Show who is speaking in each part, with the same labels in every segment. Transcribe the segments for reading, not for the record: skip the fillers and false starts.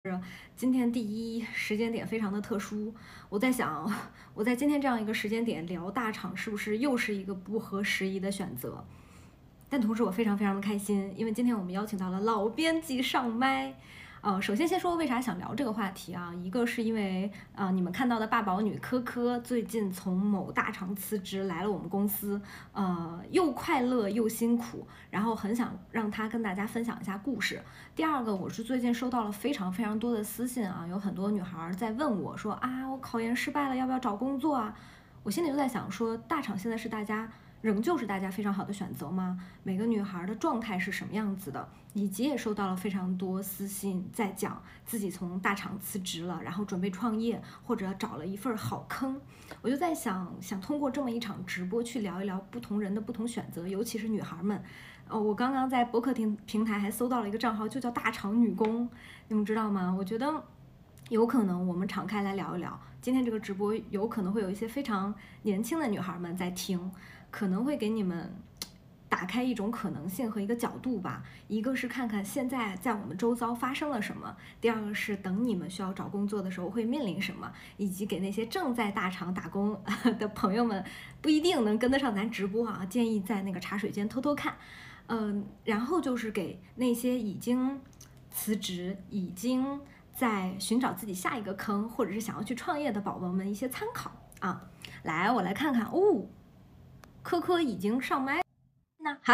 Speaker 1: 今天第一时间点非常的特殊，我在想，我在今天这样一个时间点聊大厂，是不是又是一个不合时宜的选择？但同时我非常非常的开心，因为今天我们邀请到了老编辑上麦。首先说为啥想聊这个话题啊？一个是因为你们看到的大宝女科科最近从某大厂辞职来了我们公司，又快乐又辛苦，然后很想让她跟大家分享一下故事。第二个，我是最近收到了非常非常多的私信啊，有很多女孩在问我说啊，我考研失败了，要不要找工作啊？我心里就在想说，大厂现在是大家仍旧是大家非常好的选择吗？每个女孩的状态是什么样子的？以及也收到了非常多私信，在讲自己从大厂辞职了，然后准备创业，或者找了一份好坑。我就在想通过这么一场直播去聊一聊不同人的不同选择，尤其是女孩们。我刚刚在博客平台还搜到了一个账号，就叫大厂女工，你们知道吗？我觉得有可能我们敞开来聊一聊，今天这个直播有可能会有一些非常年轻的女孩们在听，可能会给你们打开一种可能性和一个角度吧。一个是看看现在在我们周遭发生了什么，第二个是等你们需要找工作的时候会面临什么，以及给那些正在大厂打工的朋友们，不一定能跟得上咱直播啊，建议在那个茶水间偷偷看。然后就是给那些已经辞职、已经在寻找自己下一个坑，或者是想要去创业的宝宝们一些参考啊。来，我来看看哦，科科已经上麦。那嗨，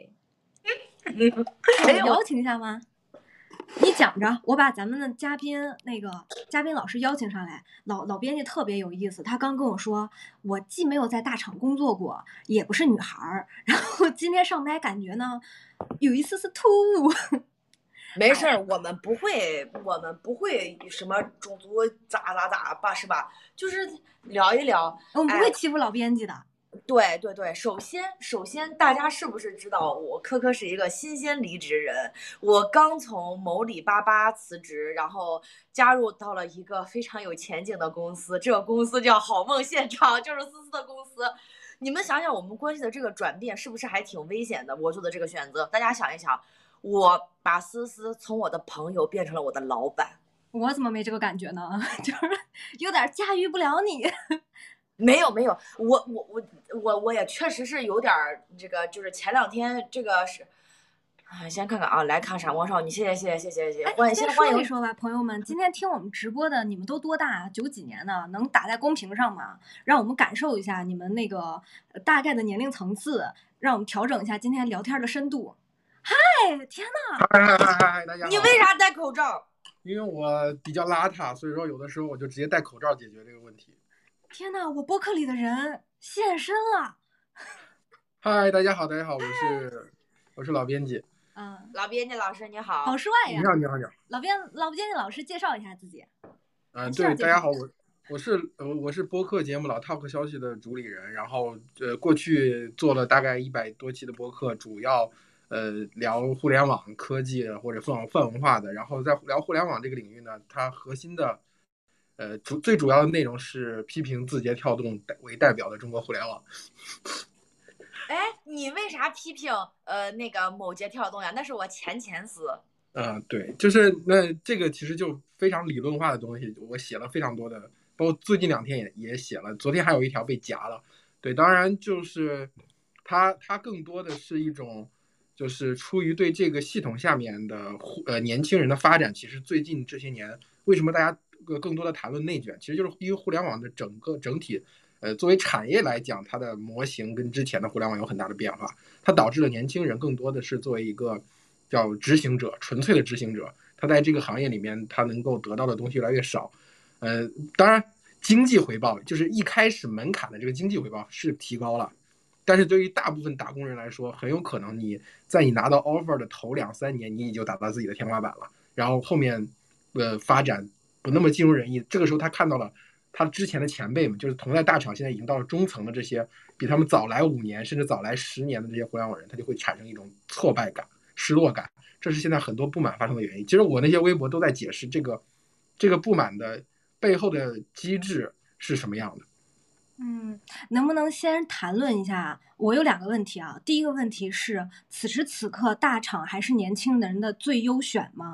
Speaker 1: 我邀请一下吗？你讲着，我把咱们的嘉宾老师邀请上来。老编辑特别有意思，他刚跟我说，我既没有在大厂工作过，也不是女孩，然后今天上麦感觉呢有一丝丝突兀。
Speaker 2: 没事儿，我们不会什么种族咋吧，是吧？就是聊一聊。
Speaker 1: 我们不会欺负老编辑的。
Speaker 2: 对对对，首先，大家是不是知道我科科是一个新鲜离职人？我刚从某里巴巴辞职，然后加入到了一个非常有前景的公司，这个公司叫好梦现场，就是思思的公司。你们想想，我们关系的这个转变是不是还挺危险的？我做的这个选择，大家想一想，我把思思从我的朋友变成了我的老板。
Speaker 1: 我怎么没这个感觉呢？就是有点驾驭不了你。
Speaker 2: 没有，我也确实是有点这个，就是前两天这个是，先看看啊，来看闪光少女，谢谢，欢迎，
Speaker 1: 先
Speaker 2: 欢迎。
Speaker 1: 说一说吧，朋友们，今天听我们直播的你们都多大？9几年的，能打在公屏上吗？让我们感受一下你们那个大概的年龄层次，让我们调整一下今天聊天的深度。嗨，天哪！
Speaker 3: 嗨，大家好。
Speaker 2: 你为啥戴口罩？
Speaker 3: 因为我比较邋遢，所以说有的时候我就直接戴口罩解决这个问题。
Speaker 1: 天哪，我播客里的人现身了。
Speaker 3: 嗨，大家好，我是老编辑。
Speaker 2: 老编辑老师你好。
Speaker 1: 好帅呀！
Speaker 3: 你好。
Speaker 1: 老编辑老师介绍一下自己。
Speaker 3: 对，大家好，我是播客节目老 Talk 消息的主理人，然后过去做了大概100多期的播客，主要聊互联网科技或者泛文化的，然后在聊互联网这个领域呢，它核心的最主要的内容是批评字节跳动为代表的中国互联网。
Speaker 2: 哎，你为啥批评那个某节跳动呀？那是我前司。
Speaker 3: 对，就是那这个其实就非常理论化的东西，我写了非常多的，包括最近2天也写了，昨天还有一条被夹了。对，当然就是它更多的是一种，就是出于对这个系统下面的年轻人的发展，其实最近这些年为什么大家更多的谈论内卷，其实就是因为互联网的整体，作为产业来讲，它的模型跟之前的互联网有很大的变化，它导致了年轻人更多的是作为一个叫执行者，纯粹的执行者，他在这个行业里面，他能够得到的东西越来越少。当然，经济回报就是一开始门槛的这个经济回报是提高了，但是对于大部分打工人来说，很有可能你在你拿到 offer 的头2-3年，你已经达到自己的天花板了，然后后面发展不那么尽如人意。这个时候他看到了他之前的前辈们，就是同在大厂现在已经到了中层的这些比他们早来5年甚至早来10年的这些互联网人，他就会产生一种挫败感、失落感，这是现在很多不满发生的原因。其实我那些微博都在解释这个不满的背后的机制是什么样的。
Speaker 1: 能不能先谈论一下？我有2个问题啊。第一个问题是，此时此刻大厂还是年轻人的最优选吗？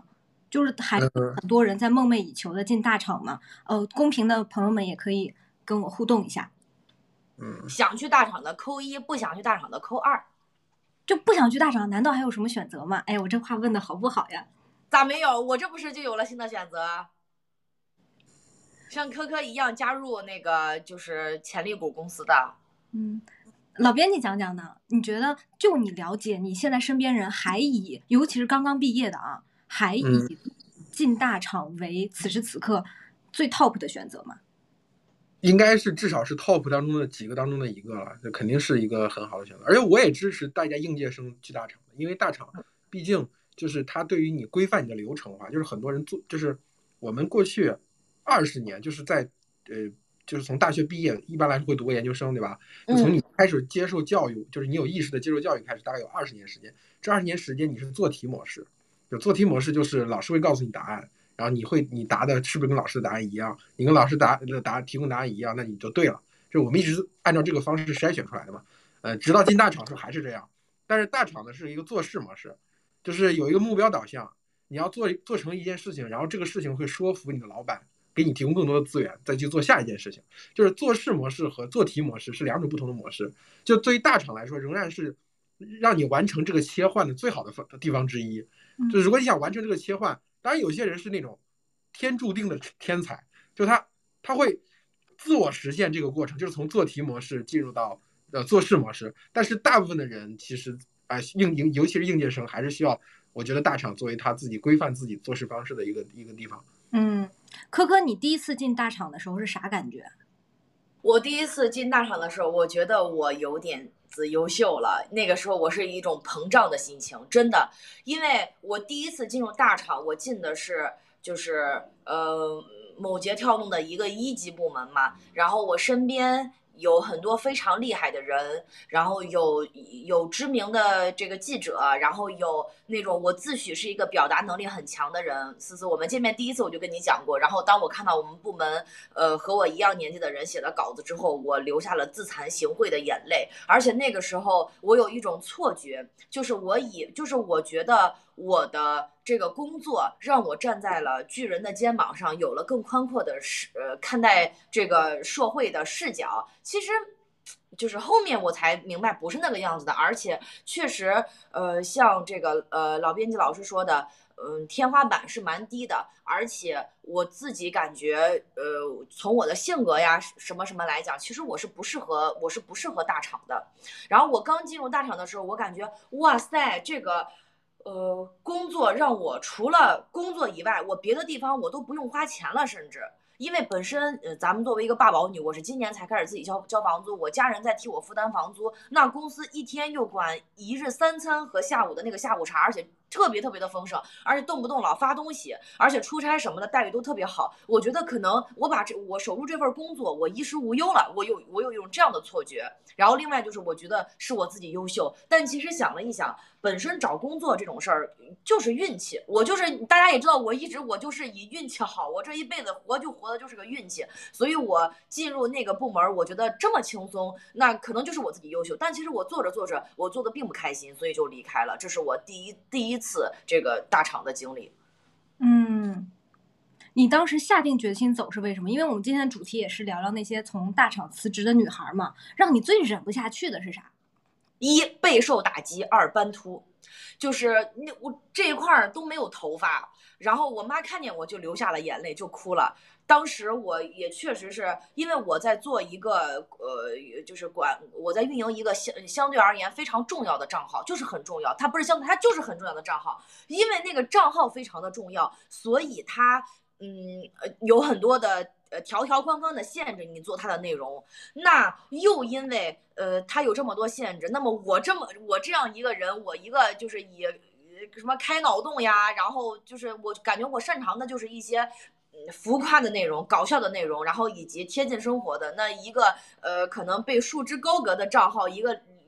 Speaker 1: 就是还是很多人在梦寐以求的进大厂嘛。公屏的朋友们也可以跟我互动一下。
Speaker 2: 想去大厂的扣1，不想去大厂的扣2。
Speaker 1: 就不想去大厂，难道还有什么选择吗？哎，我这话问的好不好呀？
Speaker 2: 咋没有？我这不是就有了新的选择？像科科一样加入那个就是潜力股公司的。
Speaker 1: 老编辑讲讲呢？你觉得就你了解，你现在身边人还以，尤其是刚刚毕业的啊，还以进大厂为此时此刻最 top 的选择吗？
Speaker 3: 应该是至少是 top 当中的几个当中的一个了，这肯定是一个很好的选择。而且我也支持大家应届生去大厂，因为大厂毕竟就是它对于你规范你的流程化，就是很多人做，就是我们过去20年就是在就是从大学毕业，一般来说会读个研究生，对吧？就从你开始接受教育，就是你有意识的接受教育开始，大概有20年时间。这20年时间你是做题模式，就做题模式就是老师会告诉你答案。然后你答的是不是跟老师的答案一样？你跟老师提供答案一样，那你就对了。就我们一直按照这个方式筛选出来的嘛。直到进大厂时候还是这样。但是大厂呢是一个做事模式，就是有一个目标导向，你要做成一件事情，然后这个事情会说服你的老板，给你提供更多的资源，再去做下一件事情。就是做事模式和做题模式是2种不同的模式。就对于大厂来说，仍然是让你完成这个切换的最好的地方之一。就是如果你想完成这个切换，当然有些人是那种天注定的天才，就他会自我实现这个过程，就是从做题模式进入到做事模式。但是大部分的人其实尤其是应届生，还是需要我觉得大厂作为他自己规范自己做事方式的一个地方。
Speaker 1: 科科，你第一次进大厂的时候是啥感觉？
Speaker 2: 我第一次进大厂的时候，我觉得我有点优秀了。那个时候我是一种膨胀的心情，真的，因为我第一次进入大厂，我进的是就是某捷跳动的一个1级部门嘛，然后我身边有很多非常厉害的人，然后有知名的这个记者，然后有那种我自诩是一个表达能力很强的人。思思，我们见面第一次我就跟你讲过，然后当我看到我们部门和我一样年纪的人写的稿子之后，我流下了自惭形秽的眼泪。而且那个时候我有一种错觉，就是我觉得我的这个工作让我站在了巨人的肩膀上，有了更宽阔的看待这个社会的视角。其实就是后面我才明白不是那个样子的，而且确实像这个老编辑老师说的，天花板是蛮低的。而且我自己感觉从我的性格呀什么来讲，其实我是不适合大厂的。然后我刚进入大厂的时候，我感觉哇塞，这个工作让我除了工作以外，我别的地方我都不用花钱了。甚至因为本身咱们作为一个爸宝女，我是今年才开始自己交房租，我家人在替我负担房租，那公司一天又管1日3餐和下午的那个下午茶，而且特别的丰盛，而且动不动老发东西，而且出差什么的待遇都特别好。我觉得可能我守住这份工作，我衣食无忧了，我有一种这样的错觉。然后另外就是我觉得是我自己优秀，但其实想了一想，本身找工作这种事儿就是运气。大家也知道，我就是以运气好，我这一辈子活的就是个运气。所以我进入那个部门，我觉得这么轻松，那可能就是我自己优秀。但其实我做着我做的并不开心，所以就离开了。这是我第一次这个大厂的经历。
Speaker 1: 你当时下定决心走是为什么？因为我们今天的主题也是聊聊那些从大厂辞职的女孩嘛，让你最忍不下去的是啥
Speaker 2: ？1备受打击，2斑秃，就是我这一块都没有头发，然后我妈看见我就流下了眼泪，就哭了。当时我也确实是因为我在做一个就是我在运营一个相对而言非常重要的账号，就是很重要，它不是相对，它就是很重要的账号。因为那个账号非常的重要，所以它有很多的条框的限制你做它的内容。那又因为它有这么多限制，那么我这样一个人，我一个就是以什么开脑洞呀，然后就是我感觉我擅长的就是一些浮夸的内容、搞笑的内容，然后以及贴近生活的那一个可能被束之高阁的账号，一个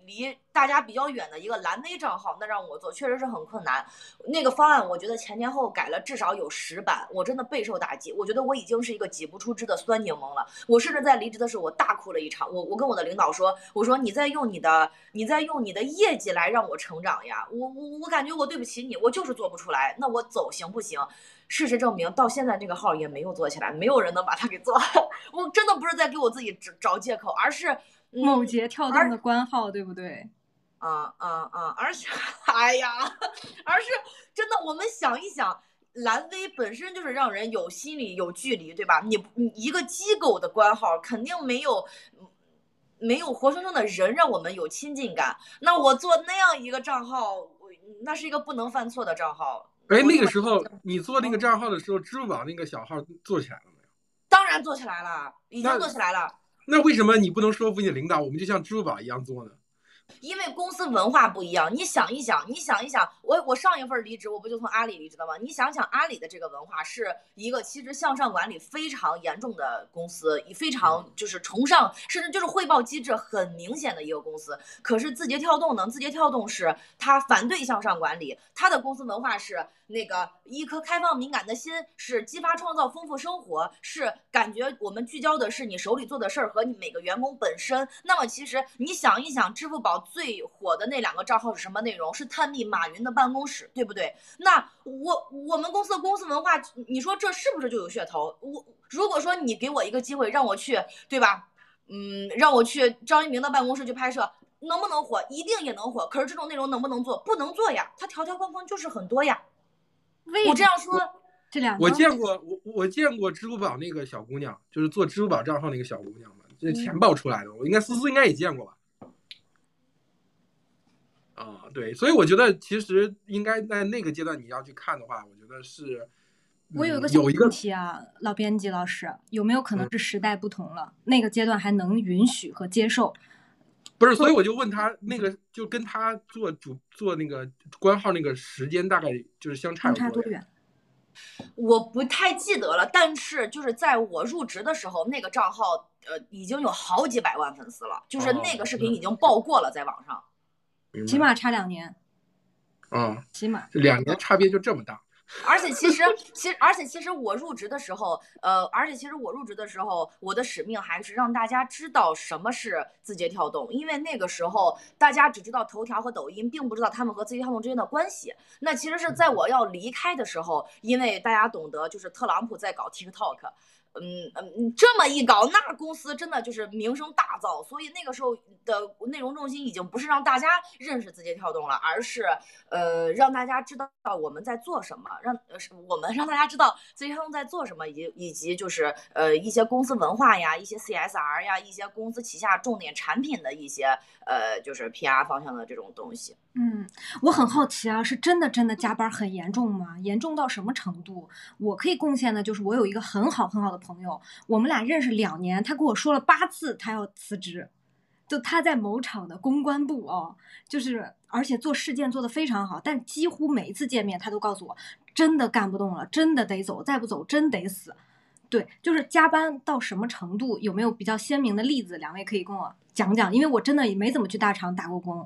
Speaker 2: 离大家比较远的一个蓝 V 账号，那让我做确实是很困难。那个方案我觉得前后改了至少有10版，我真的备受打击。我觉得我已经是一个挤不出汁的酸柠檬了。我甚至在离职的时候我大哭了一场。我跟我的领导说，我说你在用你的业绩来让我成长呀，我感觉我对不起你，我就是做不出来，那我走行不行？事实证明，到现在这个号也没有做起来，没有人能把它给做。我真的不是在给我自己找借口，而是
Speaker 1: 某节跳动的官号，对不对？
Speaker 2: 而且，哎呀，而是真的，我们想一想，蓝 V 本身就是让人有心理有距离，对吧？你一个机构的官号肯定没有活生生的人让我们有亲近感。那我做那样一个账号，那是一个不能犯错的账号。
Speaker 3: 哎，那个时候你做那个账号的时候，支付宝那个小号做起来了没有？
Speaker 2: 当然做起来了，已经做起来了。
Speaker 3: 那为什么你不能说服你的领导，我们就像支付宝一样做呢？
Speaker 2: 因为公司文化不一样，你想一想，我上一份离职，我不就从阿里离职的吗？你想想阿里的这个文化是一个其实向上管理非常严重的公司，非常就是崇尚，甚至就是汇报机制很明显的一个公司。可是字节跳动呢？字节跳动是它反对向上管理，它的公司文化是那个一颗开放敏感的心，是激发创造丰富生活，是感觉我们聚焦的是你手里做的事儿和你每个员工本身。那么其实你想一想，支付宝最火的那2个账号是什么内容？是探秘马云的办公室，对不对？那我们公司的公司文化，你说这是不是就有噱头？如果说你给我一个机会让我去，对吧？让我去张一鸣的办公室去拍摄，能不能火？一定也能火。可是这种内容能不能做？不能做呀，它条条框框就是很多呀。我这样说，
Speaker 1: 这两个
Speaker 3: 我见过支付宝那个小姑娘，就是做支付宝账号那个小姑娘嘛，这钱爆出来的，我应该思应该也见过吧？对，所以我觉得其实应该在那个阶段你要去看的话，我觉得是。
Speaker 1: 我有一个问题啊，老编辑老师，有没有可能是时代不同了，那个阶段还能允许和接受？
Speaker 3: 不是，所以我就问他那个，就跟他做那个官号那个时间大概就是相差
Speaker 1: 多远？
Speaker 2: 我不太记得了，但是就是在我入职的时候，那个账号已经有好几百万粉丝了，就是那个视频已经爆过了，在网上。
Speaker 1: 起码差2年。
Speaker 3: 起码2年差别就这么大。
Speaker 2: 而且其实我入职的时候，我的使命还是让大家知道什么是字节跳动，因为那个时候大家只知道头条和抖音，并不知道他们和字节跳动之间的关系。那其实是在我要离开的时候，因为大家懂得，就是特朗普在搞 TikTok。这么一搞，那公司真的就是名声大噪。所以那个时候的内容重心已经不是让大家认识字节跳动了，而是让大家知道我们在做什么，让大家知道字节跳动在做什么，以及就是一些公司文化呀，一些 CSR 呀，一些公司旗下重点产品的一些就是 PR 方向的这种东西。
Speaker 1: 我很好奇啊，是真的加班很严重吗？严重到什么程度？我可以贡献的就是我有一个很好的朋友，我们俩认识2年，他跟我说了8次他要辞职，就他在某厂的公关部就是而且做事件做得非常好，但几乎每一次见面他都告诉我真的干不动了，真的得走，再不走真得死。对，就是加班到什么程度，有没有比较鲜明的例子？2位可以跟我讲讲，因为我真的也没怎么去大厂打过工。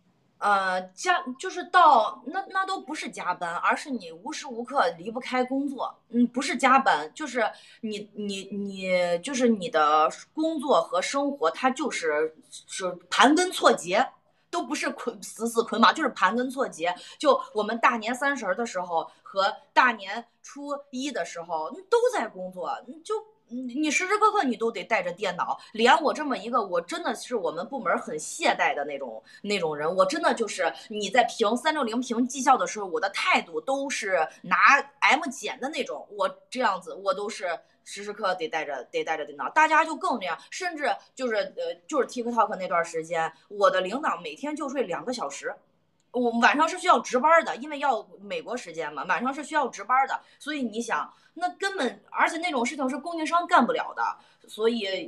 Speaker 2: 就是到那都不是加班，而是你无时无刻离不开工作。不是加班，就是你就是你的工作和生活，它就是盘根错节，都不是死捆绑，就是盘根错节。就我们大年30的时候和大年初1的时候都在工作，你时时刻刻你都得带着电脑，连我这么一个，我真的是我们部门很懈怠的那种人，我真的就是你在评360评绩效的时候，我的态度都是拿 M 减的那种，我这样子我都是时时刻得带着电脑，大家就更这样，甚至就是 TikTok 那段时间，我的领导每天就睡2个小时。我晚上是需要值班的，因为要美国时间嘛，晚上是需要值班的，所以你想，那根本，而且那种事情是供应商干不了的，所以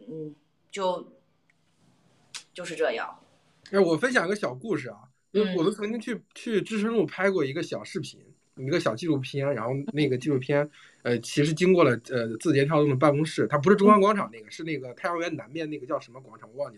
Speaker 2: 就是这样。
Speaker 3: 我分享一个小故事啊，我们曾经去知识路拍过一个小视频，一个小纪录片，然后那个纪录片其实经过了字节跳动的办公室，它不是中央广场那个，是那个太阳园南面那个叫什么广场我忘记了。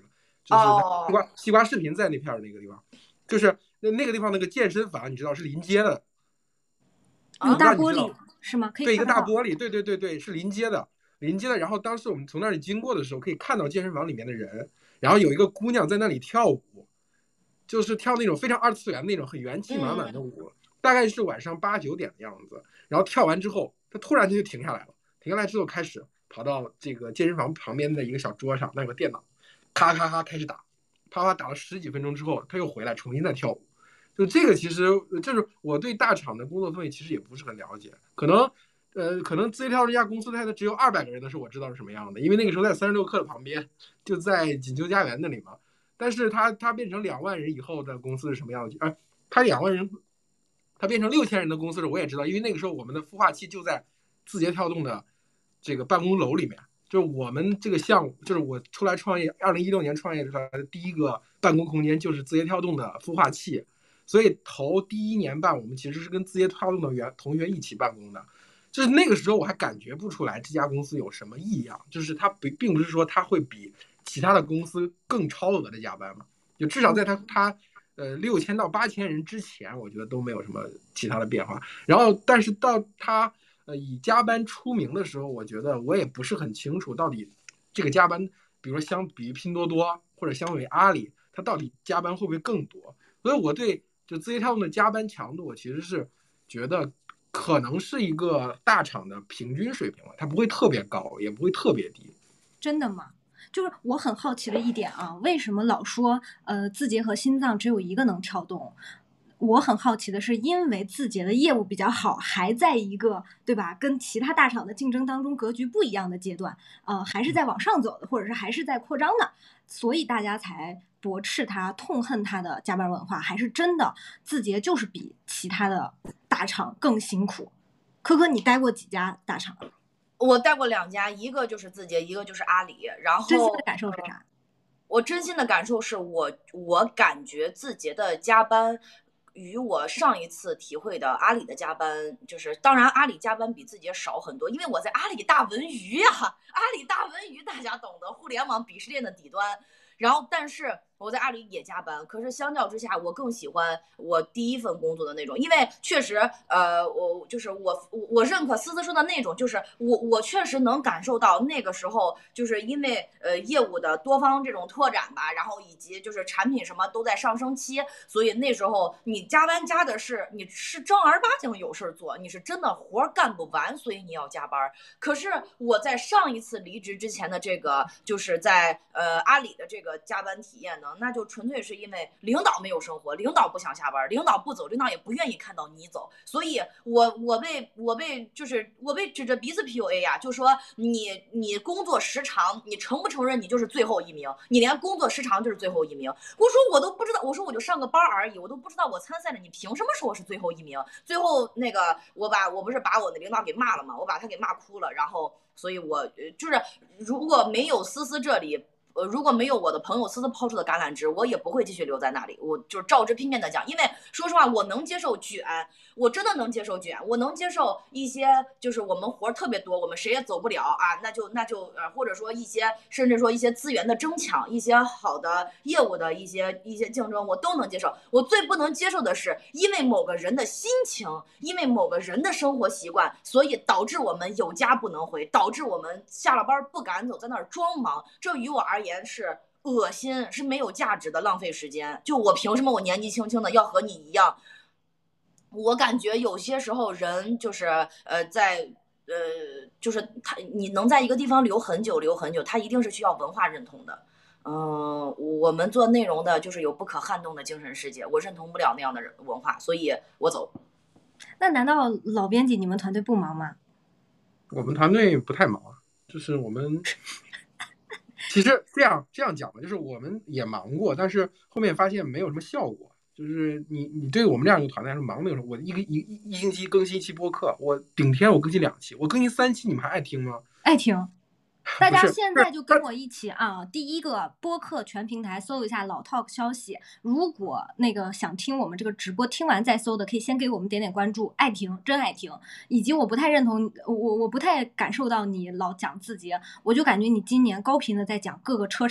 Speaker 3: 就是
Speaker 2: 哦，
Speaker 3: 西瓜视频在那片儿那个地方，就是那个地方那个健身房，你知道是临街的，
Speaker 1: 有
Speaker 3: 我不知
Speaker 1: 大玻璃
Speaker 3: 道你知道。
Speaker 1: 是吗？可以
Speaker 3: 对，一个
Speaker 1: 看得到。
Speaker 3: 大玻璃，对对对对，是临街的，临街的。然后当时我们从那里经过的时候，可以看到健身房里面的人，然后有一个姑娘在那里跳舞，就是跳那种非常二次元那种很元气满满的舞，大概是晚上8、9点的样子。然后跳完之后，她突然就停下来了，停下来之后开始跑到这个健身房旁边的一个小桌上，那有个电脑，咔咔咔开始打，啪啪打了10几分钟之后，她又回来重新再跳舞。就这个其实就是我对大厂的工作氛围其实也不是很了解，可能字节跳动这家公司它只有200个人的时候我知道是什么样的，因为那个时候在36氪的旁边，就在锦绣家园那里嘛。但是它变成2万人以后的公司是什么样的？它2万人，它变成6000人的公司时，我也知道，因为那个时候我们的孵化器就在字节跳动的这个办公楼里面。就是我们这个项目，就是我出来创业，2016年创业出来的第一个办公空间就是字节跳动的孵化器。所以头第1年半，我们其实是跟字节跳动的同学一起办公的。就是那个时候我还感觉不出来这家公司有什么异样，就是它并不是说它会比其他的公司更超额的加班嘛，就至少在它6000到8000人之前，我觉得都没有什么其他的变化。然后但是到它以加班出名的时候，我觉得我也不是很清楚到底这个加班，比如说相比于拼多多或者相比于阿里，它到底加班会不会更多？所以我对就字节跳动的加班强度，我其实是觉得可能是一个大厂的平均水平了，它不会特别高，也不会特别低。
Speaker 1: 真的吗？就是我很好奇的一点啊，为什么老说字节和心脏只有一个能跳动？我很好奇的是，因为字节的业务比较好，还在一个对吧，跟其他大厂的竞争当中格局不一样的阶段，还是在往上走的，或者是还是在扩张的，所以大家才驳斥它、痛恨它的加班文化，还是真的字节就是比其他的大厂更辛苦？科科，你待过几家大厂？
Speaker 2: 我带过2家，一个就是字节，一个就是阿里。然后
Speaker 1: 真心的感受是啥？
Speaker 2: 我真心的感受是我感觉字节的加班与我上一次体会的阿里的加班，就是当然阿里加班比字节少很多，因为我在阿里大文娱呀，阿里大文娱大家懂得，互联网鄙视链的底端。然后，但是我在阿里也加班，可是相较之下，我更喜欢我第一份工作的那种，因为确实，我就是我认可思思说的那种，就是我确实能感受到那个时候，就是因为业务的多方这种拓展吧，然后以及就是产品什么都在上升期，所以那时候你加班加的是你是正儿八经有事做，你是真的活干不完，所以你要加班。可是我在上一次离职之前的这个，就是在阿里的这个加班体验呢，那就纯粹是因为领导没有生活，领导不想下班，领导不走，领导也不愿意看到你走，所以我被指着鼻子 PUA 呀，就说你工作时长，你承不承认你就是最后一名？你连工作时长就是最后一名？我说我都不知道，我说我就上个班而已，我都不知道我参赛了，你凭什么说我是最后一名？最后那个我不是把我的领导给骂了吗？我把他给骂哭了，然后所以我就是如果没有思思这里。如果没有我的朋友思思抛出的橄榄枝，我也不会继续留在那里。我就是照直拼面的讲，因为说实话，我能接受卷，我真的能接受卷，我能接受一些就是我们活特别多，我们谁也走不了啊，那就或者说一些甚至说一些资源的争抢，一些好的业务的一些竞争，我都能接受。我最不能接受的是，因为某个人的心情，因为某个人的生活习惯，所以导致我们有家不能回，导致我们下了班不敢走，在那儿装忙。这于我而言是恶心，是没有价值的，浪费时间。就我凭什么我年纪轻轻的要和你一样？我感觉有些时候人就是就是你能在一个地方留很久，他一定是需要文化认同的。我们做内容的就是有不可撼动的精神世界，我认同不了那样的文化，所以我走。
Speaker 1: 那难道老编辑你们团队不忙吗？
Speaker 3: 我们团队不太忙，就是我们其实这样讲吧，就是我们也忙过，但是后面发现没有什么效果。就是你对我们这样一个团队来说忙没有什么，我一星期更新1期播客，我顶天我更新2期，我更新3期，你们还爱听吗？
Speaker 1: 爱听。大家现在就跟我一起啊！第一个播客全平台搜一下老 Talk 消息。如果那个想听我们这个直播，听完再搜的，可以先给我们点点关注，爱听，真爱听。以及我不太认同，我不太感受到你老讲字节，我就感觉你今年高频的在讲各个车厂，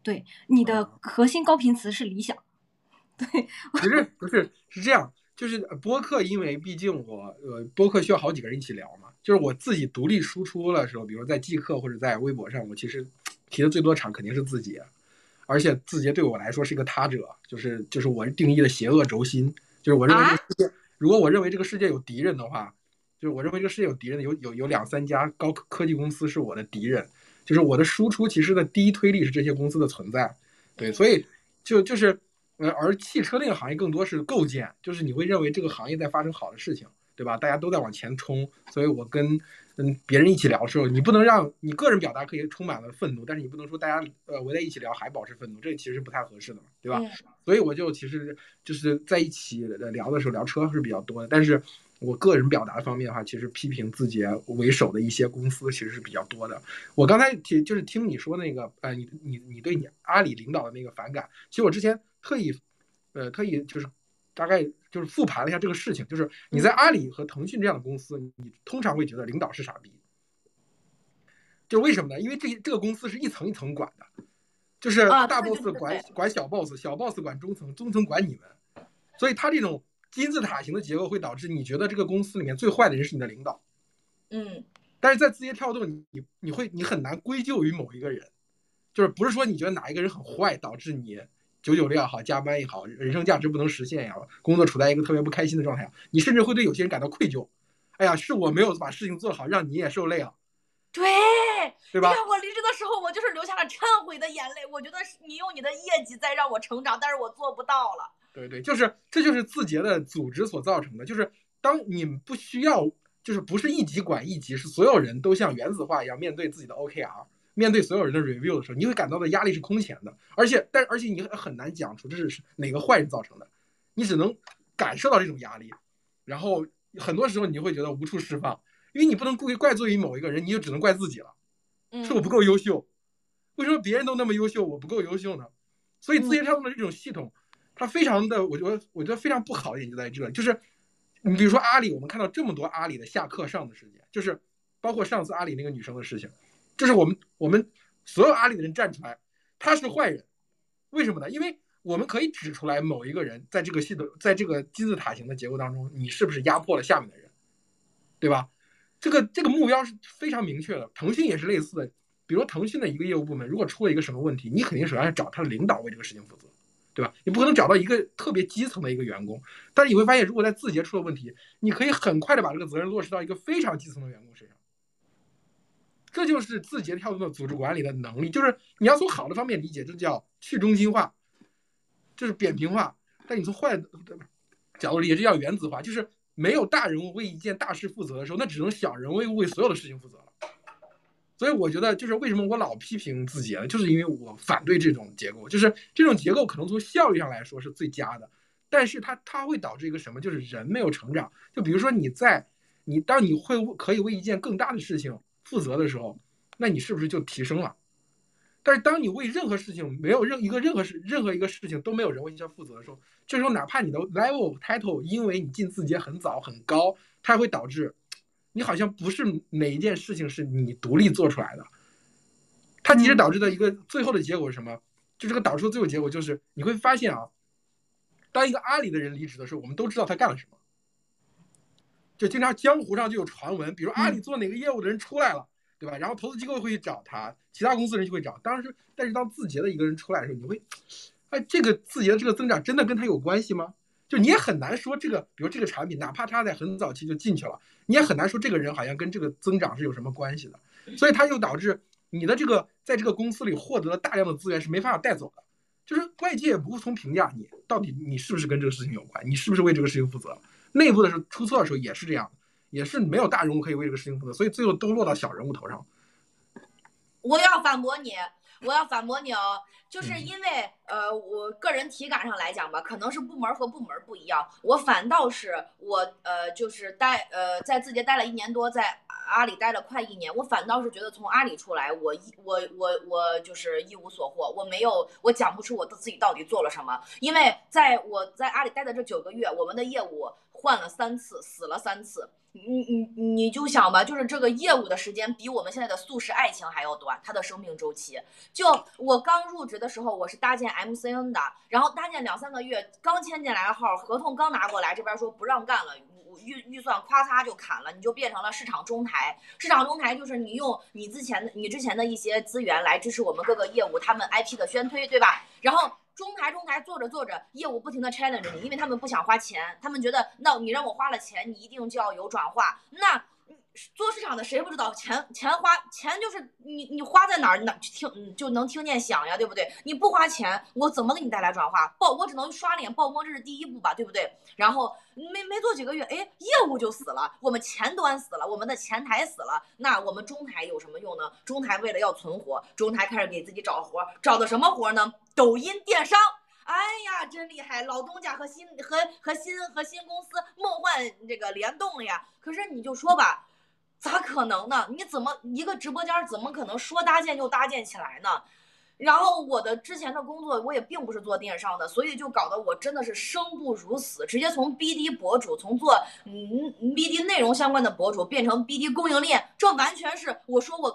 Speaker 1: 对，你的核心高频词是理想。对，
Speaker 3: 不是这样，就是播客，因为毕竟我播客需要好几个人一起聊嘛，就是我自己独立输出的时候，比如在即刻或者在微博上，我其实提的最多场肯定是字节，而且字节对我来说是一个他者，就是我定义的邪恶轴心，就是我认为这个世界，如果我认为这个世界有敌人的话，就是我认为这个世界有敌人的有2-3家高科技公司是我的敌人，就是我的输出其实的第一推力是这些公司的存在，对，所以就是而汽车那个行业更多是构建，就是你会认为这个行业在发生好的事情，对吧？大家都在往前冲，所以我跟别人一起聊的时候，你不能让你个人表达可以充满了愤怒，但是你不能说大家围在一起聊还保持愤怒，这其实不太合适的嘛，对吧？所以我就其实就是在一起聊的时候聊车是比较多的，但是我个人表达方面的话，其实批评字节为首的一些公司其实是比较多的。我刚才就是听你说那个你对你阿里领导的那个反感，其实我之前特意就是大概就是复盘了一下这个事情，就是你在阿里和腾讯这样的公司，你通常会觉得领导是傻逼，就为什么呢？因为这个公司是一层一层管的，就是大 boss 管小 boss， 小 boss 管中层，中层管你们，所以他这种金字塔型的结构会导致你觉得这个公司里面最坏的人是你的领导，但是在字节跳动，你很难归咎于某一个人，就是不是说你觉得哪一个人很坏导致你996也好，加班也好，人生价值不能实现也好，工作处在一个特别不开心的状态，你甚至会对有些人感到愧疚。哎呀，是我没有把事情做好，让你也受累了。对吧？
Speaker 2: 你看我离职的时候，我就是流下了忏悔的眼泪。我觉得你用你的业绩在让我成长，但是我做不到了。
Speaker 3: 对，这就是字节的组织所造成的，就是当你们不需要，就是不是一级管一级，是所有人都像原子化一样面对自己的 OKR。面对所有人的 review 的时候，你会感到的压力是空前的，而且你很难讲出这是哪个坏人造成的，你只能感受到这种压力，然后很多时候你会觉得无处释放，因为你不能怪罪于某一个人，你就只能怪自己了，是我不够优秀，为什么别人都那么优秀，我不够优秀呢？所以字节跳动的这种系统，它非常的，我觉得非常不好的一点就在这里，就是你比如说阿里，我们看到这么多阿里的下课上的事件，就是包括上次阿里那个女生的事情。就是我们所有阿里的人站出来，他是坏人，为什么呢？因为我们可以指出来某一个人在这个系统，在这个金字塔型的结构当中，你是不是压迫了下面的人，对吧？这个目标是非常明确的。腾讯也是类似的，比如腾讯的一个业务部门如果出了一个什么问题，你肯定首先要找他的领导为这个事情负责，对吧？你不可能找到一个特别基层的一个员工，但是你会发现，如果在字节出了问题，你可以很快的把这个责任落实到一个非常基层的员工身上。这就是字节跳动的组织管理的能力，就是你要从好的方面理解，这叫去中心化，这是扁平化；但你从坏的角度理解，这叫原子化，就是没有大人物为一件大事负责的时候，那只能小人物为所有的事情负责了。所以我觉得，就是为什么我老批评字节，就是因为我反对这种结构，就是这种结构可能从效率上来说是最佳的，但是它会导致一个什么，就是人没有成长。就比如说当你可以为一件更大的事情负责的时候，那你是不是就提升了？但是当你为任何事情没有任何一个事情都没有人为它负责的时候，这时候哪怕你的 level title 因为你进字节很早很高，它会导致你好像不是哪一件事情是你独立做出来的。它其实导致的一个最后的结果是什么？就这个导出的最后结果就是你会发现啊，当一个阿里的人离职的时候，我们都知道他干了什么。就经常江湖上就有传闻，比如阿里做哪个业务的人出来了，对吧？然后投资机构会去找他，其他公司的人就会找。但是当字节的一个人出来的时候，你会，这个字节的这个增长真的跟他有关系吗？就你也很难说这个，比如这个产品，哪怕他在很早期就进去了，你也很难说这个人好像跟这个增长是有什么关系的。所以它又导致你的这个在这个公司里获得了大量的资源是没办法带走的，就是外界也不从评价你到底你是不是跟这个事情有关，你是不是为这个事情负责。内部的时候出错的时候也是这样的，也是没有大人物可以为这个事情负责，所以最后都落到小人物头上。
Speaker 2: 我要反驳你哦，就是因为我个人体感上来讲吧，可能是部门和部门不一样，我反倒是就是在字节待了1年多，在阿里待了快1年，我反倒是觉得从阿里出来，我就是一无所获，我讲不出我自己到底做了什么，因为我在阿里待的这9个月，我们的业务换了3次，死了3次。你就想吧，就是这个业务的时间比我们现在的速食爱情还要短，它的生命周期。就我刚入职的时候，我是搭建 MCN 的，然后搭建2-3个月，刚签进来号，合同刚拿过来，这边说不让干了。预算咵嚓就砍了，你就变成了市场中台。市场中台就是你用你之前的一些资源来支持我们各个业务，他们 IP 的宣推，对吧？然后中台做着，业务不停的 challenge 你，因为他们不想花钱，他们觉得那你让我花了钱，你一定就要有转化。那做市场的谁不知道钱就是你花在哪儿就能听见响呀，对不对？你不花钱，我怎么给你带来转化？我只能刷脸曝光，这是第一步吧，对不对？然后没做几个月，哎，业务就死了，我们前端死了，我们的前台死了，那我们中台有什么用呢？中台为了要存活，中台开始给自己找活，找的什么活呢？抖音电商。哎呀，真厉害！老东家和新公司梦幻这个联动了呀。可是你就说吧，咋可能呢？你怎么一个直播间怎么可能说搭建就搭建起来呢？然后我的之前的工作我也并不是做电商的，所以就搞得我真的是生不如死，直接从 BD 博主，从做BD 内容相关的博主变成 BD 供应链，这完全是我说我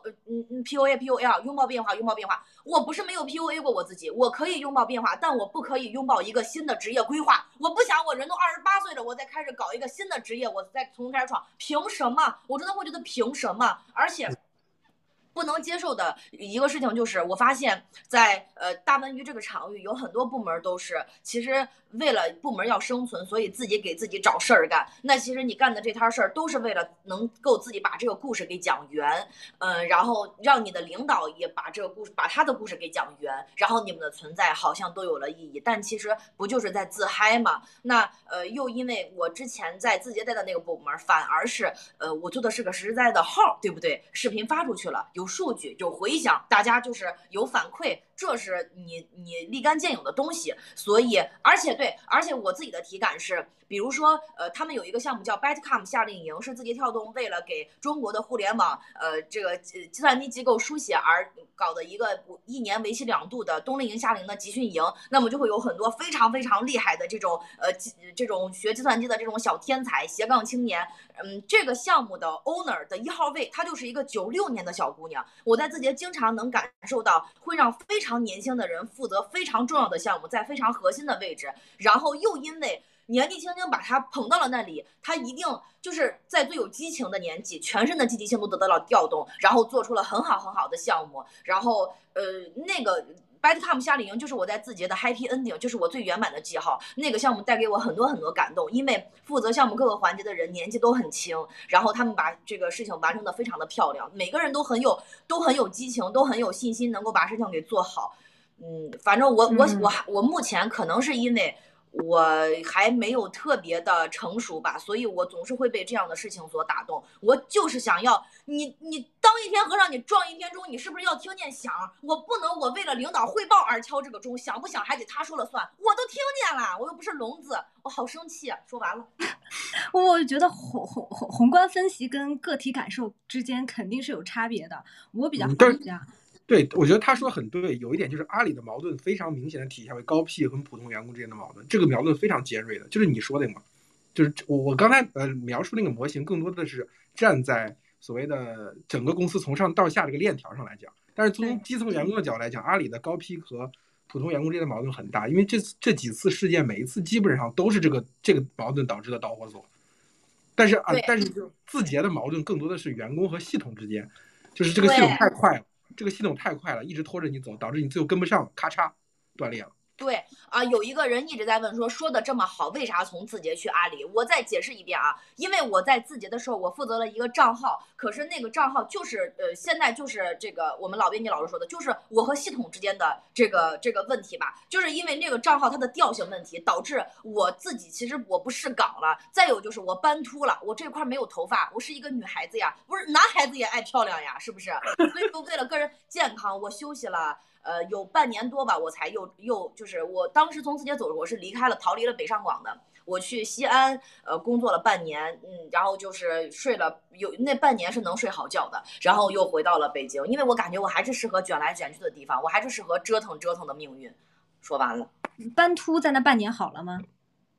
Speaker 2: PUA 拥抱变化。我不是没有 PUA 过我自己，我可以拥抱变化，但我不可以拥抱一个新的职业规划。我不想我人都28岁了，我再开始搞一个新的职业，我再从头开始闯，凭什么？我真的会觉得凭什么？而且不能接受的一个事情就是，我发现在大文娱这个场域，有很多部门都是其实为了部门要生存，所以自己给自己找事儿干。那其实你干的这摊事儿都是为了能够自己把这个故事给讲圆，然后让你的领导也把这个故事把他的故事给讲圆，然后你们的存在好像都有了意义，但其实不就是在自嗨吗？那又因为我之前在字节带的那个部门，反而是我做的是个实实在在的号，对不对？视频发出去了，有数据，有回响，大家就是有反馈，这是你立竿见影的东西。所以，而且我自己的体感是，比如说他们有一个项目叫 Betcom 夏令营，是字节跳动为了给中国的互联网这个计算机机构书写而搞的一个1年为期2度的冬令营夏令营的集训营。那么就会有很多非常非常厉害的这种这种学计算机的这种小天才斜杠青年。这个项目的 owner 的1号位，她就是一个96年的小姑娘。我在字节经常能感受到，会让非常年轻的人负责非常重要的项目，在非常核心的位置，然后又因为年纪轻轻把他捧到了那里，他一定就是在最有激情的年纪，全身的积极性都得到了调动，然后做出了很好的项目。然后那个Betcom 夏令营就是我在字节的 Happy Ending， 就是我最圆满的记号。那个项目带给我很多感动，因为负责项目各个环节的人年纪都很轻，然后他们把这个事情完成的非常的漂亮，每个人都很有激情，都很有信心，能够把事情给做好。反正我目前可能是因为我还没有特别的成熟吧，所以我总是会被这样的事情所打动。我就是想要你当一天和尚，你撞一天钟，你是不是要听见响？我不能我为了领导汇报而敲这个钟，响不响还得他说了算。我都听见了，我又不是聋子，我好生气啊！说完了。
Speaker 1: 我觉得宏观分析跟个体感受之间肯定是有差别的。我比较好奇啊。
Speaker 3: 对，我觉得他说很对，有一点就是阿里的矛盾非常明显的体现为高 P 和普通员工之间的矛盾，这个矛盾非常尖锐的，就是你说的嘛，就是我刚才描述那个模型更多的是站在所谓的整个公司从上到下这个链条上来讲，但是从基层员工的角度来讲，阿里的高 P 和普通员工之间的矛盾很大，因为这几次事件每一次基本上都是这个矛盾导致的导火索，但是就字节的矛盾更多的是员工和系统之间，就是这个系统太快了。这个系统太快了，一直拖着你走，导致你最后跟不上，咔嚓断裂了。
Speaker 2: 对啊，有一个人一直在问说的这么好，为啥从字节去阿里？我再解释一遍啊，因为我在字节的时候，我负责了一个账号，可是那个账号就是现在就是这个我们老编辑老师说的，就是我和系统之间的这个问题吧，就是因为那个账号它的调性问题，导致我自己其实我不是岗了，再有就是我斑秃了，我这块没有头发，我是一个女孩子呀，不是男孩子也爱漂亮呀，是不是？所以说为了个人健康，我休息了。有半年多吧，我才又就是我当时从字节走，我是逃离了北上广的，我去西安工作了半年，然后就是睡了那半年是能睡好觉的，然后又回到了北京，因为我感觉我还是适合卷来卷去的地方，我还是适合折腾的命运。说完了。
Speaker 1: 斑秃在那半年好了吗？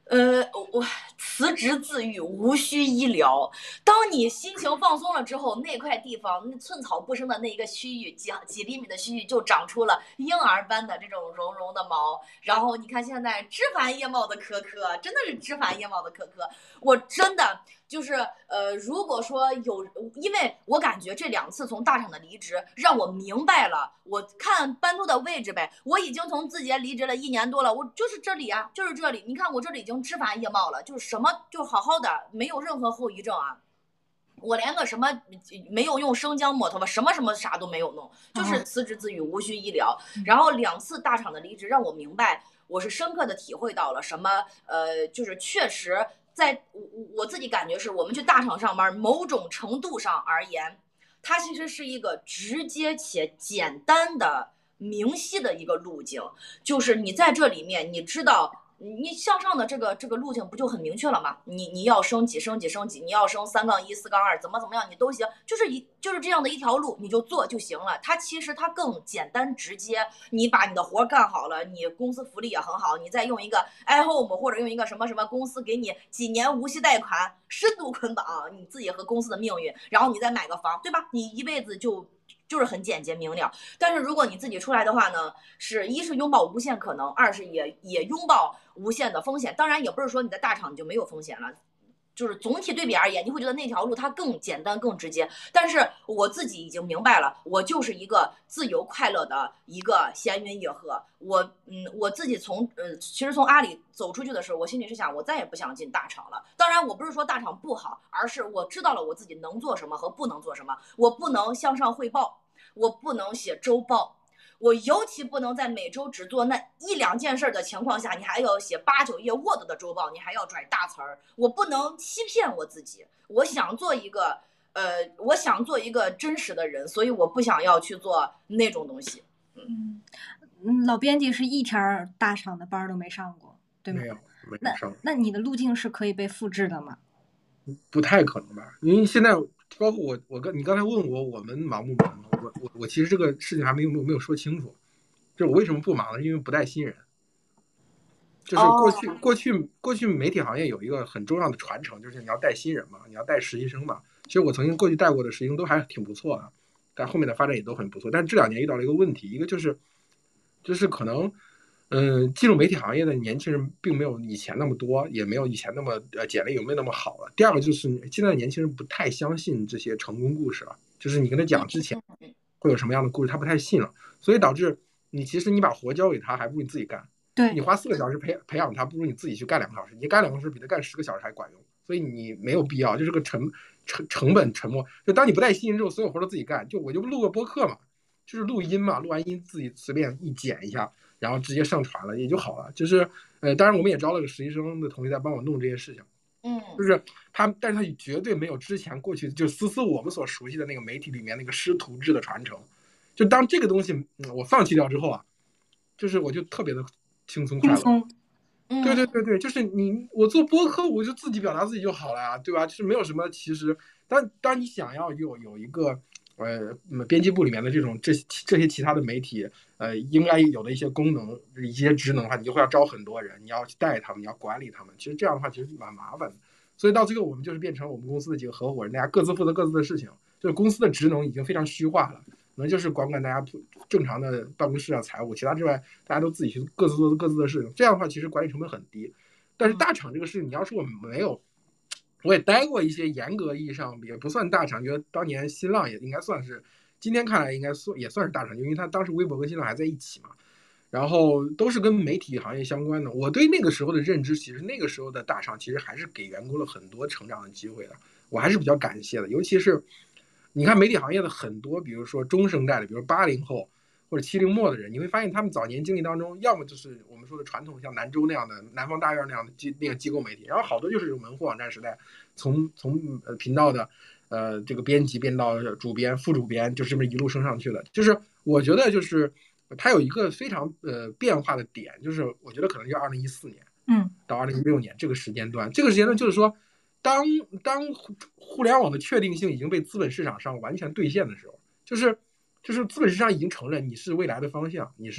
Speaker 2: 我辞职自愈，无需医疗。当你心情放松了之后，那块地方那寸草不生的那一个区域，几厘米的区域就长出了婴儿般的这种绒绒的毛。然后你看现在枝繁叶茂的可可，真的是枝繁叶茂的可可。我真的就是如果说有，因为我感觉这2次从大厂的离职，让我明白了，我看班图的位置呗，我已经从字节离职了1年多了，我就是这里啊，就是这里，你看我这里已经枝繁叶茂了，就是什么就好好的，没有任何后遗症啊。我连个什么没有用生姜抹头发，什么什么啥都没有弄，就是辞职自愈，无需医疗。然后2次大厂的离职，让我明白，我是深刻的体会到了什么，就是确实在我自己感觉是我们去大厂上班，某种程度上而言，它其实是一个直接且简单的、明晰的一个路径，就是你在这里面，你知道。你向上的这个路径不就很明确了吗？你要升几，你要升3-1、4-2，怎么样你都行，就是这样的一条路，你就做就行了。其实它更简单直接，你把你的活干好了，你公司福利也很好，你再用一个 iHome 或者用一个什么什么公司给你几年无息贷款，深度捆绑你自己和公司的命运，然后你再买个房，对吧？你一辈子就是很简洁明了。但是如果你自己出来的话呢，一是拥抱无限可能，二是也拥抱无限的风险。当然也不是说你在大厂你就没有风险了，就是总体对比而言，你会觉得那条路它更简单更直接。但是我自己已经明白了，我就是一个自由快乐的一个闲云野鹤。我自己其实从阿里走出去的时候，我心里是想，我再也不想进大厂了。当然我不是说大厂不好，而是我知道了我自己能做什么和不能做什么。我不能向上汇报，我不能写周报，我尤其不能在每周只做那1-2件事的情况下，你还要写8-9页 Word 的周报，你还要拽大词儿，我不能欺骗我自己。我想做一个真实的人，所以我不想要去做那种东西。
Speaker 1: 老编辑是一条大厂的班都没上过，对吗？
Speaker 3: 没有上过。
Speaker 1: 那你的路径是可以被复制的吗？
Speaker 3: 不太可能吧，因为现在包括你刚才问我们忙不忙？我其实这个事情还没有说清楚，就是我为什么不忙呢？因为不带新人。就是过去媒体行业有一个很重要的传承，就是你要带新人嘛，你要带实习生嘛。其实我曾经过去带过的实习生都还挺不错的，但后面的发展也都很不错。但是这2年遇到了一个问题，一个就是可能进入媒体行业的年轻人并没有以前那么多，也没有以前那么简历有没有那么好了。第二个就是现在的年轻人不太相信这些成功故事了，就是你跟他讲之前会有什么样的故事，他不太信了，所以导致其实你把活交给他，还不如你自己干。
Speaker 1: 对，
Speaker 3: 你花4个小时培养他，不如你自己去干2个小时。你干2个小时比他干10个小时还管用，所以你没有必要，就是个成本沉没。就当你不带新人之后，所有活都自己干。我就录个播客嘛，就是录音嘛，录完音自己随便一剪一下，然后直接上传了也就好了。就是当然我们也招了个实习生的同学在帮我弄这些事情。就是但是他绝对没有之前过去就我们所熟悉的那个媒体里面那个师徒制的传承。就当这个东西我放弃掉之后啊，就是我就特别的轻松快乐。对，就是我做播客我就自己表达自己就好了呀，对吧？就是没有什么，其实当你想要有一个编辑部里面的这些其他的媒体应该有的一些功能一些职能的话，你就会要招很多人，你要去带他们，你要管理他们。其实这样的话其实蛮麻烦的。所以到最后我们就是变成我们公司的几个合伙人，大家各自负责各自的事情，就是公司的职能已经非常虚化了，可能就是管大家正常的办公室啊、财务，其他之外大家都自己去各自做各自的事情。这样的话其实管理成本很低。但是大厂这个事情，你要说我没有，我也待过一些严格意义上也不算大厂，觉得当年新浪也应该算是，今天看来应该也算是大厂，因为他当时微博跟新浪还在一起嘛，然后都是跟媒体行业相关的。我对那个时候的认知，其实那个时候的大厂其实还是给员工了很多成长的机会的，我还是比较感谢的。尤其是你看媒体行业的很多，比如说中生代的，比如80后或者70末的人，你会发现他们早年经历当中，要么就是我们说的传统像南州那样的、南方大院那样的那个机构媒体，然后好多就是门户网站时代，从频道的这个编辑变到主编、副主编，就是这么一路升上去的。就是我觉得就是它有一个非常变化的点，就是我觉得可能就2014年，到2016年这个时间段，就是说，当互联网的确定性已经被资本市场上完全兑现的时候，就是资本市场已经承认你是未来的方向，你是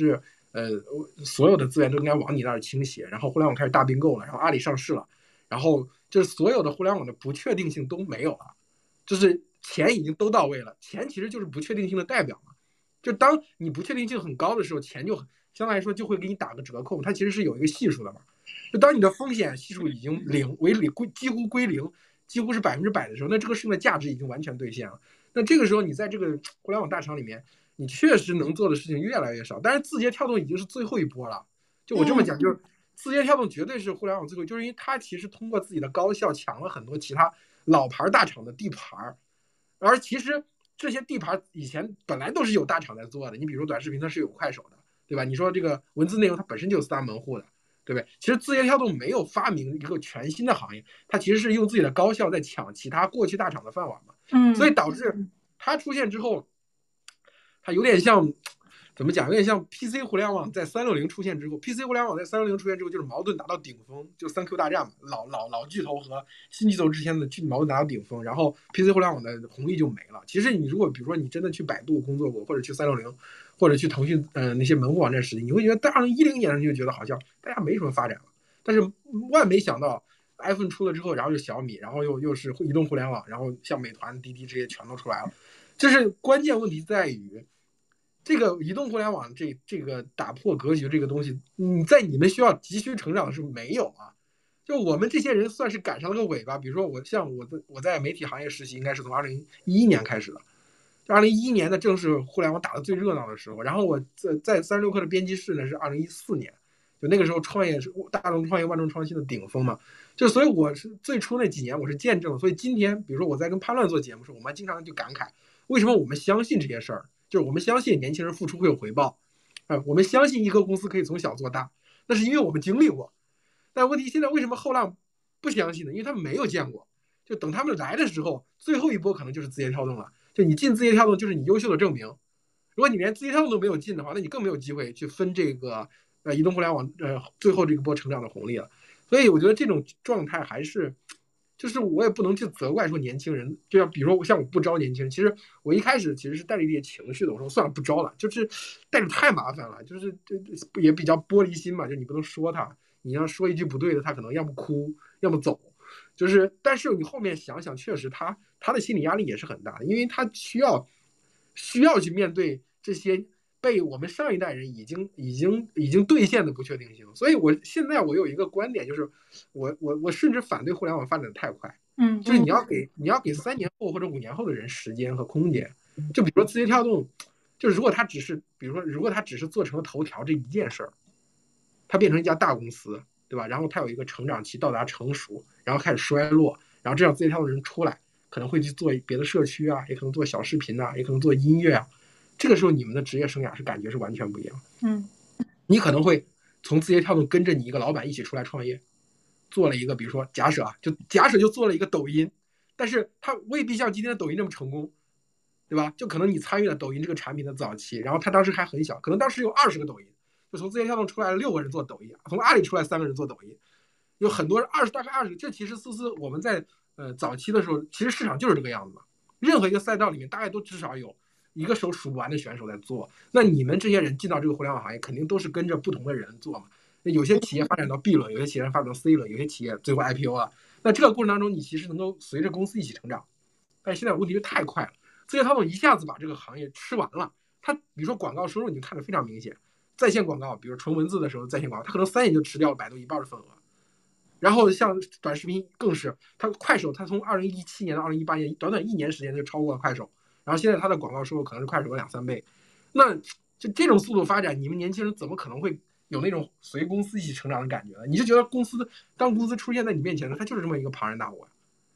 Speaker 3: 所有的资源都应该往你那儿倾斜，然后互联网开始大并购了，然后阿里上市了，然后就是所有的互联网的不确定性都没有了，就是钱已经都到位了，钱其实就是不确定性的代表嘛。就当你不确定性很高的时候，钱就相对来说就会给你打个折扣，它其实是有一个系数的嘛。就当你的风险系数已经几乎归零，几乎是100%的时候，那这个事情的价值已经完全兑现了。那这个时候你在这个互联网大厂里面，你确实能做的事情越来越少。但是字节跳动已经是最后一波了。就我这么讲，就是字节跳动绝对是互联网最后，就是因为它其实通过自己的高效抢了很多其他老牌大厂的地盘，而其实这些地盘以前本来都是有大厂在做的。你比如短视频，它是有快手的，对吧？你说这个文字内容，它本身就有4大门户的，对不对？其实字节跳动没有发明一个全新的行业，它其实是用自己的高效在抢其他过去大厂的饭碗嘛。所以导致它出现之后，它有点像怎么讲？有点像 PC 互联网在360出现之后 ，PC 互联网在360出现之后，就是矛盾达到顶峰，就3Q 大战嘛，老巨头和新巨头之间的矛盾达到顶峰，然后 PC 互联网的红利就没了。其实你如果比如说你真的去百度工作过，或者去360，或者去腾讯那些门户网站实习，你会觉得到2010年你就觉得好像大家没什么发展了。但是万没想到 iPhone 出了之后，然后就小米，然后又是移动互联网，然后像美团、滴滴这些全都出来了。就是关键问题在于，这个移动互联网这个打破格局这个东西，在你们需要急需成长的时候没有啊。就我们这些人算是赶上了个尾巴。比如说我在媒体行业实习，应该是从2011年开始的。2011年的正是互联网打得最热闹的时候。然后我在36氪的编辑室呢是2014年，就那个时候创业是大众创业万众创新的顶峰嘛。就所以我是最初那几年我是见证。所以今天比如说我在跟潘乱做节目的时候，我们经常就感慨，为什么我们相信这些事儿？就是我们相信年轻人付出会有回报，我们相信一个公司可以从小做大，那是因为我们经历过。但问题现在为什么后浪不相信呢？因为他们没有见过。就等他们来的时候，最后一波可能就是字节跳动了。就你进字节跳动就是你优秀的证明。如果你连字节跳动都没有进的话，那你更没有机会去分这个移动互联网最后这个波成长的红利了。所以我觉得这种状态还是。就是我也不能去责怪说年轻人，就像比如说像我不招年轻人，其实我一开始其实是带着一些情绪的，我说算了不招了，就是带着太麻烦了，就是也比较玻璃心嘛，就你不能说他，你要说一句不对的，他可能要么哭要么走，就是但是你后面想想，确实他的心理压力也是很大的，因为他需要去面对这些被我们上一代人已经兑现的不确定性。所以我现在有一个观点，就是我甚至反对互联网发展的太快。就是你要给3年后或者5年后的人时间和空间。就比如说字节跳动，就如果他只是做成了头条这一件事儿，它变成一家大公司，对吧？然后它有一个成长期到达成熟，然后开始衰落，然后这样字节跳动的人出来，可能会去做别的社区啊，也可能做小视频啊，也可能做音乐啊。这个时候你们的职业生涯是感觉是完全不一样。你可能会从字节跳动跟着你一个老板一起出来创业，做了一个，比如说假设就做了一个抖音，但是他未必像今天的抖音这么成功，对吧？就可能你参与了抖音这个产品的早期，然后他当时还很小，可能当时有20个抖音，就从字节跳动出来了6个人做抖音，从阿里出来3个人做抖音，有很多人大概20个。这其实我们在早期的时候，其实市场就是这个样子嘛。任何一个赛道里面，大概都至少有一个手数不完的选手在做。那你们这些人进到这个互联网行业，肯定都是跟着不同的人做嘛。有些企业发展到 B 轮，有些企业发展到 C 轮，有些企业最后 IPO 了。那这个过程当中，你其实能够随着公司一起成长。但现在问题是太快了，字节跳动一下子把这个行业吃完了。它比如说广告收入，你看得非常明显。在线广告，比如纯文字的时候，在线广告，它可能3年就吃掉了百度1半的份额。然后像短视频更是，它快手，它从2017年到2018年，短短1年时间就超过了快手。然后现在它的广告收入可能是快手的2-3倍。那就这种速度发展，你们年轻人怎么可能会有那种随公司一起成长的感觉呢？你就觉得当公司出现在你面前的，它就是这么一个庞然大物。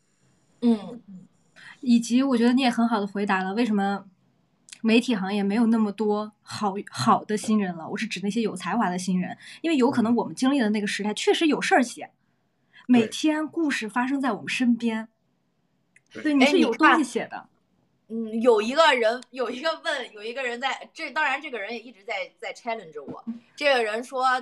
Speaker 1: 以及我觉得你也很好的回答了为什么媒体行业没有那么多好的新人了。我是指那些有才华的新人，因为有可能我们经历的那个时代确实有事儿写，每天故事发生在我们身边。对，你是有东西写的。
Speaker 2: 有一个人在这，当然这个人也一直在 challenge 我。这个人说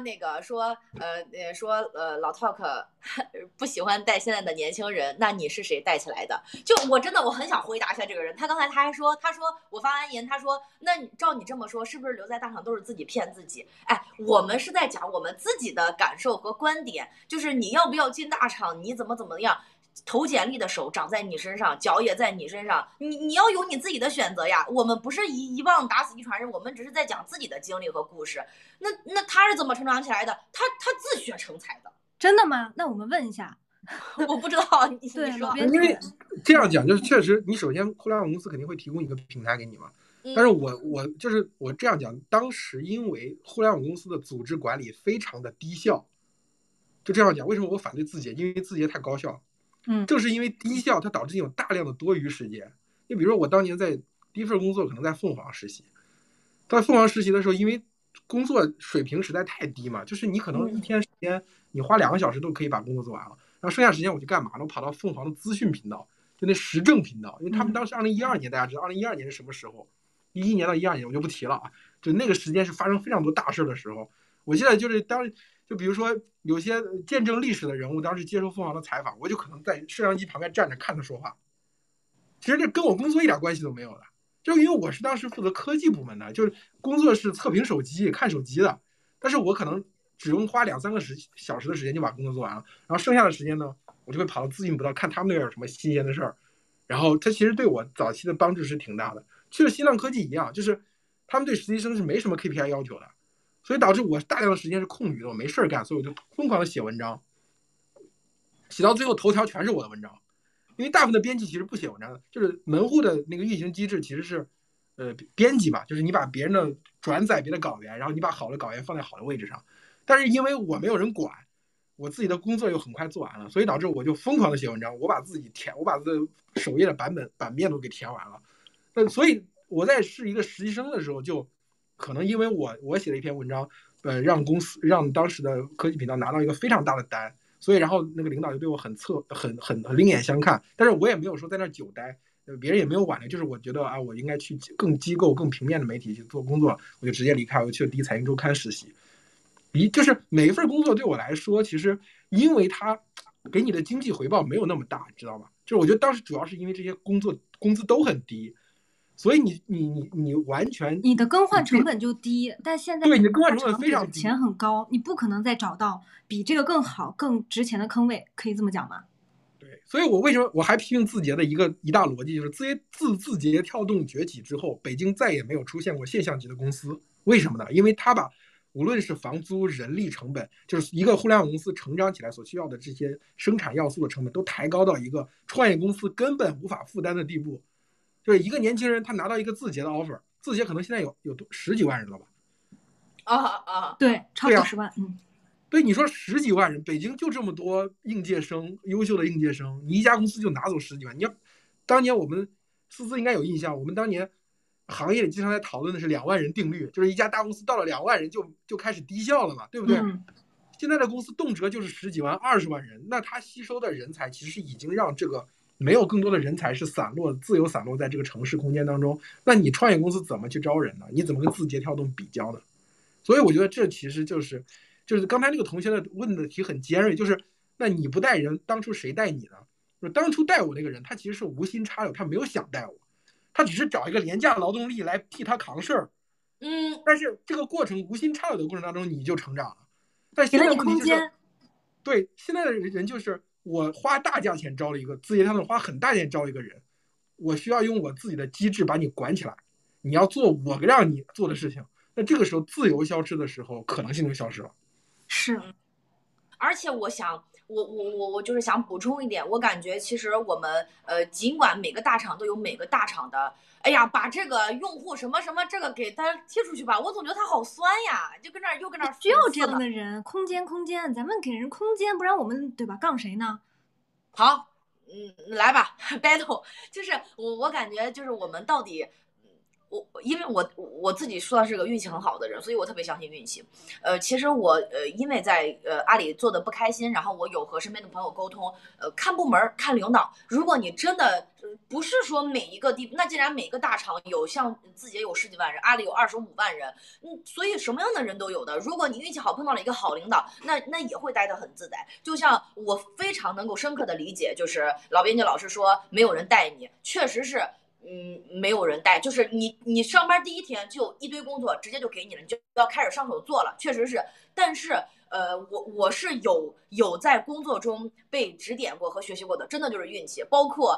Speaker 2: 老 talk 不喜欢带现在的年轻人，那你是谁带起来的？就我很想回答一下这个人。他刚才他说我发完言，他说那照你这么说，是不是留在大厂都是自己骗自己？哎，我们是在讲我们自己的感受和观点，就是你要不要进大厂，你怎么样。投简历的手长在你身上，脚也在你身上，你要有你自己的选择呀。我们不是一棒打死一船人，我们只是在讲自己的经历和故事。那他是怎么成长起来的？他自学成才的。
Speaker 1: 真的吗？那我们问一下。
Speaker 2: 我不知道，你说。
Speaker 3: 因为这样讲，就是确实，你首先互联网公司肯定会提供一个平台给你嘛。但是我这样讲，当时因为互联网公司的组织管理非常的低效，就这样讲，为什么我反对字节？因为字节太高效了。正是因为低效，它导致你有大量的多余时间。你比如说，我当年在第一份工作可能在凤凰实习，在凤凰实习的时候，因为工作水平实在太低嘛，就是你可能一天时间你花2个小时都可以把工作做完了，然后剩下时间我去干嘛呢？我跑到凤凰的资讯频道，就那时政频道，因为他们当时2012年，大家知道2012年是什么时候？11年到12年我就不提了啊，就那个时间是发生非常多大事的时候。我记得就是就比如说有些见证历史的人物，当时接受凤凰的采访，我就可能在摄像机旁边站着看他说话。其实这跟我工作一点关系都没有的，就因为我是当时负责科技部门的，就是工作是测评手机、看手机的，但是我可能只用花2-3个小时的时间就把工作做完了，然后剩下的时间呢，我就会跑到资讯频道看他们那边有什么新鲜的事儿，然后它其实对我早期的帮助是挺大的。去了新浪科技一样，就是他们对实习生是没什么 KPI 要求的。所以导致我大量的时间是空余的，我没事干，所以我就疯狂的写文章，写到最后头条全是我的文章。因为大部分的编辑其实不写文章的，就是门户的那个运行机制其实是，编辑嘛，就是你把别人的转载别的稿源，然后你把好的稿源放在好的位置上。但是因为我没有人管，我自己的工作又很快做完了，所以导致我就疯狂的写文章，我把自己我把这首页的版面都给填完了。所以我在是一个实习生的时候就。可能因为我写了一篇文章，让当时的科技频道拿到一个非常大的单，所以然后那个领导就对我很另眼相看，但是我也没有说在那久待，别人也没有挽留，就是我觉得啊，我应该去更机构、更平面的媒体去做工作，我就直接离开，我就去了第一财经周刊实习。就是每一份工作对我来说，其实因为它给你的经济回报没有那么大，知道吗？就是我觉得当时主要是因为这些工作工资都很低。所以你完全
Speaker 1: 你的更换成本就低，但现在
Speaker 3: 对你的更换成本非常低，
Speaker 1: 钱很高，你不可能再找到比这个更好、更值钱的坑位，可以这么讲吗？
Speaker 3: 对，所以我为什么我还批评字节的一大逻辑就是字节跳动崛起之后，北京再也没有出现过现象级的公司，为什么呢？因为它把无论是房租、人力成本，就是一个互联网公司成长起来所需要的这些生产要素的成本，都抬高到一个创业公司根本无法负担的地步。就是一个年轻人，他拿到一个字节的 offer， 字节可能现在有10几万人了吧？
Speaker 1: 对，超过10万。
Speaker 3: 对，你说10几万人，北京就这么多应届生，优秀的应届生，你一家公司就拿走10几万。你要当年我们思思应该有印象，我们当年行业里经常在讨论的是2万人定律，就是一家大公司到了2万人就开始低效了嘛，对不对？现在的公司动辄就是10几万、20万人，那他吸收的人才其实已经让这个。没有更多的人才是自由散落在这个城市空间当中，那你创业公司怎么去招人呢？你怎么跟字节跳动比较呢？所以我觉得这其实就是刚才那个同学问的题很尖锐，就是那你不带人，当初谁带你呢？就当初带我那个人，他其实是无心插柳，他没有想带我，他只是找一个廉价劳动力来替他扛事儿。但是这个过程无心插柳的过程当中，你就成长了。但现在问题就是，对现在的人就是。我花大价钱招了一个字节跳动，花很大钱招一个人，我需要用我自己的机制把你管起来，你要做我让你做的事情。那这个时候自由消失的时候，可能性就消失了。
Speaker 1: 是，
Speaker 2: 而且我想，我就是想补充一点，我感觉其实我们尽管每个大厂都有每个大厂的，哎呀，把这个用户什么什么这个给他踢出去吧，我总觉得他好酸呀，就跟那又跟那
Speaker 1: 需要这样的人，空间，咱们给人空间，不然我们对吧？杠谁呢？
Speaker 2: 好，来吧 ，battle， 就是我感觉就是我们到底因为我自己说的是个运气很好的人，所以我特别相信运气。其实我因为在阿里做的不开心，然后我有和身边的朋友沟通，看部门看领导，如果你真的不是说每一个那既然每个大厂有像字节有10几万人，阿里有25万人，所以什么样的人都有的。如果你运气好碰到了一个好领导，那也会待得很自在。就像我非常能够深刻的理解，就是老编辑老师说没有人带你，确实是。没有人带，就是你上班第一天就一堆工作直接就给你了，你就要开始上手做了，确实是。但是我是有在工作中被指点过和学习过的，真的就是运气。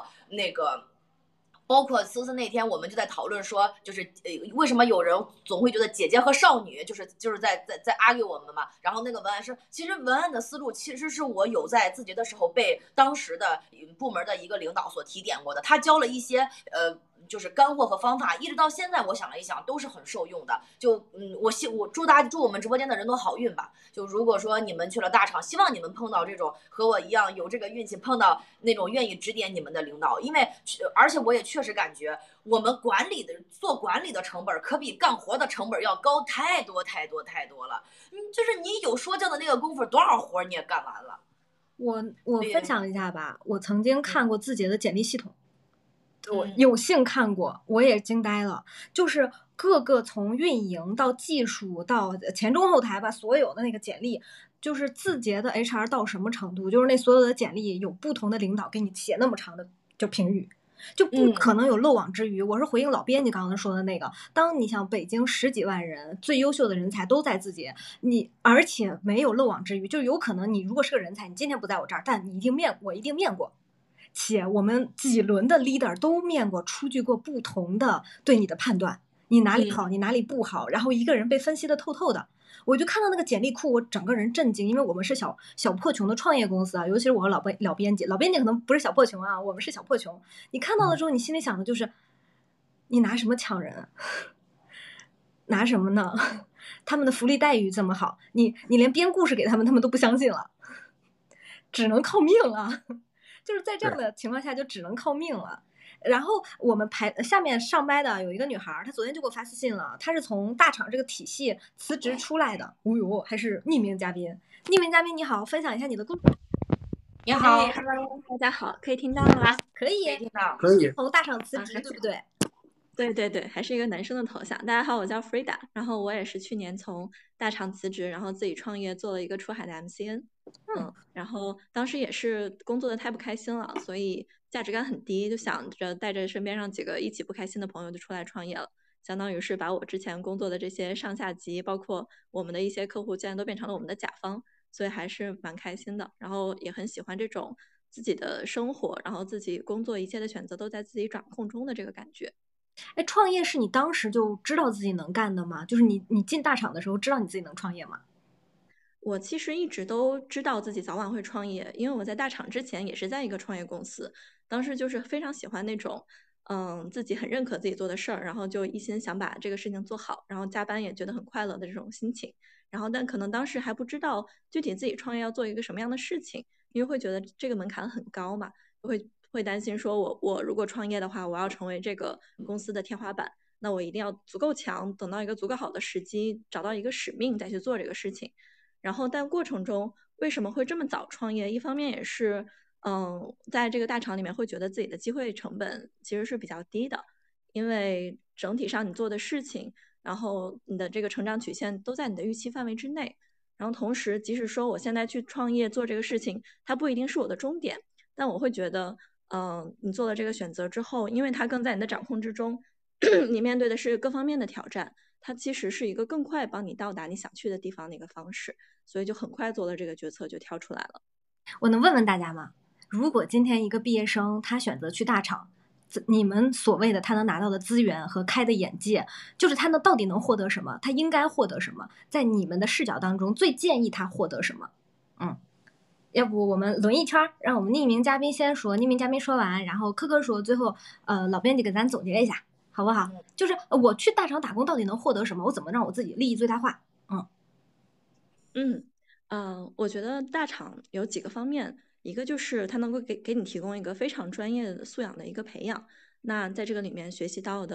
Speaker 2: 包括思思那天，我们就在讨论说，就是为什么有人总会觉得姐姐和少女就是在 argue 我们嘛。然后那个文案是，其实文案的思路其实是我有在字节的时候被当时的部门的一个领导所提点过的，他教了一些就是干货和方法，一直到现在我想了一想都是很受用的。就我祝我们直播间的人都好运吧。就如果说你们去了大厂，希望你们碰到这种和我一样有这个运气，碰到那种愿意指点你们的领导。因为而且我也确实感觉我们做管理的成本可比干活的成本要高太多太多太多了。就是你有说教的那个功夫，多少活你也干完了。
Speaker 1: 我分享一下吧，我曾经看过字节的简历系统。我有幸看过，我也惊呆了。就是各个从运营到技术到前中后台吧，所有的那个简历，就是字节的 HR 到什么程度，就是那所有的简历有不同的领导给你写那么长的就评语，就不可能有漏网之鱼。我是回应老编辑刚刚说的那个，当你像北京10几万人最优秀的人才都在字节，而且没有漏网之鱼，就有可能你如果是个人才，你今天不在我这儿，但我一定面过。且我们几轮的 leader 都面过，出具过不同的对你的判断，你哪里好，你哪里不好，然后一个人被分析的透透的。我就看到那个简历库，我整个人震惊，因为我们是小破穷的创业公司啊，尤其是我和老编辑可能不是小破穷啊，我们是小破穷。你看到了之后，你心里想的就是，你拿什么抢人？拿什么呢？他们的福利待遇这么好，你连编故事给他们都不相信了，只能靠命了。就是在这样的情况下，就只能靠命了。然后我们下面上麦的有一个女孩，她昨天就给我发私信了，她是从大厂这个体系辞职出来的。哦呦，还是匿名嘉宾。匿名嘉宾你好，分享一下你的故事。
Speaker 2: 你好
Speaker 4: ，Hello，大家好，可以听到吗？
Speaker 1: 可以
Speaker 2: 听到，
Speaker 3: 可以。
Speaker 1: 从大厂辞职，对不对？
Speaker 4: 对，还是一个男生的头像。大家好，我叫 Frida，然后我也是去年从大厂辞职，然后自己创业做了一个出海的 MCN。然后当时也是工作的太不开心了，所以价值感很低，就想着带着身边上几个一起不开心的朋友就出来创业了，相当于是把我之前工作的这些上下级，包括我们的一些客户，竟然都变成了我们的甲方，所以还是蛮开心的。然后也很喜欢这种自己的生活，然后自己工作一切的选择都在自己掌控中的这个感觉。
Speaker 1: 哎，创业是你当时就知道自己能干的吗？就是你进大厂的时候知道你自己能创业吗？
Speaker 4: 我其实一直都知道自己早晚会创业，因为我在大厂之前也是在一个创业公司，当时就是非常喜欢那种，自己很认可自己做的事儿，然后就一心想把这个事情做好，然后加班也觉得很快乐的这种心情。然后但可能当时还不知道具体自己创业要做一个什么样的事情，因为会觉得这个门槛很高嘛，会担心说我如果创业的话，我要成为这个公司的天花板，那我一定要足够强，等到一个足够好的时机，找到一个使命再去做这个事情。然后但过程中为什么会这么早创业？一方面也是，在这个大厂里面会觉得自己的机会成本其实是比较低的，因为整体上你做的事情，然后你的这个成长曲线都在你的预期范围之内。然后同时，即使说我现在去创业做这个事情，它不一定是我的终点，但我会觉得，你做了这个选择之后，因为它更在你的掌控之中，你面对的是各方面的挑战，它其实是一个更快帮你到达你想去的地方的一个方式，所以就很快做了这个决策就跳出来了。
Speaker 1: 我能问问大家吗？如果今天一个毕业生他选择去大厂，你们所谓的他能拿到的资源和开的眼界，就是他到底能获得什么？他应该获得什么？在你们的视角当中，最建议他获得什么？要不我们轮一圈，让我们匿名嘉宾先说，匿名嘉宾说完，然后科科说，最后老编辑给咱总结一下，好不好？就是我去大厂打工到底能获得什么？我怎么让我自己利益最大化？
Speaker 4: 我觉得大厂有几个方面，一个就是它能够给你提供一个非常专业的素养的一个培养。那在这个里面学习到的，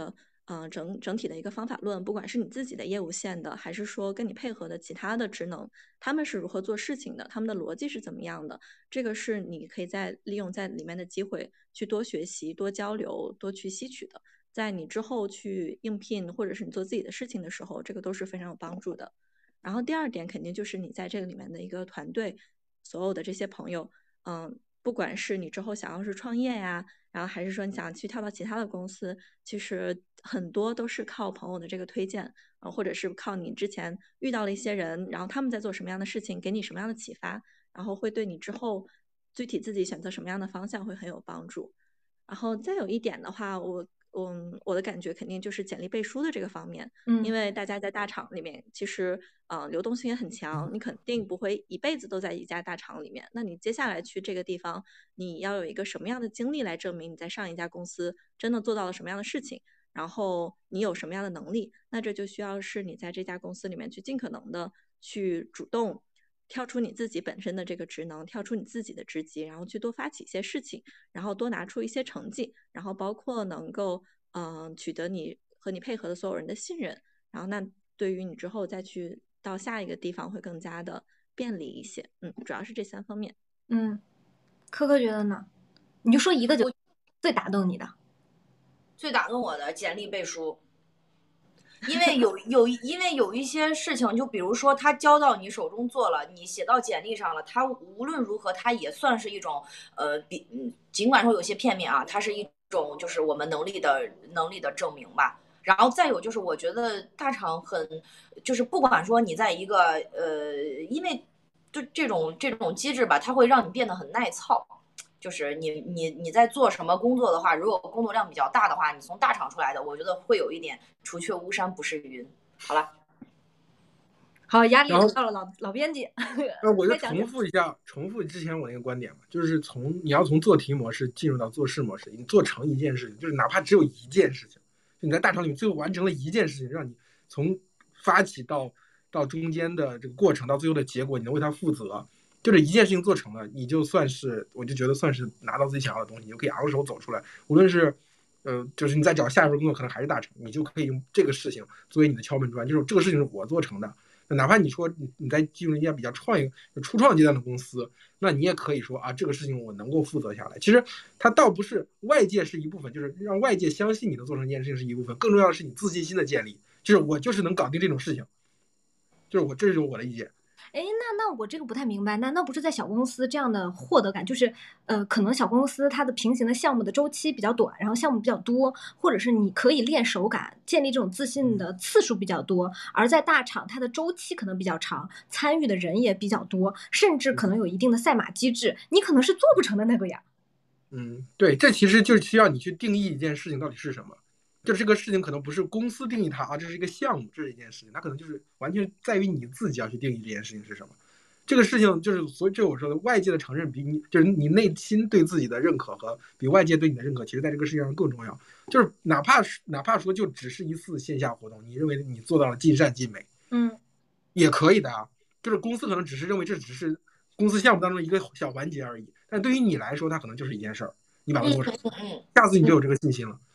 Speaker 4: 整体的一个方法论，不管是你自己的业务线的，还是说跟你配合的其他的职能，他们是如何做事情的，他们的逻辑是怎么样的，这个是你可以利用在里面的机会去多学习、多交流、多去吸取的。在你之后去应聘或者是你做自己的事情的时候，这个都是非常有帮助的。然后第二点肯定就是你在这个里面的一个团队，所有的这些朋友，不管是你之后想要是创业呀，然后还是说你想去跳到其他的公司，其实很多都是靠朋友的这个推荐，或者是靠你之前遇到了一些人，然后他们在做什么样的事情，给你什么样的启发，然后会对你之后具体自己选择什么样的方向会很有帮助。然后再有一点的话，我的感觉肯定就是简历背书的这个方面，因为大家在大厂里面其实流动性也很强，你肯定不会一辈子都在一家大厂里面，那你接下来去这个地方，你要有一个什么样的经历来证明你在上一家公司真的做到了什么样的事情，然后你有什么样的能力，那这就需要是你在这家公司里面去尽可能的去主动跳出你自己本身的这个职能，跳出你自己的职级，然后去多发起一些事情，然后多拿出一些成绩，然后包括能够取得你和你配合的所有人的信任，然后那对于你之后再去到下一个地方会更加的便利一些。主要是这3方面。
Speaker 1: 科科觉得呢？你就说一个就最打动你的。
Speaker 2: 最打动我的简历背书。因为有一些事情，就比如说他交到你手中做了，你写到简历上了，他无论如何，他也算是一种尽管说有些片面啊，它是一种就是我们能力的证明吧。然后再有就是，我觉得大厂就是不管说你在一个因为就这种机制吧，它会让你变得很耐操。就是你在做什么工作的话，如果工作量比较大的话，你从大厂出来的，我觉得会有一点除却巫山不是云。好了，
Speaker 1: 好，压力到了老编辑。
Speaker 3: 我就重复之前我那个观点嘛，就是你要从做题模式进入到做事模式，你做成一件事情，就是哪怕只有一件事情，就你在大厂里面最后完成了一件事情，让你从发起到中间的这个过程到最后的结果，你能为它负责。就这一件事情做成了，你就算是，我就觉得算是拿到自己想要的东西，你就可以昂首走出来。无论是，就是你在找下一份工作，可能还是大厂，你就可以用这个事情作为你的敲门砖，就是这个事情是我做成的。哪怕你说你在进入一家比较初创阶段的公司，那你也可以说啊，这个事情我能够负责下来。其实它倒不是外界是一部分，就是让外界相信你能做成一件事情是一部分，更重要的是你自信心的建立，就是我就是能搞定这种事情，就是这是我的意见。
Speaker 1: 那我这个不太明白，那不是在小公司这样的获得感，就是可能小公司它的平行的项目的周期比较短，然后项目比较多，或者是你可以练手感，建立这种自信的次数比较多，而在大厂它的周期可能比较长，参与的人也比较多，甚至可能有一定的赛马机制，你可能是做不成的那个呀。
Speaker 3: 对，这其实就是需要你去定义一件事情到底是什么。就这个事情可能不是公司定义它啊，这是一个项目，这是一件事情，它可能就是完全在于你自己要去定义这件事情是什么。这个事情就是，所以这我说的外界的承认比你就是你内心对自己的认可和比外界对你的认可，其实在这个世界上更重要。就是哪怕说就只是一次线下活动，你认为你做到了尽善尽美，也可以的啊。就是公司可能只是认为这只是公司项目当中一个小环节而已，但对于你来说，它可能就是一件事儿，你把它做成，下次你就有这个信心了。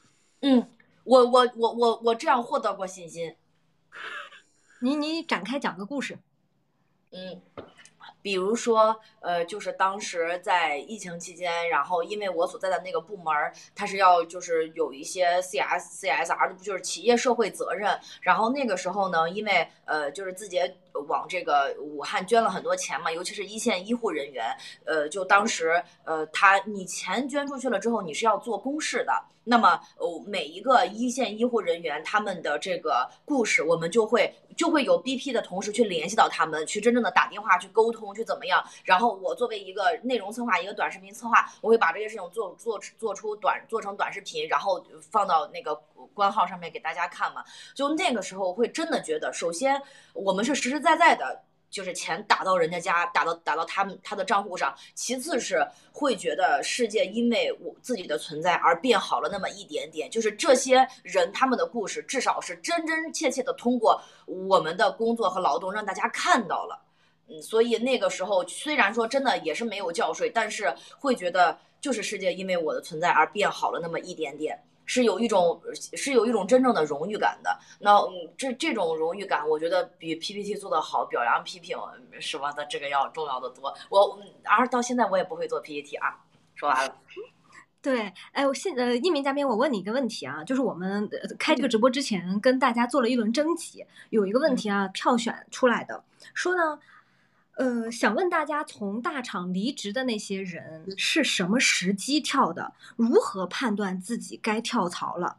Speaker 2: 我这样获得过信心。
Speaker 1: 你展开讲个故事。
Speaker 2: 比如说，就是当时在疫情期间，然后因为我所在的那个部门，它是要就是有一些 CSR 的，就是企业社会责任。然后那个时候呢，因为就是字节往这个武汉捐了很多钱嘛，尤其是一线医护人员，就当时你钱捐出去了之后，你是要做公示的。那么每一个一线医护人员他们的这个故事，我们就会有 BP 的同事去联系到他们，去真正的打电话去沟通，去怎么样。然后我作为一个内容策划，一个短视频策划，我会把这些事情做成短视频，然后放到那个官号上面给大家看嘛。就那个时候会真的觉得，首先我们是实实在在的。就是钱打到人家家，打到他的账户上。其次是会觉得世界因为我自己的存在而变好了那么一点点。就是这些人他们的故事，至少是真真切切的通过我们的工作和劳动让大家看到了。所以那个时候虽然说真的也是没有觉睡，但是会觉得就是世界因为我的存在而变好了那么一点点。 是有一种真正的荣誉感的。那这种荣誉感，我觉得比 PPT 做得好、表扬批评什么的这个要重要的多。而到现在我也不会做 PPT 啊。说完了。
Speaker 1: 对，哎，匿名嘉宾，我问你一个问题啊，就是我们开这个直播之前跟大家做了一轮征集，有一个问题啊，票选出来的，说呢，想问大家，从大厂离职的那些人是什么时机跳的？如何判断自己该跳槽了？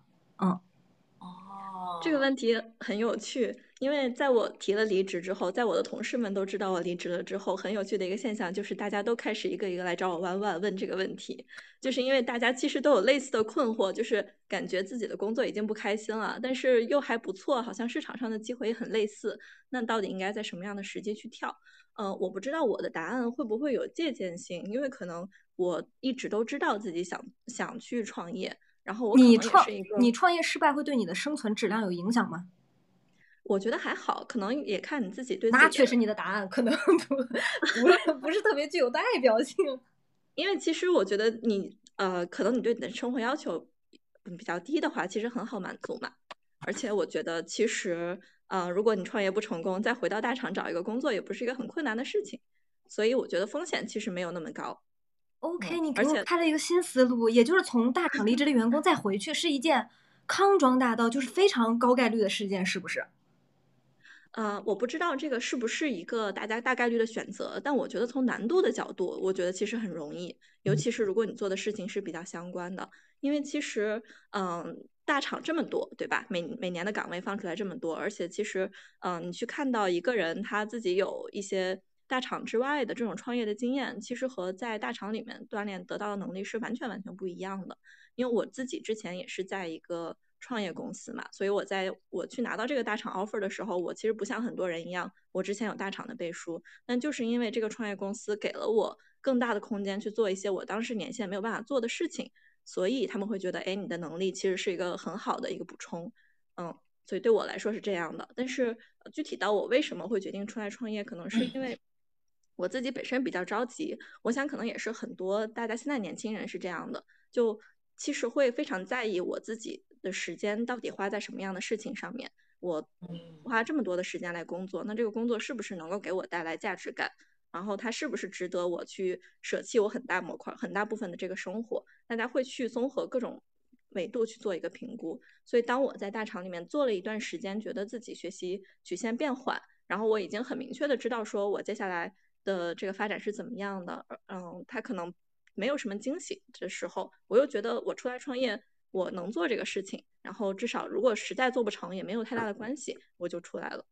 Speaker 4: 这个问题很有趣，因为在我提了离职之后，在我的同事们都知道我离职了之后，很有趣的一个现象就是大家都开始一个一个来找我问这个问题，就是因为大家其实都有类似的困惑，就是感觉自己的工作已经不开心了，但是又还不错，好像市场上的机会也很类似，那到底应该在什么样的时机去跳？我不知道我的答案会不会有借鉴性，因为可能我一直都知道自己想去创业。然后我可能也是一个，
Speaker 1: 你创业失败会对你的生存质量有影响吗？
Speaker 4: 我觉得还好，可能也看你自己对自己。
Speaker 1: 那确实你的答案可能不是特别具有代表性。
Speaker 4: 因为其实我觉得你可能你对你的生活要求比较低的话，其实很好满足嘛。而且我觉得其实如果你创业不成功，再回到大厂找一个工作也不是一个很困难的事情，所以我觉得风险其实没有那么高。
Speaker 1: OK，你给我开了一个新思路，也就是从大厂离职的员工再回去是一件康庄大道，就是非常高概率的事件，是不是？
Speaker 4: 我不知道这个是不是一个大家大概率的选择，但我觉得从难度的角度，我觉得其实很容易，尤其是如果你做的事情是比较相关的，因为其实，大厂这么多，对吧？每年的岗位放出来这么多，而且其实，你去看到一个人他自己有一些大厂之外的这种创业的经验，其实和在大厂里面锻炼得到的能力是完全不一样的。因为我自己之前也是在一个创业公司嘛，所以我去拿到这个大厂 offer 的时候，我其实不像很多人一样，我之前有大厂的背书，但就是因为这个创业公司给了我更大的空间去做一些我当时年限没有办法做的事情，所以他们会觉得，哎，你的能力其实是一个很好的一个补充，所以对我来说是这样的。但是具体到我为什么会决定出来创业，可能是因为我自己本身比较着急，我想可能也是很多大家现在年轻人是这样的，就其实会非常在意我自己的时间到底花在什么样的事情上面。我花这么多的时间来工作，那这个工作是不是能够给我带来价值感？然后它是不是值得我去舍弃我很大部分的这个生活？大家会去综合各种维度去做一个评估。所以当我在大厂里面做了一段时间，觉得自己学习曲线变缓，然后我已经很明确的知道说我接下来的这个发展是怎么样的，它可能没有什么惊喜的时候，我又觉得我出来创业，我能做这个事情，然后至少如果实在做不成，也没有太大的关系，我就出来了。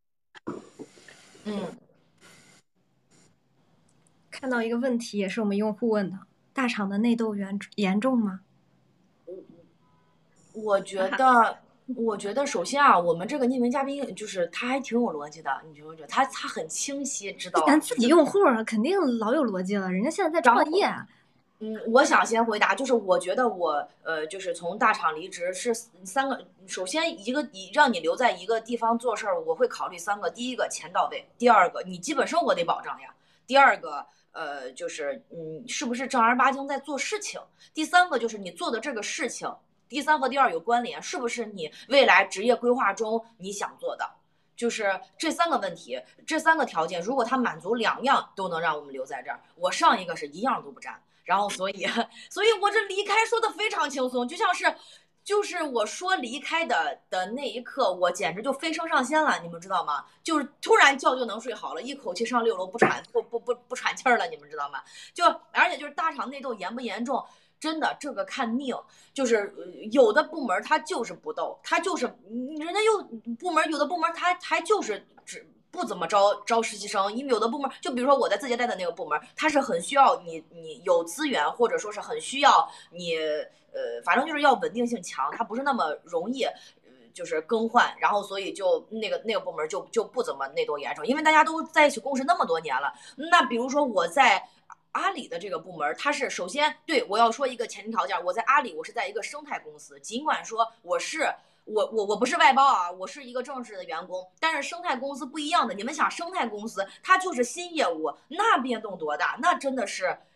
Speaker 1: 看到一个问题，也是我们用户问的：大厂的内斗严重吗？
Speaker 2: 我觉得首先啊，我们这个匿名嘉宾就是他还挺有逻辑的，你觉不觉得？他很清晰知道。
Speaker 1: 咱自己用户肯定老有逻辑了，人家现在在创业。
Speaker 2: 我想先回答，就是我觉得我就是从大厂离职是3个，首先让你留在一个地方做事儿，我会考虑3个，第一个钱到位，第二个你基本生活得保障呀，第二个就是是不是正儿八经在做事情，第三个就是你做的这个事情，第3和第2有关联，是不是你未来职业规划中你想做的。就是这3个问题，这3个条件，如果它满足2样都能让我们留在这儿，我上一个是一样都不占。然后所以我这离开说的非常轻松，就像是就是我说离开的那一刻，我简直就飞升上仙了，你们知道吗？就是突然觉就能睡好了，一口气上6楼不喘气儿了，你们知道吗？而且就是大厂内斗严不严重，真的这个看命，就是有的部门他就是不斗，他就是人家有的部门他还就是不怎么招实习生，因为有的部门，就比如说我在自己带的那个部门，它是很需要你有资源，或者说是很需要你反正就是要稳定性强，它不是那么容易就是更换，然后所以就那个部门就不怎么内斗严重，因为大家都在一起共事那么多年了。那比如说我在阿里的这个部门，它是首先对我要说一个前提条件，我在阿里我是在一个生态公司，尽管说我不是外包啊，我是一个正式的员工，但是生态公司不一样的，你们想生态公司它就是新业务，那变动多大，那真的是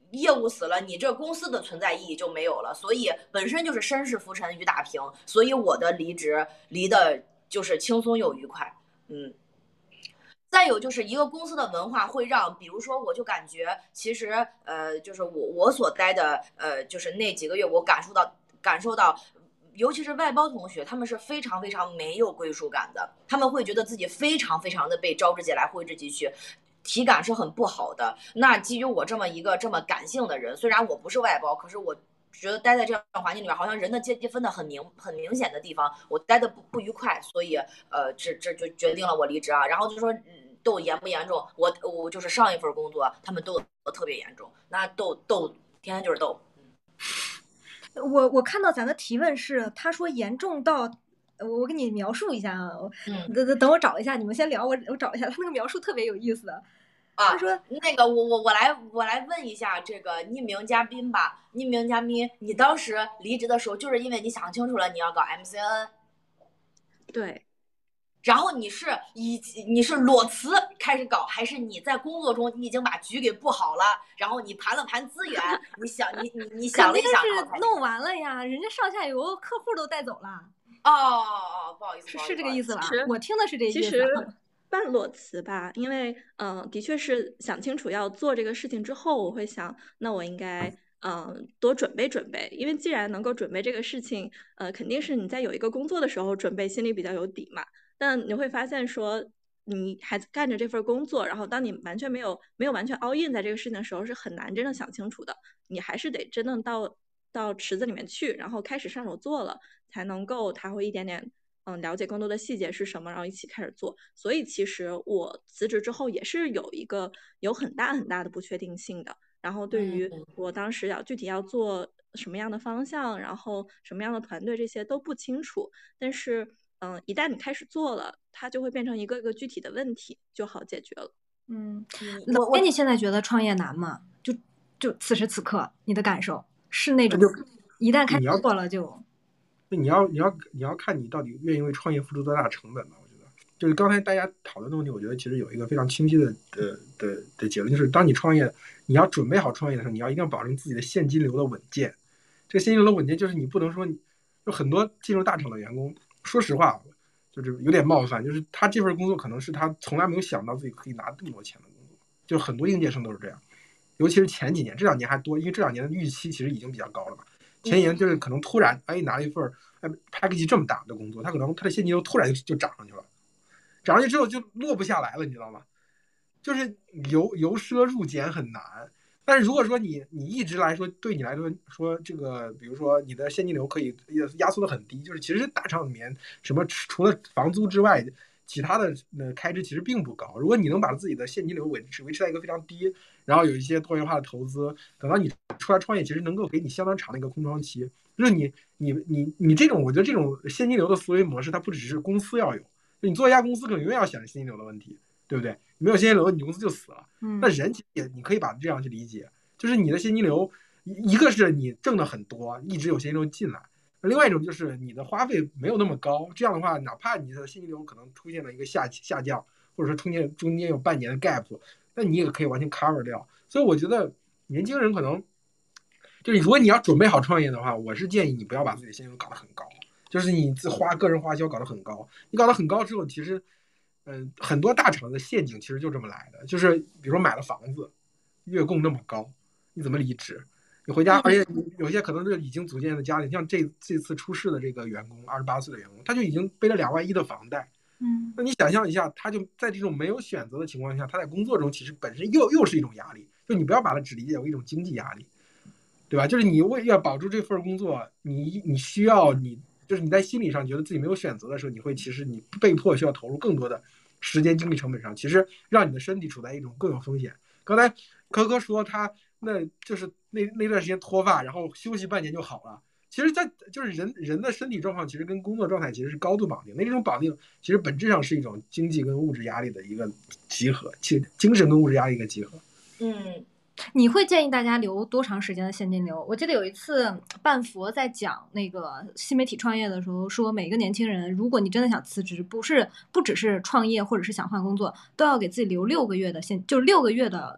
Speaker 2: 业务死了，你这公司的存在意义就没有了。所以本身就是身世浮沉雨打萍，所以我的离职离的就是轻松又愉快。再有就是一个公司的文化会让，比如说我就感觉其实就是我所待的就是那几个月，我感受到。尤其是外包同学，他们是非常非常没有归属感的，他们会觉得自己非常非常的被招之即来挥之即去，体感是很不好的。那基于我这么一个这么感性的人，虽然我不是外包，可是我觉得待在这样的环境里面，好像人的阶级分的很明显的地方，我待的不愉快，所以这就决定了我离职啊。然后就说痘严不严重，我就是上一份工作他们痘特别严重，那痘天天就是痘。
Speaker 1: 我看到咱的提问是，他说严重到，我给你描述一下啊，等我找一下，你们先聊，我找一下，他那个描述特别有意思。他说
Speaker 2: 那个我来问一下这个匿名嘉宾吧，匿名嘉宾，你当时离职的时候，就是因为你想清楚了你要搞 MCN，
Speaker 4: 对。
Speaker 2: 然后你是裸辞开始搞，还是你在工作中你已经把局给布好了，然后你盘了盘资源，你想了一想，
Speaker 1: 肯定是弄完了呀，人家上下游客户都带走了。
Speaker 2: 不好意思，
Speaker 1: 是这个意思吧？我听的是这个意思。
Speaker 4: 其实半裸辞吧，因为的确是想清楚要做这个事情之后，我会想，那我应该多准备准备，因为既然能够准备这个事情，肯定是你在有一个工作的时候准备，心里比较有底嘛。但你会发现说，你还干着这份工作，然后当你完全没有完全 all in 在这个事情的时候，是很难真正想清楚的。你还是得真正到池子里面去，然后开始上手做了，才能够他会一点点了解更多的细节是什么，然后一起开始做。所以其实我辞职之后也是有很大很大的不确定性的。然后对于我当时具体要做什么样的方向，然后什么样的团队，这些都不清楚。但是一旦你开始做了，它就会变成一个个具体的问题，就好解决了。
Speaker 1: 老编，你现在觉得创业难吗？就此时此刻你的感受是那种一旦开始做了就。
Speaker 3: 你要看你到底愿意为创业付出多大成本吧。我觉得就是刚才大家讨论的问题，我觉得其实有一个非常清晰的结论，就是当你创业，你要准备好创业的时候，你要一定要保证自己的现金流的稳健。这个现金流的稳健，就是你不能说有很多进入大厂的员工，说实话，就是有点冒犯，就是他这份工作可能是他从来没有想到自己可以拿这么多钱的工作，就很多应届生都是这样，尤其是前几年，这2年还多，因为这2年的预期其实已经比较高了嘛。前几年就是可能突然拿了一份package 这么大的工作，他可能他的现金流突然就涨上去了，涨上去之后就落不下来了，你知道吗？就是由奢入俭很难。但是如果说你一直来说，对你来说这个，比如说你的现金流可以压缩的很低，就是其实大厂里面什么除了房租之外，其他的开支其实并不高。如果你能把自己的现金流维持在一个非常低，然后有一些多元化的投资，等到你出来创业，其实能够给你相当长的一个空窗期。就是你这种，我觉得这种现金流的思维模式，它不只是公司要有，你做一家公司可能永远要想着现金流的问题，对不对？没有现金流，你公司就死了。那人其实你可以把这样去理解，就是你的现金流，一个是你挣的很多，一直有现金流进来；另外一种就是你的花费没有那么高，这样的话，哪怕你的现金流可能出现了一个下降，或者说中间有半年的 gap， 那你也可以完全 cover 掉。所以我觉得年轻人可能就是如果你要准备好创业的话，我是建议你不要把自己的现金流搞得很高，就是你个人花销搞得很高，你搞得很高之后，其实很多大厂的陷阱其实就这么来的，就是比如说买了房子，月供那么高，你怎么离职？你回家，而且有些可能是已经组建的家庭，像这次出事的这个员工，28岁的员工，他就已经背了2万1的房贷。那你想象一下，他就在这种没有选择的情况下，他在工作中其实本身又是一种压力，就你不要把它只理解为一种经济压力，对吧？就是你为要保住这份工作，你需要就是你在心理上觉得自己没有选择的时候，其实你被迫需要投入更多的时间精力成本上，其实让你的身体处在一种更有风险。刚才科说他那就是那段时间脱发，然后休息半年就好了。其实就是人的身体状况其实跟工作状态其实是高度绑定，那这种绑定其实本质上是一种经济跟物质压力的一个集合，精神跟物质压力一个集合。
Speaker 1: 你会建议大家留多长时间的现金流？我记得有一次半佛在讲那个新媒体创业的时候说，每个年轻人，如果你真的想辞职，不只是创业或者是想换工作，都要给自己留6个月的就是6个月的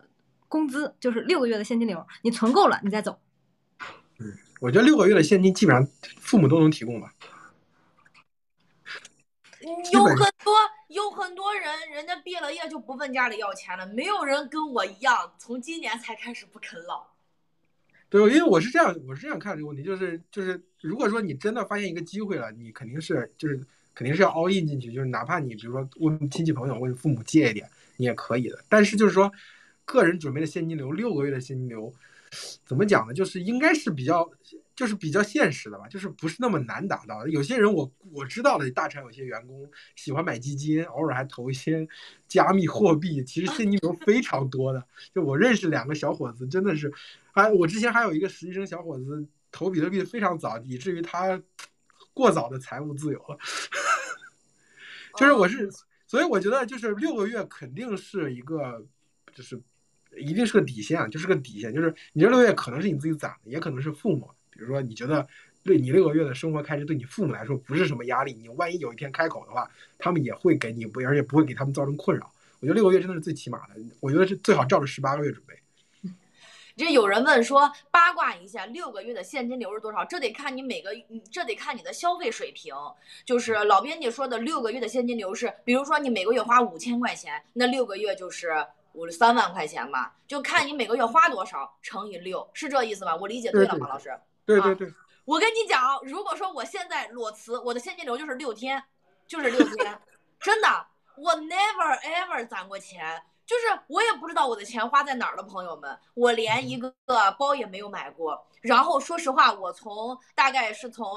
Speaker 1: 工资，就是6个月的现金流，你存够了你再走。
Speaker 3: 我觉得6个月的现金基本上父母都能提供吧。
Speaker 2: 有很多人，人家毕了业就不问家里要钱了，没有人跟我一样，从今年才开始不啃老。
Speaker 3: 对，因为我是这样看这个问题，就是如果说你真的发现一个机会了，你肯定是要 all in 进去，就是哪怕你比如说问亲戚朋友、问父母借一点，你也可以的。但是就是说，个人准备的现金流6个月的现金流，怎么讲呢？就是应该是比较现实的吧，就是不是那么难达到的。有些人我知道的大厂有些员工喜欢买基金，偶尔还投一些加密货币，其实现金流非常多的。就我认识2个小伙子，真的是，我之前还有一个实习生小伙子投比特币非常早，以至于他过早的财务自由了。所以我觉得就是6个月肯定是一个，就是一定是个底线，就是个底线，就是你这6个月可能是你自己攒的，也可能是父母，比如说你觉得对你6个月的生活开支对你父母来说不是什么压力，你万一有一天开口的话，他们也会给你，而且不会给他们造成困扰。我觉得6个月真的是最起码的，我觉得是最好照着18个月准备。
Speaker 2: 这有人问说，八卦一下6个月的现金流是多少？这得看你的消费水平。就是老编辑说的6个月的现金流是，比如说你每个月花5000块钱，那6个月就是3万块钱吧，就看你每个月花多少乘以6，是这意思吧？我理解对了吗，老师？
Speaker 3: 对。
Speaker 2: 我跟你讲，如果说我现在裸辞，我的现金流就是6天，真的，我 never ever 攒过钱。就是我也不知道我的钱花在哪儿了，朋友们，我连一个包也没有买过。然后说实话，我大概是从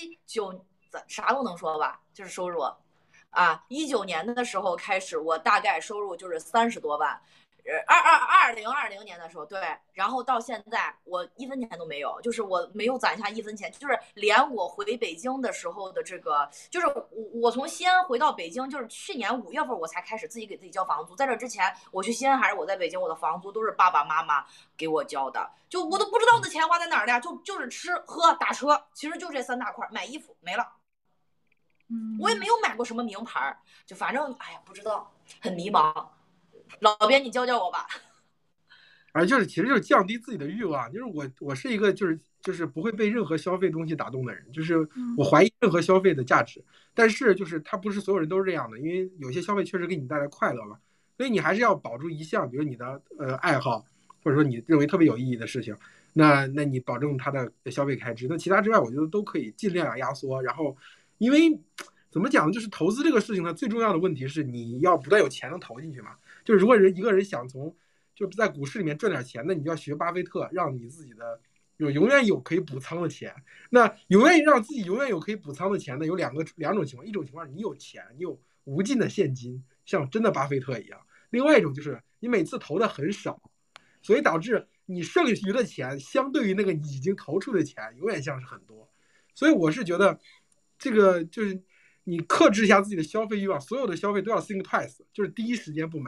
Speaker 2: 19啥都能说吧，就是收入啊，19年的时候开始，我大概收入就是30多万。2020年的时候，对，然后到现在我1分钱都没有，就是我没有攒下1分钱，就是连我回北京的时候的这个，就是我从西安回到北京，就是去年5月份我才开始自己给自己交房租，在这之前我去西安还是我在北京，我的房租都是爸爸妈妈给我交的，就我都不知道我的钱花在哪儿了呀，就是吃喝打车，其实就这3大块，买衣服没了。我也没有买过什么名牌，就反正哎呀不知道，很迷茫。老编，你教教我吧。
Speaker 3: 其实就是降低自己的欲望。就是我是一个就是不会被任何消费东西打动的人，就是我怀疑任何消费的价值。但是就是他不是所有人都是这样的，因为有些消费确实给你带来快乐嘛，所以你还是要保住一项，比如你的爱好，或者说你认为特别有意义的事情，那你保证它的消费开支。那其他之外，我觉得都可以尽量压缩。然后，因为怎么讲呢，就是投资这个事情呢，最重要的问题是你要不断有钱能投进去嘛。就是如果一个人想就在股市里面赚点钱，那你就要学巴菲特，让你自己的永远有可以补仓的钱。那让自己永远有可以补仓的钱呢，有两种情况，一种情况你有钱，你有无尽的现金，像真的巴菲特一样；另外一种就是你每次投的很少，所以导致你剩余的钱相对于那个你已经投出的钱永远像是很多。所以我是觉得这个就是你克制一下自己的消费欲望，所有的消费都要 think twice， 就是第一时间不买。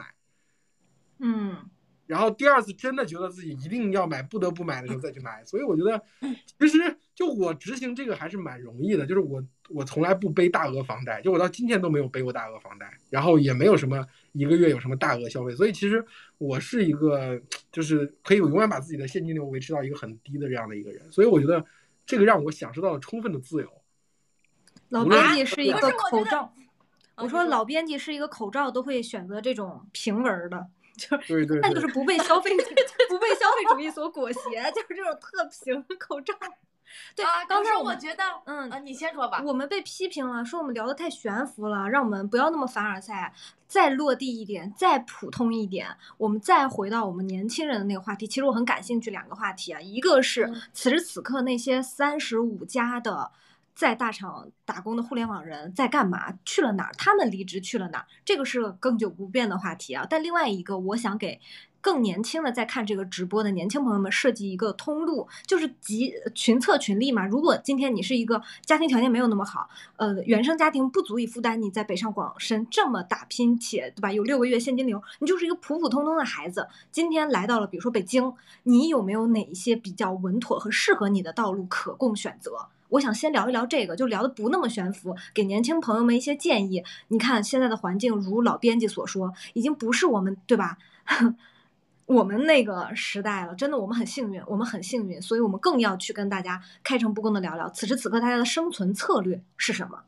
Speaker 3: 然后第二次真的觉得自己一定要买，不得不买的时候再去买。所以我觉得其实就我执行这个还是蛮容易的，就是我从来不背大额房贷，就我到今天都没有背过大额房贷，然后也没有什么一个月有什么大额消费。所以其实我是一个就是可以永远把自己的现金流维持到一个很低的这样的一个人。所以我觉得这个让我享受到了充分的自由。
Speaker 1: 老编辑是一个口罩，我说老编辑是一个口罩都会选择这种平纹的，就是
Speaker 3: 对，
Speaker 1: 那就是不被消费主义所裹挟，就是这种特平的口罩。对，刚才
Speaker 2: 我觉得，你先说吧。
Speaker 1: 我们被批评了，说我们聊得太悬浮了，让我们不要那么凡尔赛，再落地一点，再普通一点。我们再回到我们年轻人的那个话题，其实我很感兴趣2个话题啊，一个是此时此刻那些35加的在大厂打工的互联网人在干嘛？去了哪儿？他们离职去了哪儿？这个是个亘久不变的话题啊。但另外一个，我想给更年轻的在看这个直播的年轻朋友们设计一个通路，就是群策群力嘛。如果今天你是一个家庭条件没有那么好，原生家庭不足以负担你在北上广深这么打拼且对吧，有6个月现金流，你就是一个普普通通的孩子，今天来到了比如说北京，你有没有哪一些比较稳妥和适合你的道路可供选择？我想先聊一聊这个，就聊得不那么悬浮，给年轻朋友们一些建议。你看现在的环境，如老编辑所说，已经不是我们对吧我们那个时代了，真的我们很幸运，我们很幸运，所以我们更要去跟大家开诚布公的聊聊，此时此刻大家的生存策略是什么。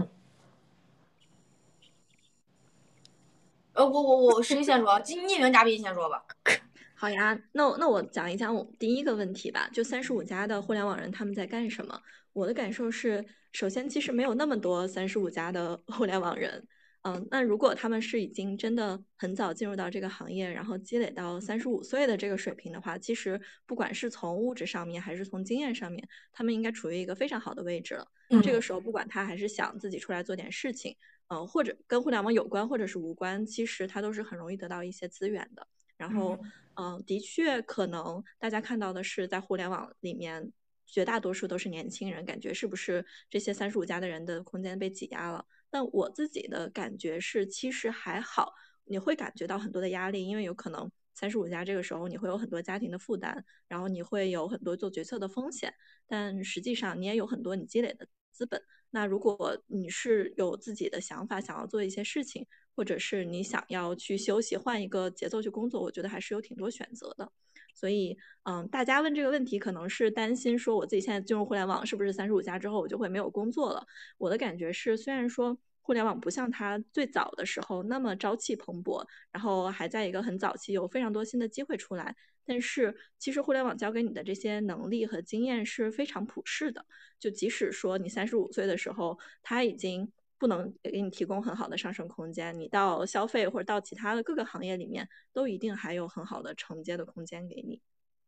Speaker 2: 我谁先说？匿名嘉宾先说吧。
Speaker 4: 好呀，那我讲一讲我第一个问题吧，就35+的互联网人他们在干什么？我的感受是，首先其实没有那么多35+的互联网人，那如果他们是已经真的很早进入到这个行业，然后积累到35岁的这个水平的话，其实不管是从物质上面还是从经验上面，他们应该处于一个非常好的位置了。这个时候不管他还是想自己出来做点事情，或者跟互联网有关或者是无关，其实他都是很容易得到一些资源的。然后，的确可能大家看到的是在互联网里面，绝大多数都是年轻人，感觉是不是这些35+的人的空间被挤压了？但我自己的感觉是，其实还好，你会感觉到很多的压力，因为有可能35+这个时候你会有很多家庭的负担，然后你会有很多做决策的风险，但实际上你也有很多你积累的资本。那如果你是有自己的想法，想要做一些事情，或者是你想要去休息，换一个节奏去工作，我觉得还是有挺多选择的。所以，大家问这个问题，可能是担心说我自己现在进入互联网，是不是35+之后我就会没有工作了？我的感觉是，虽然说互联网不像它最早的时候那么朝气蓬勃，然后还在一个很早期有非常多新的机会出来，但是其实互联网教给你的这些能力和经验是非常普世的。就即使说你35岁的时候，它已经不能给你提供很好的上升空间，你到消费或者到其他的各个行业里面，都一定还有很好的承接的空间给你。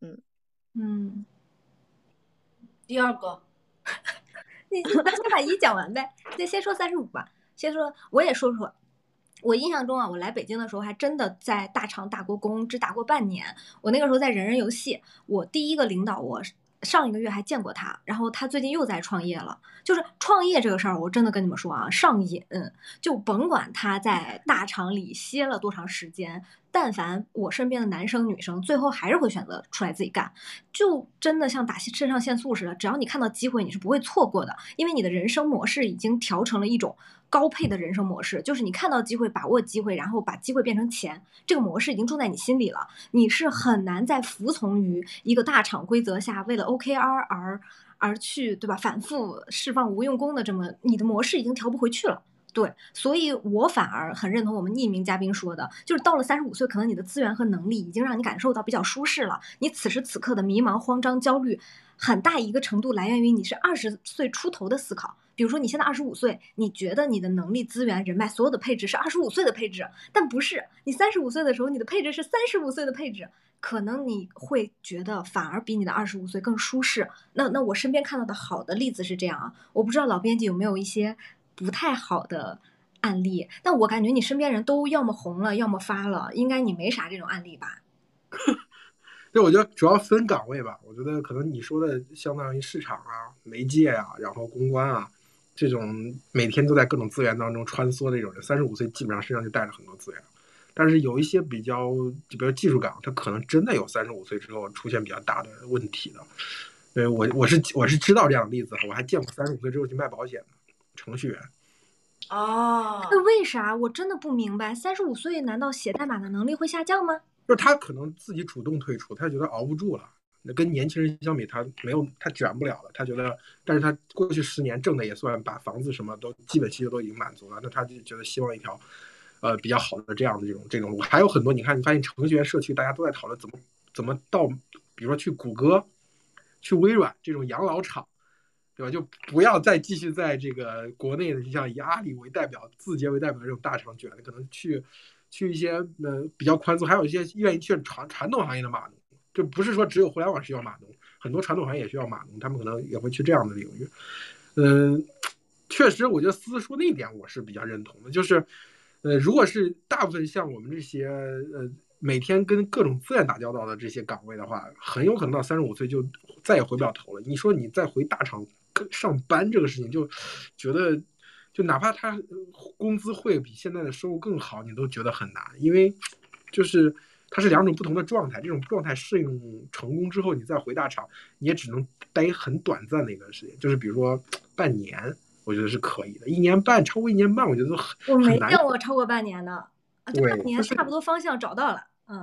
Speaker 2: 第二个，
Speaker 1: 你先把一讲完呗，先说35吧。先说，我也说说。我印象中啊，我来北京的时候还真的在大厂打过工，只打过半年。我那个时候在人人游戏，我第一个领导，我上一个月还见过他，然后他最近又在创业了。就是创业这个事儿，我真的跟你们说啊，上瘾。就甭管他在大厂里歇了多长时间，但凡我身边的男生女生，最后还是会选择出来自己干。就真的像打肾上腺素似的，只要你看到机会，你是不会错过的，因为你的人生模式已经调成了一种高配的人生模式，就是你看到机会，把握机会，然后把机会变成钱，这个模式已经种在你心里了。你是很难再服从于一个大厂规则下，为了 OKR 而去，对吧？反复释放无用功的这么，你的模式已经调不回去了。对，所以我反而很认同我们匿名嘉宾说的，就是到了35岁，可能你的资源和能力已经让你感受到比较舒适了。你此时此刻的迷茫、慌张、焦虑，很大一个程度来源于你是20岁出头的思考。比如说你现在25岁，你觉得你的能力、资源、人脉所有的配置是25岁的配置，但不是。你35岁的时候，你的配置是35岁的配置，可能你会觉得反而比你的25岁更舒适。那我身边看到的好的例子是这样啊，我不知道老编辑有没有一些不太好的案例，但我感觉你身边人都要么红了，要么发了，应该你没啥这种案例吧？
Speaker 3: 对，我觉得主要分岗位吧。我觉得可能你说的相当于市场啊、媒介啊，然后公关啊，这种每天都在各种资源当中穿梭的这种人，35岁基本上身上就带着很多资源。但是有一些比如技术岗，他可能真的有35岁之后出现比较大的问题的。对，我是知道这样的例子，我还见过35岁之后去卖保险的程序员。
Speaker 1: 那为啥？我真的不明白，35岁难道写代码的能力会下降吗？
Speaker 3: 就是他可能自己主动退出，他觉得熬不住了。那跟年轻人相比，他卷不了了。他觉得，但是他过去10年挣的也算把房子什么都基本需求都已经满足了，那他就觉得希望一条，比较好的这样的这种路。还有很多，你看，你发现程序员社区大家都在讨论怎么到，比如说去谷歌、去微软这种养老厂，对吧？就不要再继续在这个国内的，像以阿里为代表、字节为代表的这种大厂卷了，可能去一些比较宽松，还有一些愿意去传统行业的码农，就不是说只有互联网需要码农，很多传统行业也需要码农，他们可能也会去这样的领域。确实，我觉得思思说那一点我是比较认同的，就是如果是大部分像我们这些每天跟各种资源打交道的这些岗位的话，很有可能到35岁就再也回不了头了。你说你再回大厂上班这个事情，就觉得就哪怕他工资会比现在的收入更好，你都觉得很难，因为就是它是2种不同的状态。这种状态适应成功之后，你再回大厂，你也只能待很短暂的一段时间，就是比如说半年，我觉得是可以的。1年半，超过1年半，我觉得
Speaker 1: 我没
Speaker 3: 很难。
Speaker 1: 见过超过半年的，就半年差不多方向找到了。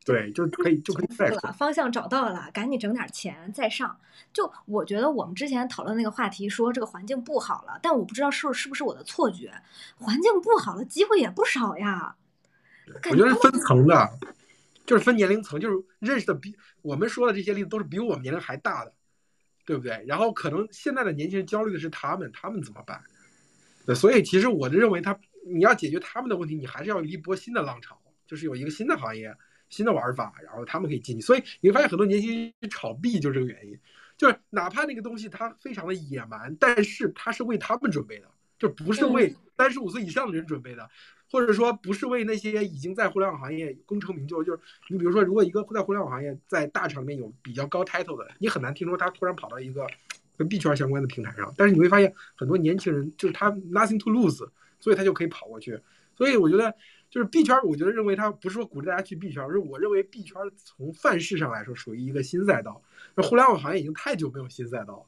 Speaker 3: 对，就可以再说
Speaker 1: 了，方向找到了，赶紧整点钱再上。就我觉得我们之前讨论那个话题，说这个环境不好了，但我不知道是不是我的错觉，环境不好了，机会也不少呀。
Speaker 3: 我觉得是分层的，就是分年龄层，就是认识的比我们说的这些例子都是比我们年龄还大的，对不对？然后可能现在的年轻人焦虑的是他们怎么办？对，所以其实我认为你要解决他们的问题，你还是要有一波新的浪潮，就是有一个新的行业、新的玩法，然后他们可以进去。所以你会发现很多年轻人炒币就是这个原因，就是哪怕那个东西它非常的野蛮，但是它是为他们准备的，就不是为35岁以上的人准备的。或者说不是为那些已经在互联网行业功成名就，就是你比如说，如果一个在互联网行业在大厂里面有比较高 title 的，你很难听说他突然跑到一个跟币圈相关的平台上。但是你会发现很多年轻人就是他 nothing to lose， 所以他就可以跑过去。所以我觉得就是币圈，我觉得认为他不是说鼓励大家去币圈，而是我认为币圈从范式上来说属于一个新赛道。那互联网行业已经太久没有新赛道了。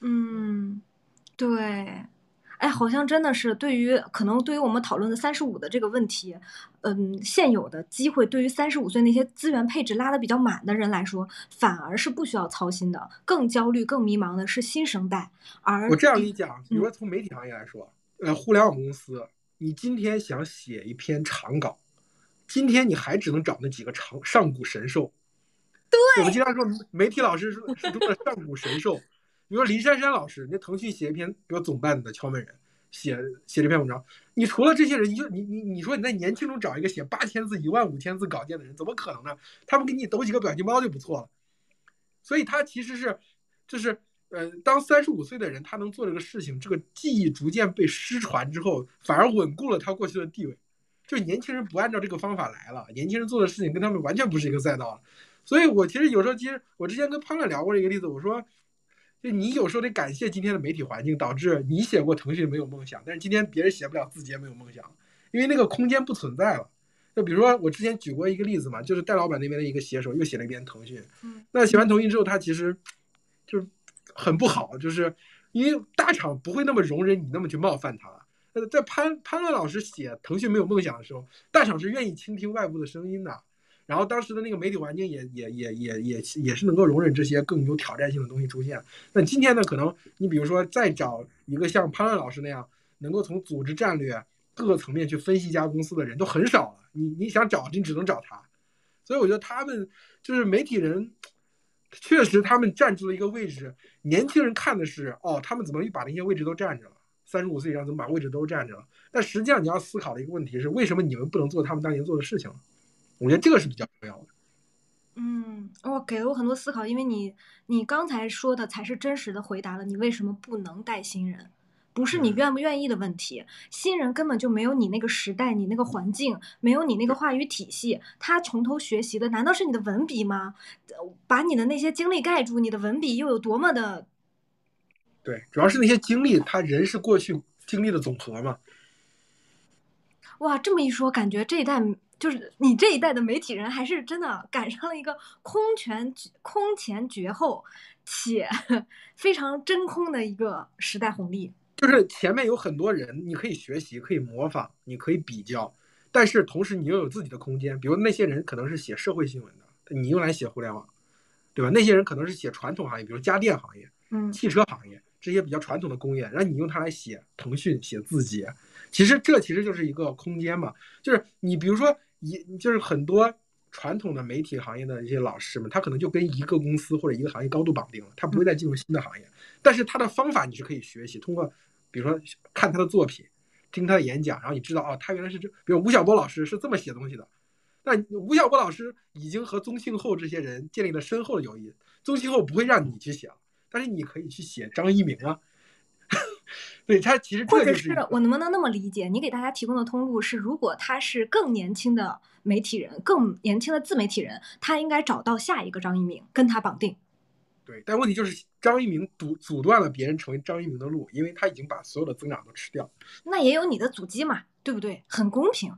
Speaker 1: 对。哎，好像真的是可能对于我们讨论的35的这个问题，现有的机会对于35岁那些资源配置拉得比较满的人来说，反而是不需要操心的。更焦虑、更迷茫的是新生代。而
Speaker 3: 我这样跟你讲，比如说从媒体行业来说，互联网公司，你今天想写一篇长稿，今天你还只能找那几个上古神兽。对，我们经常说媒体老师是中的上古神兽。比如说林珊珊老师，那腾讯写一篇，比如总办的敲门人写这篇文章，你除了这些人，你说你在年轻中找一个写8000字、15000字稿件的人，怎么可能呢？他们给你抖几个表情包就不错了。所以他其实是就是当35岁的人他能做这个事情，这个技艺逐渐被失传之后，反而稳固了他过去的地位。就年轻人不按照这个方法来了，年轻人做的事情跟他们完全不是一个赛道了。所以我其实有时候，我之前跟潘乐聊过这个例子，我说，就你有时候得感谢今天的媒体环境，导致你写过腾讯没有梦想，但是今天别人写不了字节没有梦想，因为那个空间不存在了。就比如说我之前举过一个例子嘛，就是戴老板那边的一个写手又写了一遍腾讯，那写完腾讯之后，他其实就是很不好，就是因为大厂不会那么容忍你那么去冒犯他。在潘乐老师写腾讯没有梦想的时候，大厂是愿意倾听外部的声音的。然后当时的那个媒体环境也是能够容忍这些更有挑战性的东西出现。那今天呢，可能你比如说再找一个像潘乐老师那样能够从组织战略各个层面去分析一家公司的人都很少了。你想找，你只能找他。所以我觉得他们就是媒体人，确实他们占住了一个位置。年轻人看的是他们怎么把那些位置都占着了，35岁以上怎么把位置都占着了。但实际上你要思考的一个问题是，为什么你们不能做他们当年做的事情？我觉得这个是比较重要的。
Speaker 1: 给了我很多思考，因为你刚才说的才是真实的回答了你为什么不能带新人，不是你愿不愿意的问题。新人根本就没有你那个时代、你那个环境，没有你那个话语体系，他从头学习的难道是你的文笔吗？把你的那些经历盖住，你的文笔又有多么的……
Speaker 3: 对，主要是那些经历，他人是过去经历的总和嘛。
Speaker 1: 哇，这么一说，感觉这一代就是你这一代的媒体人，还是真的赶上了一个空前绝后且非常真空的一个时代红利。
Speaker 3: 就是前面有很多人，你可以学习，可以模仿，你可以比较，但是同时你又有自己的空间。比如那些人可能是写社会新闻的，你用来写互联网，对吧？那些人可能是写传统行业，比如家电行业、汽车行业这些比较传统的工业，然后你用它来写腾讯、写字节。其实就是一个空间嘛，就是你比如说就是很多传统的媒体行业的一些老师们，他可能就跟一个公司或者一个行业高度绑定了，他不会再进入新的行业。但是他的方法你是可以学习，通过比如说看他的作品，听他的演讲，然后你知道他原来是比如吴晓波老师是这么写东西的。那吴晓波老师已经和宗庆后这些人建立了深厚的友谊，宗庆后不会让你去写了，但是你可以去写张一鸣啊。对，他其实这就是
Speaker 1: 我能不能那么理解，你给大家提供的通路是，如果他是更年轻的媒体人，更年轻的自媒体人，他应该找到下一个张一鸣跟他绑定。
Speaker 3: 对，但问题就是张一鸣阻断了别人成为张一鸣的路，因为他已经把所有的增长都吃掉。
Speaker 1: 那也有你的阻击嘛，对不对？很公平。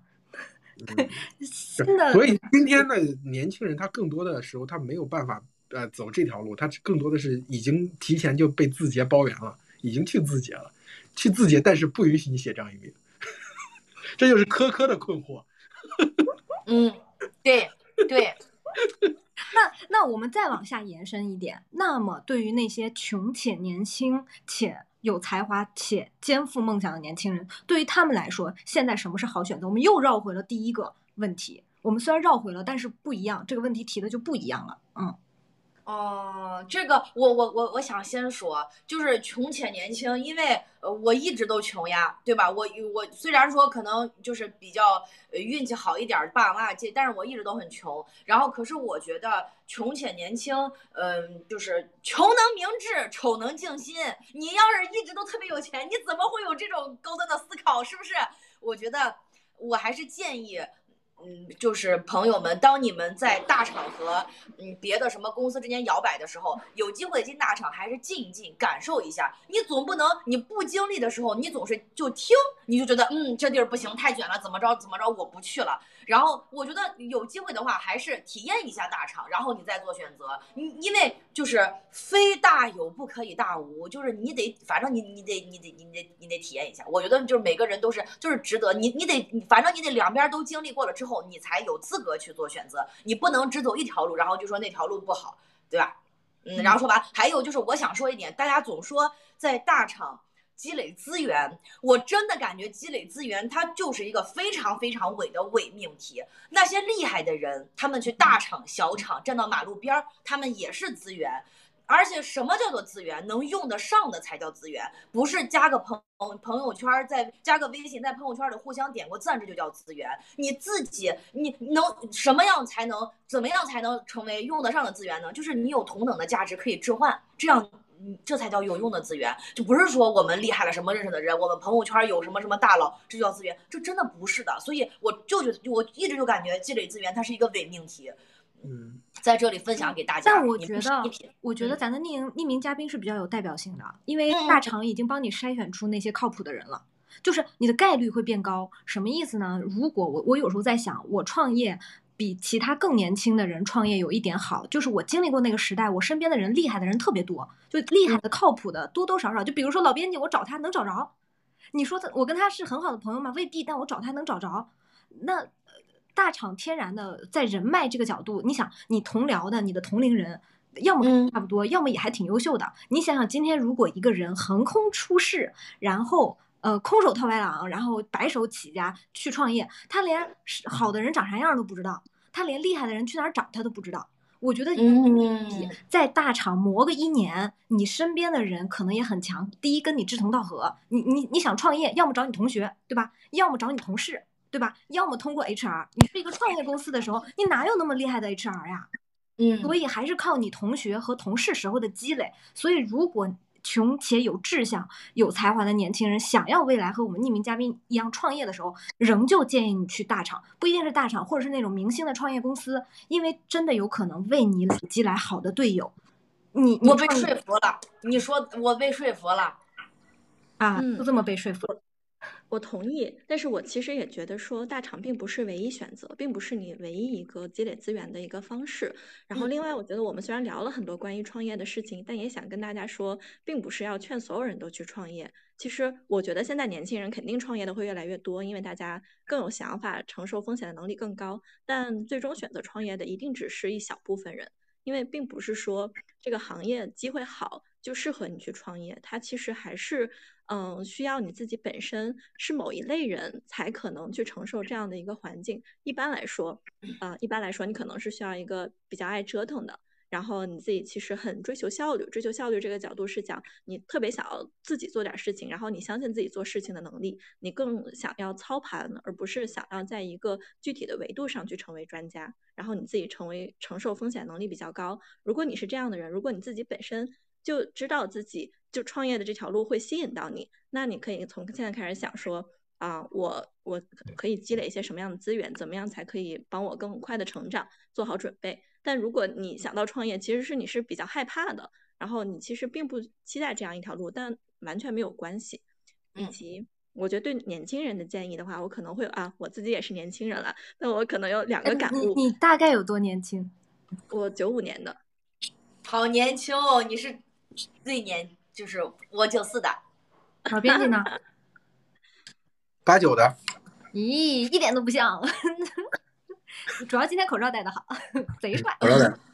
Speaker 3: 所以今天的年轻人他更多的时候他没有办法走这条路，他更多的是已经提前就被字节包圆了，已经去字节了，但是不允许你写张一鸣。这就是科的困惑。
Speaker 2: 对，
Speaker 1: 那我们再往下延伸一点，那么对于那些穷且年轻且有才华且肩负梦想的年轻人，对于他们来说，现在什么是好选择？我们又绕回了第一个问题。我们虽然绕回了，但是不一样，这个问题提的就不一样了。
Speaker 2: 这个我想先说，就是穷且年轻，因为我一直都穷呀，对吧？我虽然说可能就是比较运气好一点，爸妈这，但是我一直都很穷。然后可是我觉得穷且年轻，就是穷能明智，丑能静心。你要是一直都特别有钱，你怎么会有这种高端的思考？是不是？我觉得我还是建议。就是朋友们，当你们在大厂和别的什么公司之间摇摆的时候，有机会进大厂，还是进一进，感受一下。你总不能你不经历的时候，你总是就听，你就觉得这地儿不行，太卷了，怎么着，我不去了。然后我觉得有机会的话，还是体验一下大厂，然后你再做选择。因为就是非大有不可以大无，就是你得，反正你得体验一下。我觉得就是每个人都是就是值得，你得，反正你得两边都经历过了之后，你才有资格去做选择。你不能只走一条路，然后就说那条路不好，对吧？然后说完，还有就是我想说一点，大家总说在大厂积累资源，我真的感觉积累资源它就是一个非常非常伪的伪命题。那些厉害的人，他们去大厂小厂站到马路边，他们也是资源。而且什么叫做资源？能用得上的才叫资源，不是加个朋友圈，再加个微信，在朋友圈里互相点过赞，这就叫资源。你自己你能什么样才能怎么样才能成为用得上的资源呢？就是你有同等的价值可以置换，这才叫有用的资源。就不是说我们厉害了什么认识的人，我们朋友圈有什么什么大佬，这就叫资源，这真的不是的。所以我就觉得，我一直就感觉积累资源它是一个伪命题。在这里分享给大家。
Speaker 1: 但我觉得咱的匿名嘉宾是比较有代表性的，因为大厂已经帮你筛选出那些靠谱的人了，就是你的概率会变高。什么意思呢？如果我有时候在想，我创业比其他更年轻的人创业有一点好，就是我经历过那个时代，我身边的人厉害的人特别多，就厉害的靠谱的多多少少。就比如说老编辑，我找他能找着，你说我跟他是很好的朋友吗？未必，但我找他能找着。那大厂天然的在人脉这个角度，你想你同僚的你的同龄人，要么差不多，要么也还挺优秀的。你想想，今天如果一个人横空出世，然后空手套白狼，然后白手起家去创业，他连好的人长啥样都不知道，他连厉害的人去哪儿找他都不知道。我觉得在大厂磨个1年，你身边的人可能也很强。第一，跟你志同道合，你想创业，要么找你同学，对吧？要么找你同事。对吧？要么通过 HR， 你是一个创业公司的时候，你哪有那么厉害的 HR 呀？所以还是靠你同学和同事时候的积累。所以如果穷且有志向、有才华的年轻人想要未来和我们匿名嘉宾一样创业的时候，仍旧建议你去大厂，不一定是大厂，或者是那种明星的创业公司，因为真的有可能为你累积来好的队友。
Speaker 2: 我被说服了，你说我被说服了
Speaker 1: 啊，就这么被说服了。
Speaker 4: 我同意，但是我其实也觉得说大厂并不是唯一选择，并不是你唯一一个积累资源的一个方式。然后另外，我觉得我们虽然聊了很多关于创业的事情，但也想跟大家说，并不是要劝所有人都去创业。其实我觉得现在年轻人肯定创业的会越来越多，因为大家更有想法，承受风险的能力更高。但最终选择创业的一定只是一小部分人，因为并不是说这个行业机会好就适合你去创业，它其实还是需要你自己本身是某一类人才可能去承受这样的一个环境。一般来说，你可能是需要一个比较爱折腾的，然后你自己其实很追求效率。追求效率这个角度是讲你特别想要自己做点事情，然后你相信自己做事情的能力，你更想要操盘，而不是想要在一个具体的维度上去成为专家，然后你自己承受风险能力比较高。如果你是这样的人，如果你自己本身就知道自己就创业的这条路会吸引到你，那你可以从现在开始想说我可以积累一些什么样的资源，怎么样才可以帮我更快的成长，做好准备。但如果你想到创业，其实是你是比较害怕的，然后你其实并不期待这样一条路，但完全没有关系。以及我觉得对年轻人的建议的话，我可能会我自己也是年轻人了，那我可能有2个感悟。
Speaker 1: 你大概有多年轻？
Speaker 4: 我95年的。
Speaker 2: 好年轻哦，你是就是我94的。
Speaker 1: 老编辑呢
Speaker 3: ？89的。
Speaker 1: 咦，一点都不像。主要今天口罩戴的好，贼帅。
Speaker 3: 口罩戴。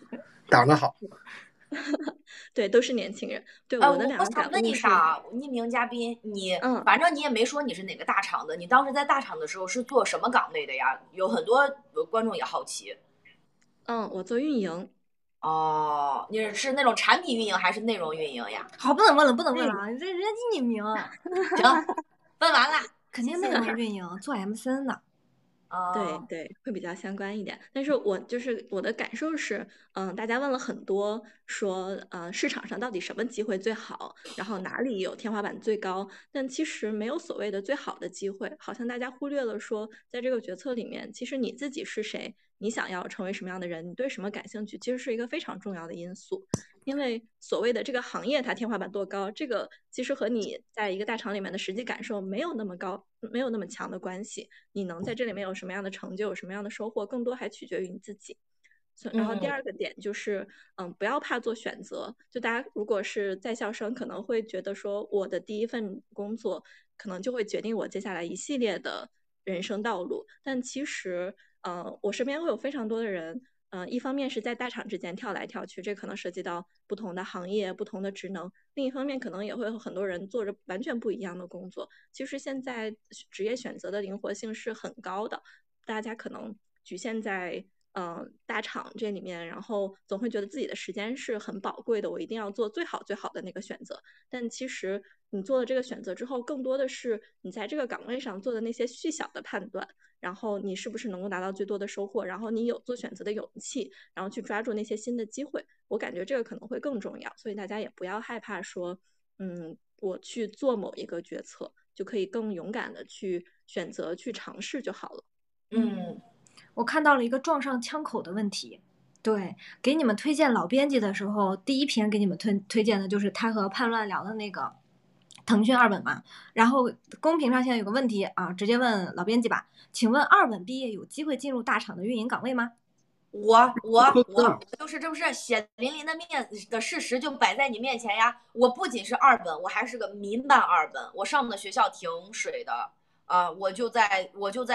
Speaker 3: 打得好。
Speaker 4: 对，都是年轻人。对，我的两个
Speaker 2: 我想问一
Speaker 4: 感悟是，
Speaker 2: 下匿名嘉宾，你反正你也没说你是哪个大厂的，你当时在大厂的时候是做什么岗位的呀？有很多观众也好奇。
Speaker 4: 我做运营。
Speaker 2: 哦，你是那种产品运营还是内容运营呀？
Speaker 1: 好，不能问了，不能问了啊！这人家匿名，
Speaker 2: 行，问完了，
Speaker 1: 肯定内容运营，做 MCN 的。
Speaker 4: 对对，会比较相关一点。但是我的感受是，大家问了很多，说市场上到底什么机会最好，然后哪里有天花板最高？但其实没有所谓的最好的机会，好像大家忽略了说，在这个决策里面，其实你自己是谁，你想要成为什么样的人，你对什么感兴趣，其实是一个非常重要的因素。因为所谓的这个行业它天花板多高，这个其实和你在一个大厂里面的实际感受没有那么高，没有那么强的关系。你能在这里面有什么样的成就，有什么样的收获，更多还取决于你自己。然后第二个点就是，不要怕做选择。就大家如果是在校生，可能会觉得说，我的第一份工作可能就会决定我接下来一系列的人生道路。但其实，我身边会有非常多的人。一方面是在大厂之间跳来跳去，这可能涉及到不同的行业、不同的职能；另一方面，可能也会有很多人做着完全不一样的工作。其实现在职业选择的灵活性是很高的，大家可能局限在大厂这里面，然后总会觉得自己的时间是很宝贵的，我一定要做最好最好的那个选择。但其实你做了这个选择之后，更多的是你在这个岗位上做的那些细小的判断。然后你是不是能够拿到最多的收获，然后你有做选择的勇气，然后去抓住那些新的机会，我感觉这个可能会更重要，所以大家也不要害怕说，我去做某一个决策，就可以更勇敢的去选择去尝试就好了。
Speaker 1: 我看到了一个撞上枪口的问题。对，给你们推荐老编辑的时候，第一篇给你们推荐的就是他和叛乱聊的那个腾讯2本嘛。然后公屏上现在有个问题啊，直接问老编辑吧，请问2本毕业有机会进入大厂的运营岗位吗？
Speaker 2: 我就是这不是血淋淋的事实就摆在你面前呀！我不仅是2本，我还是个民办2本，我上的学校挺水的我就在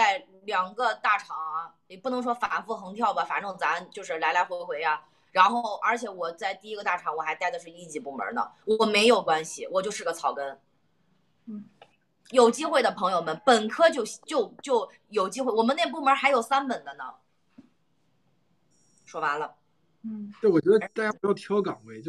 Speaker 2: 2个大厂也不能说反复横跳吧，反正咱就是来来回回呀。然后而且我在第一个大厂我还带的是1级部门呢，我没有关系，我就是个草根。有机会的朋友们，本科就有机会，我们那部门还有3本的呢。说完了。
Speaker 3: 对，我觉得大家不要挑岗位，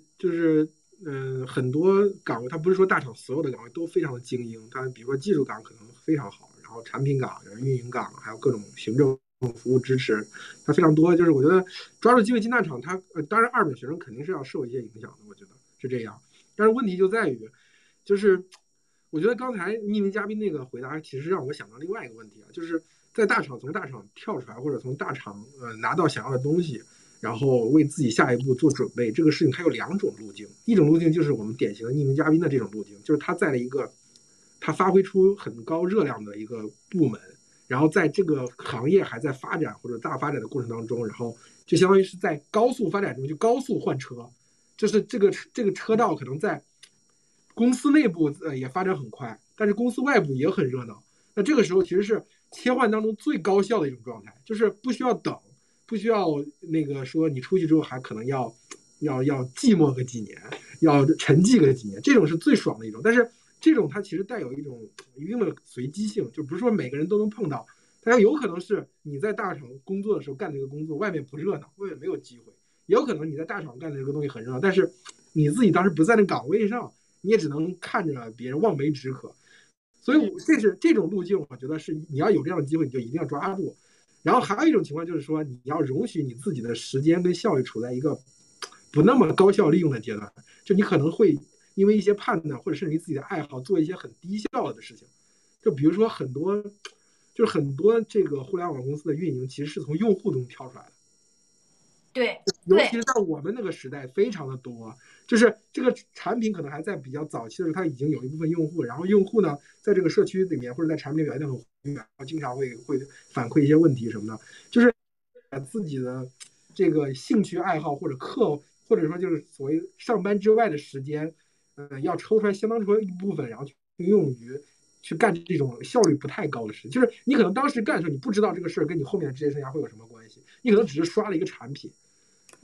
Speaker 3: 很多岗位，它不是说大厂所有的岗位都非常的精英，它比如说技术岗可能非常好，然后产品岗、运营岗，还有各种行政服务支持，它非常多。就是我觉得抓住机会进大厂，它当然2本学生肯定是要受一些影响的，我觉得是这样。但是问题就在于，就是我觉得刚才匿名嘉宾那个回答，其实让我想到另外一个问题啊，就是在大厂从大厂跳出来，或者从大厂拿到想要的东西。然后为自己下一步做准备，这个事情它有2种路径。一种路径就是我们典型的匿名嘉宾的这种路径，就是他在了一个他发挥出很高热量的一个部门，然后在这个行业还在发展或者大发展的过程当中，然后就相当于是在高速发展中就高速换车，就是这个车道可能在公司内部也发展很快，但是公司外部也很热闹。那这个时候其实是切换当中最高效的一种状态，就是不需要等。不需要那个说你出去之后还可能要寂寞个几年，要沉寂个几年，这种是最爽的一种。但是这种它其实带有一种一定的随机性，就不是说每个人都能碰到。它有可能是你在大厂工作的时候干这个工作，外面不热闹，外面没有机会；也有可能你在大厂干的这个东西很热闹，但是你自己当时不在那岗位上，你也只能看着别人望梅止渴。所以这种路径，我觉得是你要有这样的机会，你就一定要抓住。然后还有一种情况就是说，你要容许你自己的时间跟效率处在一个不那么高效利用的阶段，就你可能会因为一些判断或者是你自己的爱好做一些很低效的事情，就比如说很多这个互联网公司的运营其实是从用户中挑出来的。
Speaker 2: 对，
Speaker 3: 尤其是在我们那个时代非常的多，就是这个产品可能还在比较早期的时候，它已经有一部分用户，然后用户呢在这个社区里面或者在产品里表现很活跃，然后经常会反馈一些问题什么的，就是把自己的这个兴趣爱好或者或者说就是所谓上班之外的时间，要抽出来相当长一部分，然后去用于去干这种效率不太高的事，就是你可能当时干的时候你不知道这个事儿跟你后面的职业生涯会有什么关系，你可能只是刷了一个产品。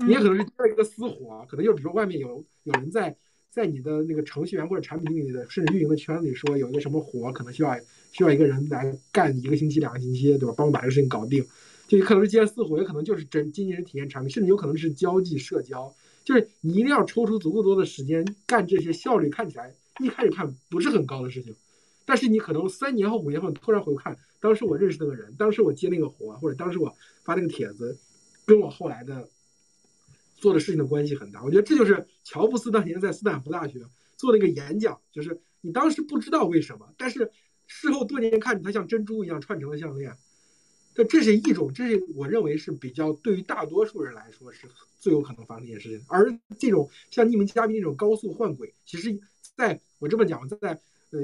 Speaker 3: 你也可能是接了一个私活，可能就比如说外面有人在你的那个程序员或者产品经理的甚至运营的圈里说有一个什么活，可能需要一个人来干1个星期2个星期，对吧？帮我把这个事情搞定。就可能是接私活，也可能就是仅仅是体验产品，甚至有可能是交际社交。就是你一定要抽出足够多的时间干这些效率看起来一开始看不是很高的事情，但是你可能3年后5年后突然回看，当时我认识那个人，当时我接那个活，或者当时我发那个帖子，跟我后来的做的事情的关系很大。我觉得这就是乔布斯当年在斯坦福大学做那个演讲，就是你当时不知道为什么，但是事后多年看，它像珍珠一样串成了项链。这是我认为是比较对于大多数人来说是最有可能发生的一件事情。而这种像匿名嘉宾这种高速换轨，其实在我这么讲，在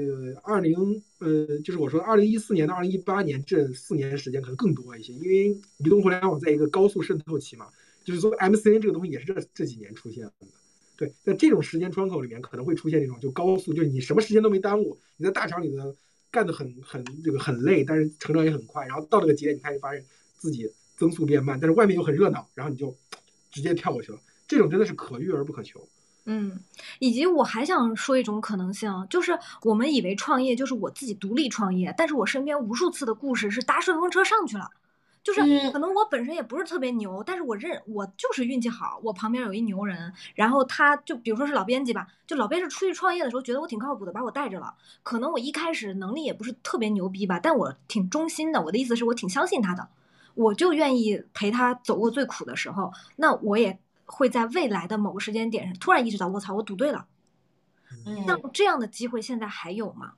Speaker 3: 就是我说2014年到2018年这4年时间可能更多一些，因为移动互联网在一个高速渗透期嘛，就是说 MCN 这个东西也是这几年出现的。对，在这种时间窗口里面可能会出现这种就高速，就是你什么时间都没耽误，你在大厂里的干得很累，但是成长也很快，然后到那个节点你开始发现自己增速变慢，但是外面又很热闹，然后你就直接跳过去了。这种真的是可遇而不可求。
Speaker 1: 以及我还想说一种可能性，就是我们以为创业就是我自己独立创业，但是我身边无数次的故事是搭顺风车上去了。就是可能我本身也不是特别牛，但是我就是运气好，我旁边有一牛人，然后他就比如说是老编辑吧，就老编辑出去创业的时候觉得我挺靠谱的，把我带着了。可能我一开始能力也不是特别牛逼吧，但我挺忠心的，我的意思是我挺相信他的，我就愿意陪他走过最苦的时候。那我也会在未来的某个时间点上突然意识到，我操，我赌对了。像这样的机会现在还有吗？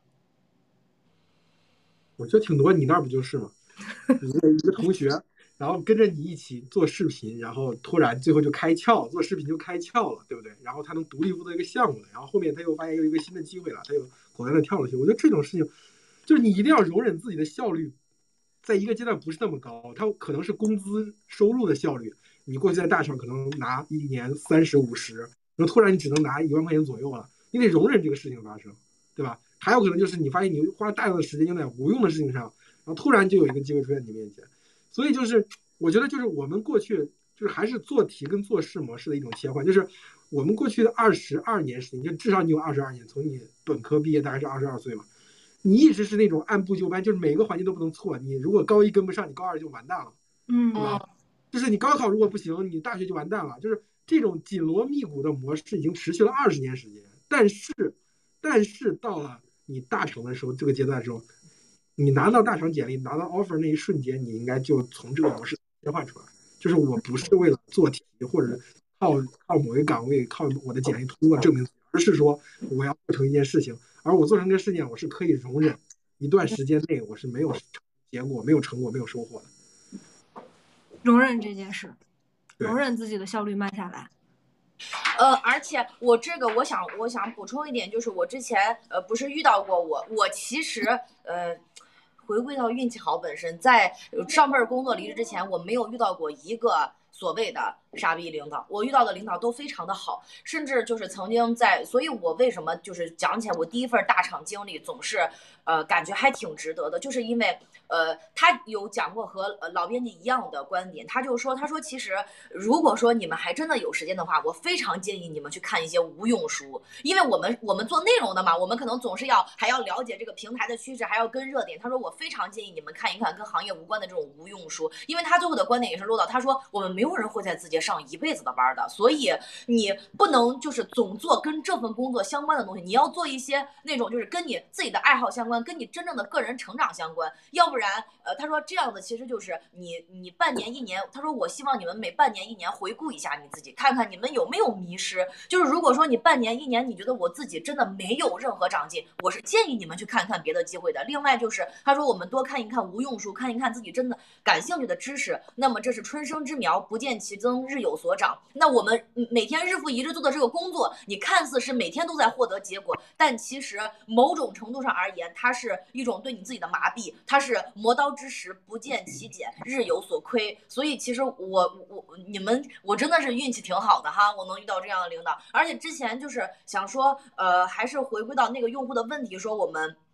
Speaker 3: 我觉得挺多，你那儿不就是吗？一个同学，然后跟着你一起做视频，然后突然最后就开窍，做视频就开窍了，对不对？然后他能独立负责一个项目了，然后后面他又发现有一个新的机会了，他又果断的跳了去。我觉得这种事情，就是你一定要容忍自己的效率，在一个阶段不是那么高，它可能是工资收入的效率。你过去在大厂可能拿1年30、50，然后突然你只能拿1万块钱左右了，你得容忍这个事情发生，对吧？还有可能就是你发现你花大量的时间用在无用的事情上，然后突然就有一个机会出现你面前。所以就是我觉得就是我们过去就是还是做题跟做事模式的一种切换，就是我们过去的22年时间，就至少你有22年，从你本科毕业大概是22岁嘛，你一直是那种按部就班，就是每个环节都不能错。你如果高1跟不上，你高2就完蛋了，对吧？就是你高考如果不行，你大学就完蛋了。就是这种紧锣密鼓的模式已经持续了20年时间，但是到了你大成的时候，这个阶段的时候，你拿到大厂简历，拿到 offer 那一瞬间，你应该就从这个模式切换出来。就是我不是为了做题或者靠某一个岗位靠我的简历通过证明，而是说我要做成一件事情，而我做成这个事情，我是可以容忍一段时间内我是没有结果、没有成果、没有收获的。
Speaker 1: 容忍这件事，容忍自己的效率慢下来。
Speaker 2: 而且我想补充一点，就是我之前不是遇到过我其实回归到运气好本身，在上份工作离职之前，我没有遇到过一个所谓的傻逼领导，我遇到的领导都非常的好，甚至就是曾经所以我为什么就是讲起来我第一份大厂经历总是感觉还挺值得的，就是因为他有讲过和老编辑一样的观点，他说其实如果说你们还真的有时间的话，我非常建议你们去看一些无用书，因为我们做内容的嘛，我们可能总是还要了解这个平台的趋势，还要跟热点。他说我非常建议你们看一看跟行业无关的这种无用书，因为他最后的观点也是落到他说我们没有人会在字节上一辈子的班的，所以你不能就是总做跟这份工作相关的东西，你要做一些那种就是跟你自己的爱好相关，跟你真正的个人成长相关，要不然他说这样的其实就是你半年1年，他说我希望你们每半年1年回顾一下你自己，看看你们有没有迷失，就是如果说你半年1年你觉得我自己真的没有任何长进，我是建议你们去看看别的机会的。另外就是他说我们多看一看无用书，看一看自己真的感兴趣的知识，那么这是春生之苗，不见其增，日有所长。那我们每天日复一日做的这个工作，你看似是每天都在获得结果，但其实某种程度上而言，它是一种对你自己的麻痹，它是磨刀之石不见其剪，日有所亏。所以其实我真的是运气挺好的哈，我能遇到这样的领导。而且之前就是想说还是回归到那个用户的问题，说我们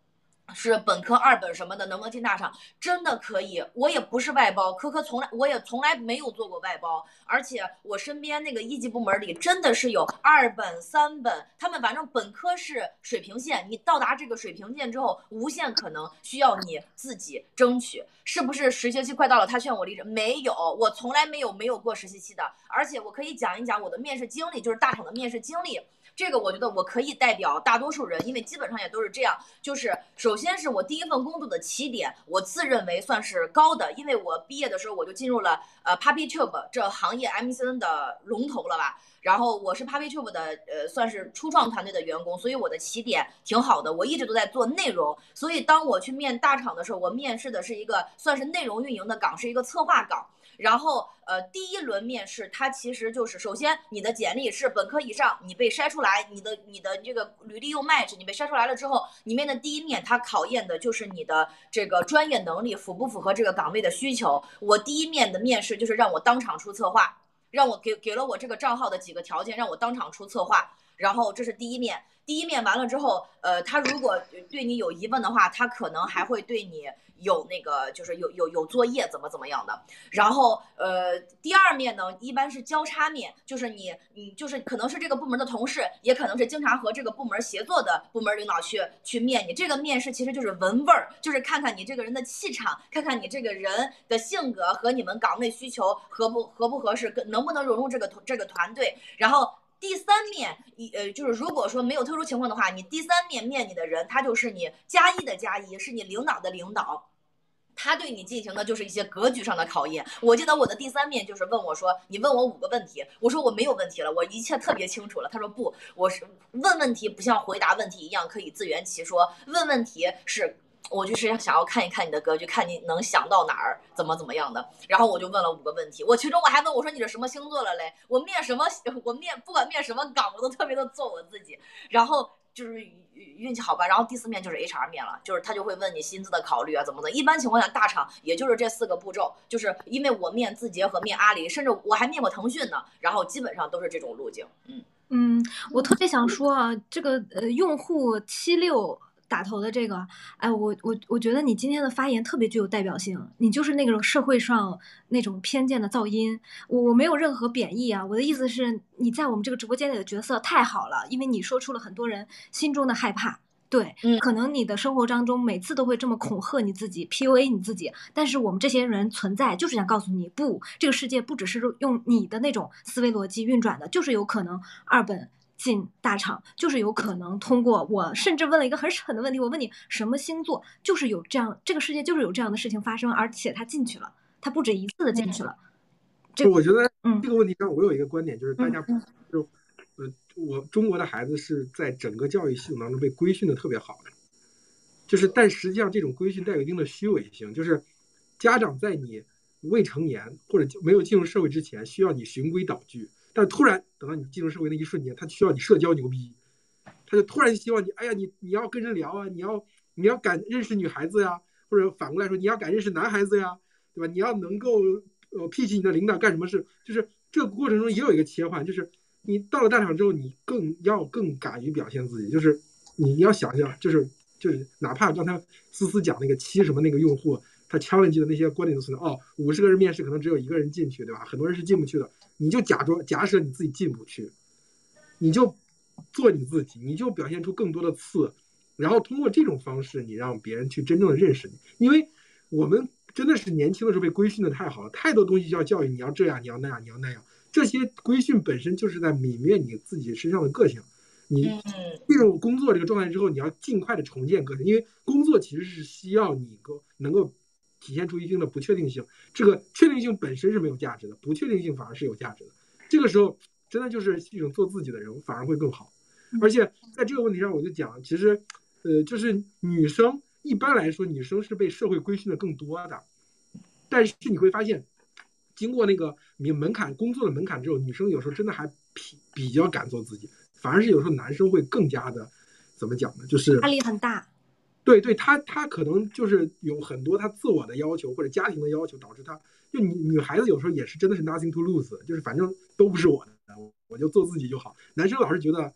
Speaker 2: 是本科二本什么的，能不能进大厂？真的可以。我也不是外包，我也从来没有做过外包，而且我身边那个一级部门里真的是有二本、三本，他们反正本科是水平线，你到达这个水平线之后，无限可能需要你自己争取。是不是实习期快到了？他劝我离职，没有，我从来没有过实习期的，而且我可以讲一讲我的面试经历，就是大厂的面试经历。这个我觉得我可以代表大多数人，因为基本上也都是这样。就是首先是我第一份工作的起点，我自认为算是高的，因为我毕业的时候我就进入了PuppyTube 这行业 MCN 的龙头了吧。然后我是 PuppyTube 的算是初创团队的员工，所以我的起点挺好的。我一直都在做内容，所以当我去面大厂的时候，我面试的是一个算是内容运营的岗，是一个策划岗。然后第一轮面试，它其实就是首先你的简历是本科以上，你被筛出来，你的这个履历又 match， 你被筛出来了之后，你面的第一面，它考验的就是你的这个专业能力符不符合这个岗位的需求。我第一面的面试就是让我当场出策划，让我给了我这个账号的几个条件，让我当场出策划。然后这是第一面，第一面完了之后，他如果对你有疑问的话，他可能还会对你有那个就是有作业怎么样的。然后第二面呢，一般是交叉面，就是你就是可能是这个部门的同事，也可能是经常和这个部门协作的部门领导去面你。这个面试其实就是闻味儿，就是看看你这个人的气场，看看你这个人的性格和你们岗位需求合不合适，能不能融入这个团队。然后第三面，就是如果说没有特殊情况的话，你第三面面你的人，他就是你加一的加一，是你领导的领导。他对你进行的就是一些格局上的考验。我记得我的第三面就是问我说：“你问我5个问题。”我说：“我没有问题了，我一切特别清楚了。”他说：“不，我是问问题不像回答问题一样可以自圆其说，问问题是。”我就是想要看一看你的格局，看你能想到哪儿，怎么样的。然后我就问了5个问题，其中我还问我说你是什么星座了嘞？我不管面什么岗，我都特别的做我自己。然后就是运气好吧，然后第4面就是 HR 面了，就是他就会问你薪资的考虑啊，怎么的。一般情况下，大厂也就是这4个步骤，就是因为我面字节和面阿里，甚至我还面过腾讯呢，然后基本上都是这种路径。
Speaker 1: 我特别想说啊，这个用户76打头的这个，哎，我觉得你今天的发言特别具有代表性，你就是那种社会上那种偏见的噪音。我没有任何贬义啊，我的意思是你在我们这个直播间里的角色太好了，因为你说出了很多人心中的害怕。对，可能你的生活当中每次都会这么恐吓你自己 ，PUA 你自己，但是我们这些人存在就是想告诉你，不，这个世界不只是用你的那种思维逻辑运转的，就是有可能二本进大厂，就是有可能通过。我甚至问了一个很蠢的问题，我问你什么星座，就是有这样，这个世界就是有这样的事情发生，而且他进去了，他不止一次的进去了。
Speaker 3: 我觉得这个问题上，我有一个观点，就是大家就我中国的孩子是在整个教育系统当中被规训的特别好的，就是但实际上这种规训带有一定的虚伪性，就是家长在你未成年或者没有进入社会之前需要你循规蹈矩，但突然等到你进入社会那一瞬间，他需要你社交牛逼，他就突然希望你，哎呀，你要跟人聊啊，你要敢认识女孩子呀，或者反过来说你要敢认识男孩子呀，对吧？你要能够批起你的领导干什么事，就是这个过程中也有一个切换，就是你到了大厂之后，你更敢于表现自己，就是你要想想，就是哪怕刚才思思讲那个7什么那个用户，他challenge的那些观点都存在。50个人面试可能只有1个人进去，对吧？很多人是进不去的，你就假设你自己进不去，你就做你自己，你就表现出更多的刺，然后通过这种方式，你让别人去真正的认识你。因为我们真的是年轻的时候被规训的太好了，太多东西就要教育你要这样，你要那样，你要那样。这些规训本身就是在泯灭你自己身上的个性。你进入工作这个状态之后，你要尽快的重建个性，因为工作其实是需要你能够体现出一定的不确定性。这个确定性本身是没有价值的，不确定性反而是有价值的。这个时候真的就是一种做自己的人反而会更好。而且在这个问题上，我就讲，其实就是女生一般来说，女生是被社会规训的更多的，但是你会发现，经过那个工作的门槛之后，女生有时候真的还比较敢做自己，反而是有时候男生会更加的怎么讲呢？就是
Speaker 1: 压力很大。
Speaker 3: 对，他可能就是有很多他自我的要求或者家庭的要求，导致他就女孩子有时候也是真的是 nothing to lose， 就是反正都不是我的，我就做自己就好。男生老是觉得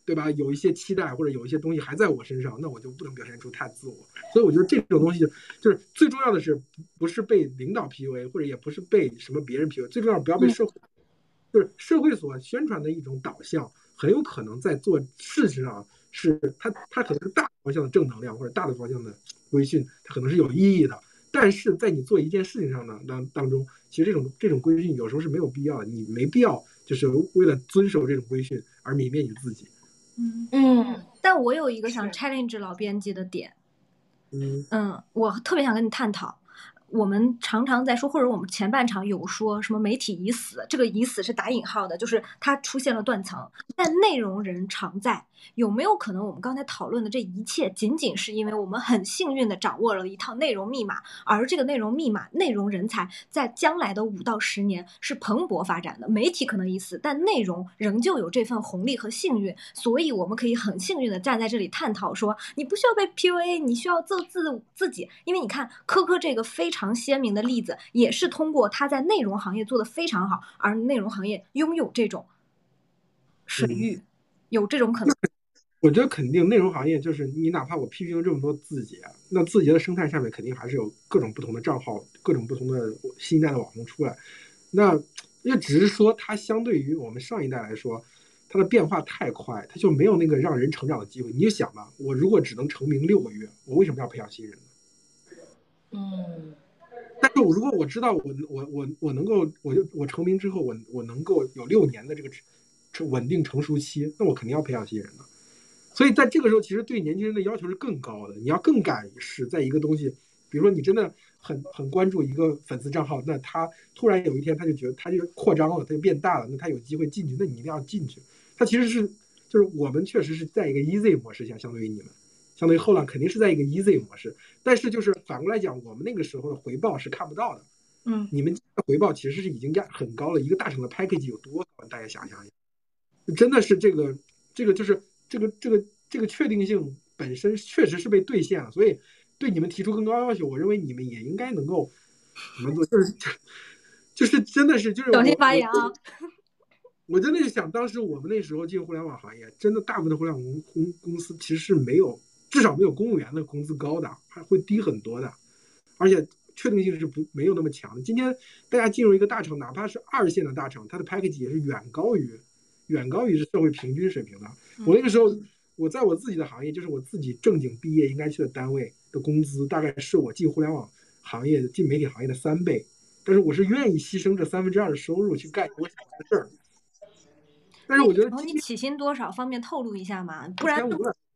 Speaker 3: 对吧？有一些期待或者有一些东西还在我身上，那我就不能表现出太自我。所以我觉得这种东西就是最重要的是，不是被领导 PUA，或者也不是被什么别人 PUA，最重要不要被社会，就是社会所宣传的一种导向，很有可能在做事情上是它可能是大方向的正能量或者大的方向的规训，它可能是有意义的。但是在你做一件事情上呢，当中，其实这种规训有时候是没有必要的，你没必要就是为了遵守这种规训而泯灭你自己。
Speaker 1: 但我有一个想 challenge 老编辑的点，我特别想跟你探讨。我们常常在说，或者我们前半场有说什么媒体已死，这个已死是打引号的，就是它出现了断层，但内容人常在。有没有可能我们刚才讨论的这一切，仅仅是因为我们很幸运的掌握了一套内容密码，而这个内容密码、内容人才在将来的5到10年是蓬勃发展的。媒体可能已死，但内容仍旧有这份红利和幸运，所以我们可以很幸运的站在这里探讨说，你不需要被 PUA， 你需要做自己。因为你看科科这个非常鲜明的例子，也是通过他在内容行业做得非常好，而内容行业拥有这种水域，有这种可能。
Speaker 3: 我觉得肯定内容行业就是你哪怕我批评这么多字节，那字节的生态下面肯定还是有各种不同的账号，各种不同的新一代的网红出来。那也只是说它相对于我们上一代来说，它的变化太快，它就没有那个让人成长的机会。你就想吧，我如果只能成名6个月，我为什么要培养新人呢？但是如果我知道我能够我成名之后我能够有6年的这个稳定成熟期，那我肯定要培养新人的。所以在这个时候，其实对年轻人的要求是更高的。你要更敢使在一个东西，比如说你真的很关注一个粉丝账号，那他突然有一天他就觉得他就扩张了，他就变大了，那他有机会进去，那你一定要进去。他其实是就是我们确实是在一个 easy 模式下，相对于你们，相对于后浪肯定是在一个 easy 模式。但是就是反过来讲，我们那个时候的回报是看不到的。你们的回报其实是已经很高了。一个大厂的 package 有多高？大家想想，真的是这个就是这个确定性本身确实是被兑现了，所以对你们提出更高要求，我认为你们也应该能够怎么做，就是真的是就是
Speaker 1: 小心发言啊！
Speaker 3: 我真的是想，当时我们那时候进互联网行业，真的大部分的互联网公司其实是没有，至少没有公务员的工资高的，还会低很多的，而且确定性是没有那么强的。今天大家进入一个大厂，哪怕是2线的大厂，它的 package 也是远高于是社会平均水平的。我那个时候，我在我自己的行业，就是我自己正经毕业应该去的单位的工资，大概是我进互联网行业、进媒体行业的3倍。但是我是愿意牺牲这2/3的收入去干我想干的事儿。但是我觉得
Speaker 1: 你起薪多少？方便透露一下吗？不然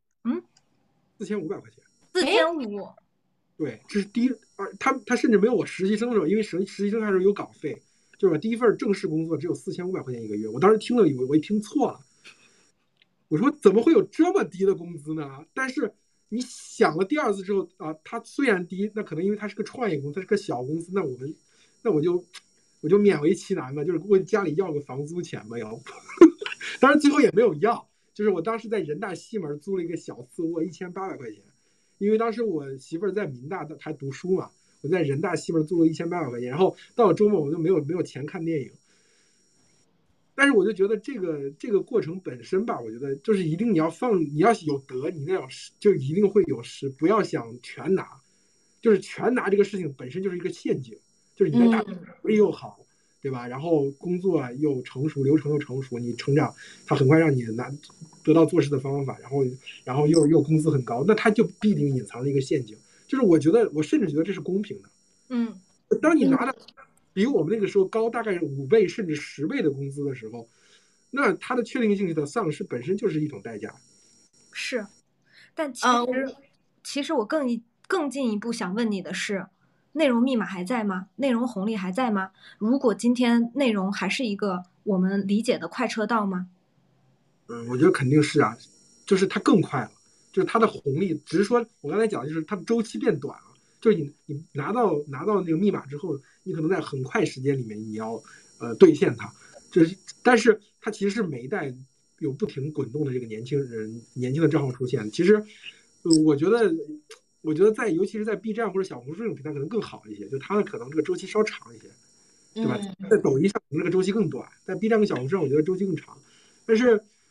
Speaker 3: 4500，4500块钱
Speaker 1: ，4500。
Speaker 3: 对，这是第一。他甚至没有我实习生的时候，因为实习生还是有稿费，就是第一份正式工作只有4500块钱一个月。我当时听了以为我听错了。我说怎么会有这么低的工资呢？但是你想了第2次之后啊，它虽然低，那可能因为它是个创业公司，它是个小公司，那我就勉为其难嘛，就是问家里要个房租钱嘛，要。当然最后也没有要，就是我当时在人大西门租了一个小次卧，1800块钱，因为当时我媳妇儿在民大还读书嘛，我在人大西门租了1800块钱，然后到了周末我就没有钱看电影。但是我就觉得这个过程本身吧，我觉得就是一定你要有得，你那就一定会有失，不要想全拿，就是全拿这个事情本身就是一个陷阱，就是你在大能力又好，对吧？然后工作又成熟，流程又成熟，你成长，他很快让你得到做事的方法，然后又工资很高，那他就必定隐藏了一个陷阱。就是我甚至觉得这是公平的。当你拿的比我们那个时候高大概5倍甚至10倍的工资的时候，那它的确定性的丧失本身就是一种代价。
Speaker 1: 是，但其实我更进一步想问你的是，内容密码还在吗？内容红利还在吗？如果今天内容还是一个我们理解的快车道吗？
Speaker 3: 我觉得肯定是啊，就是它更快了，就是它的红利，只是说我刚才讲的就是它的周期变短了。就是你拿到那个密码之后，你可能在很快时间里面你要兑现它，但是它其实是每一代有不停滚动的这个年轻的账号出现。其实我觉得尤其是在 B 站或者小红书这种平台可能更好一些，就它的可能这个周期稍长一些，对吧？在抖音上这个周期更短，在 B 站跟小红书上我觉得周期更长。但是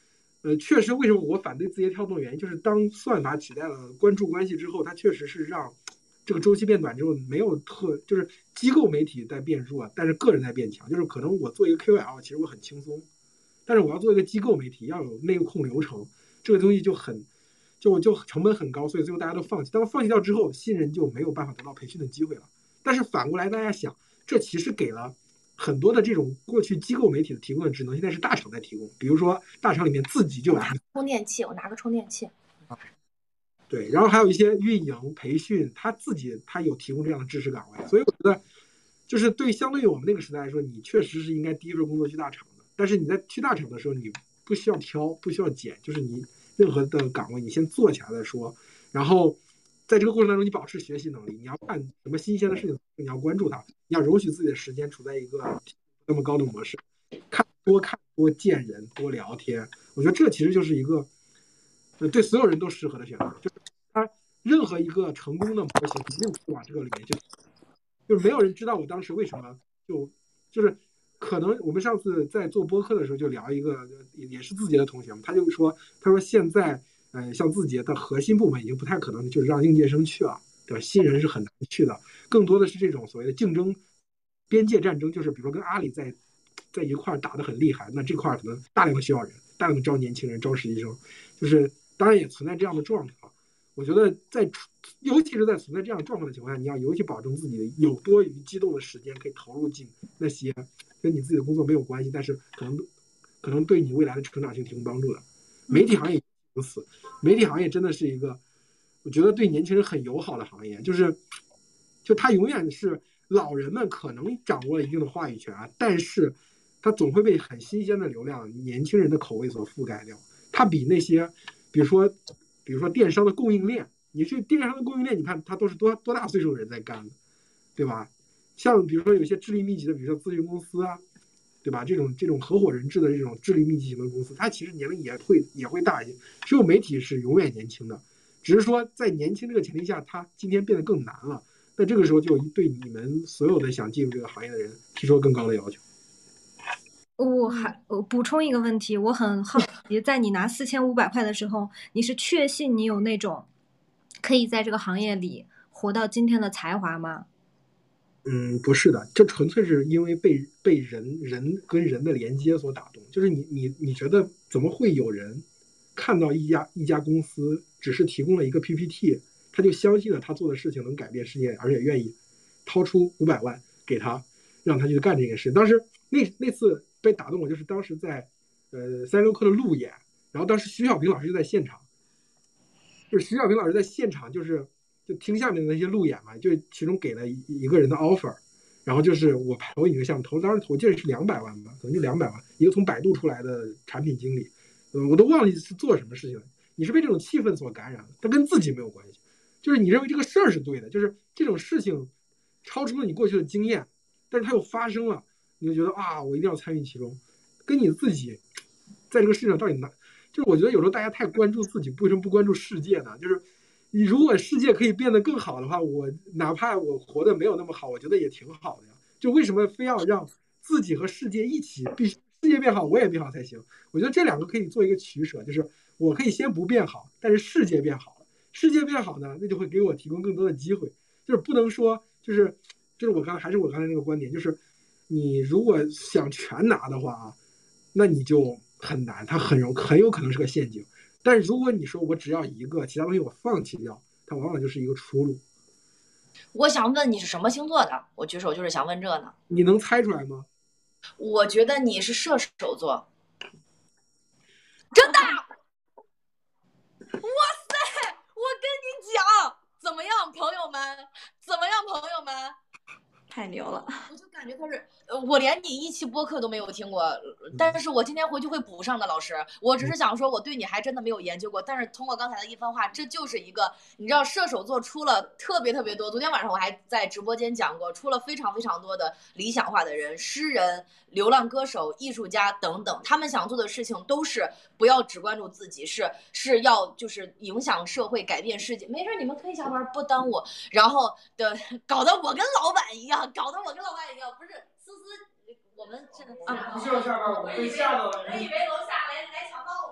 Speaker 3: 确实，为什么我反对字节跳动的原因，就是当算法取代了关注关系之后，它确实是让这个周期变短之后，没有就是机构媒体在变弱，但是个人在变强。就是可能我做一个 KOL，其实我很轻松，但是我要做一个机构媒体，要有内控流程，这个东西就成本很高，所以最后大家都放弃。当放弃掉之后，新人就没有办法得到培训的机会了。但是反过来，大家想，这其实给了很多的这种过去机构媒体的提供的职能，现在是大厂在提供。比如说大厂里面自己就有
Speaker 2: 充电器，我拿个充电器。
Speaker 3: 对，然后还有一些运营培训，他有提供这样的知识岗位，所以我觉得，就是相对于我们那个时代来说，你确实是应该第一份工作去大厂的。但是你在去大厂的时候，你不需要挑，不需要捡，就是你任何的岗位你先做起来再说。然后在这个过程当中，你保持学习能力，你要看什么新鲜的事情，你要关注它，你要容许自己的时间处在一个那么高的模式，多看多见人多聊天。我觉得这其实就是一个对所有人都适合的选择，就是他任何一个成功的模型一定会往这个里面去，就是没有人知道我当时为什么就是可能我们上次在做播客的时候就聊一个也是字节的同学嘛，他说现在像字节的核心部门已经不太可能就是让应届生去了，对吧？新人是很难去的，更多的是这种所谓的竞争边界战争，就是比如说跟阿里在一块打得很厉害，那这块可能大量的需要人，大量的招年轻人招实习生，就是当然也存在这样的状况。我觉得尤其是在存在这样状况的情况下，你要尤其保证自己有多余机动的时间可以投入进那些跟你自己的工作没有关系，但是可能对你未来的成长性提供帮助的。媒体行业如此，媒体行业真的是一个我觉得对年轻人很友好的行业，就它永远是老人们可能掌握了一定的话语权，但是它总会被很新鲜的流量、年轻人的口味所覆盖掉。它比那些比如说电商的供应链，你去电商的供应链，你看它都是多大岁数的人在干的，对吧？像比如说有些智力密集的，比如说咨询公司啊，对吧？这种合伙人制的这种智力密集型的公司，它其实年龄也会大一些。只有媒体是永远年轻的，只是说在年轻这个前提下，它今天变得更难了。那这个时候就对你们所有的想进入这个行业的人提出更高的要求。
Speaker 1: 我补充一个问题，我很好奇，在你拿4500块的时候，你是确信你有那种可以在这个行业里活到今天的才华吗？
Speaker 3: 不是的，这纯粹是因为被人跟人的连接所打动。就是你觉得怎么会有人看到一家公司只是提供了一个 PPT， 他就相信了他做的事情能改变世界，而且愿意掏出500万给他，让他去干这件事。当时那次被打动我，就是当时在36氪的路演，然后当时徐小平老师就在现场，就是徐小平老师在现场就听下面的那些路演嘛，就其中给了一个人的 offer， 然后就是我投你这个项目投，当时我记得是200万吧，可能就200万，一个从百度出来的产品经理，我都忘了是做什么事情了。你是被这种气氛所感染，它跟自己没有关系，就是你认为这个事儿是对的，就是这种事情超出了你过去的经验，但是它又发生了，你就觉得啊，我一定要参与其中，跟你自己在这个世界上到底就是我觉得有时候大家太关注自己，为什么不关注世界呢？就是你如果世界可以变得更好的话，我哪怕我活得没有那么好，我觉得也挺好的呀。就为什么非要让自己和世界一起，必须世界变好，我也变好才行？我觉得这两个可以做一个取舍，就是我可以先不变好，但是世界变好了，世界变好呢，那就会给我提供更多的机会。就是不能说就是我刚才那个观点，就是你如果想全拿的话啊，那你就很难，它很有可能是个陷阱。但是如果你说我只要一个，其他东西我放弃掉，它往往就是一个出路。
Speaker 2: 我想问你是什么星座的？我举手就是想问这呢。
Speaker 3: 你能猜出来吗？
Speaker 2: 我觉得你是射手座。真的？哇塞！我跟你讲，怎么样，朋友们？怎么样，朋友们？
Speaker 4: 太牛了！
Speaker 2: 我就感觉他是，我连你一期播客都没有听过，但是我今天回去会补上的，老师。我只是想说，我对你还真的没有研究过，但是通过刚才的一番话，这就是一个，你知道，射手座出了特别多。昨天晚上我还在直播间讲过，出了非常多的理想化的人，诗人、流浪歌手、艺术家等等，他们想做的事情都是不要只关注自己，是要就是影响社会、改变世界。没事，你们可以下班不耽误。然后搞得我跟老板一样，不是思思，我们这
Speaker 5: 不需要下班，我被吓到了。
Speaker 2: 我以为楼下来抢道了。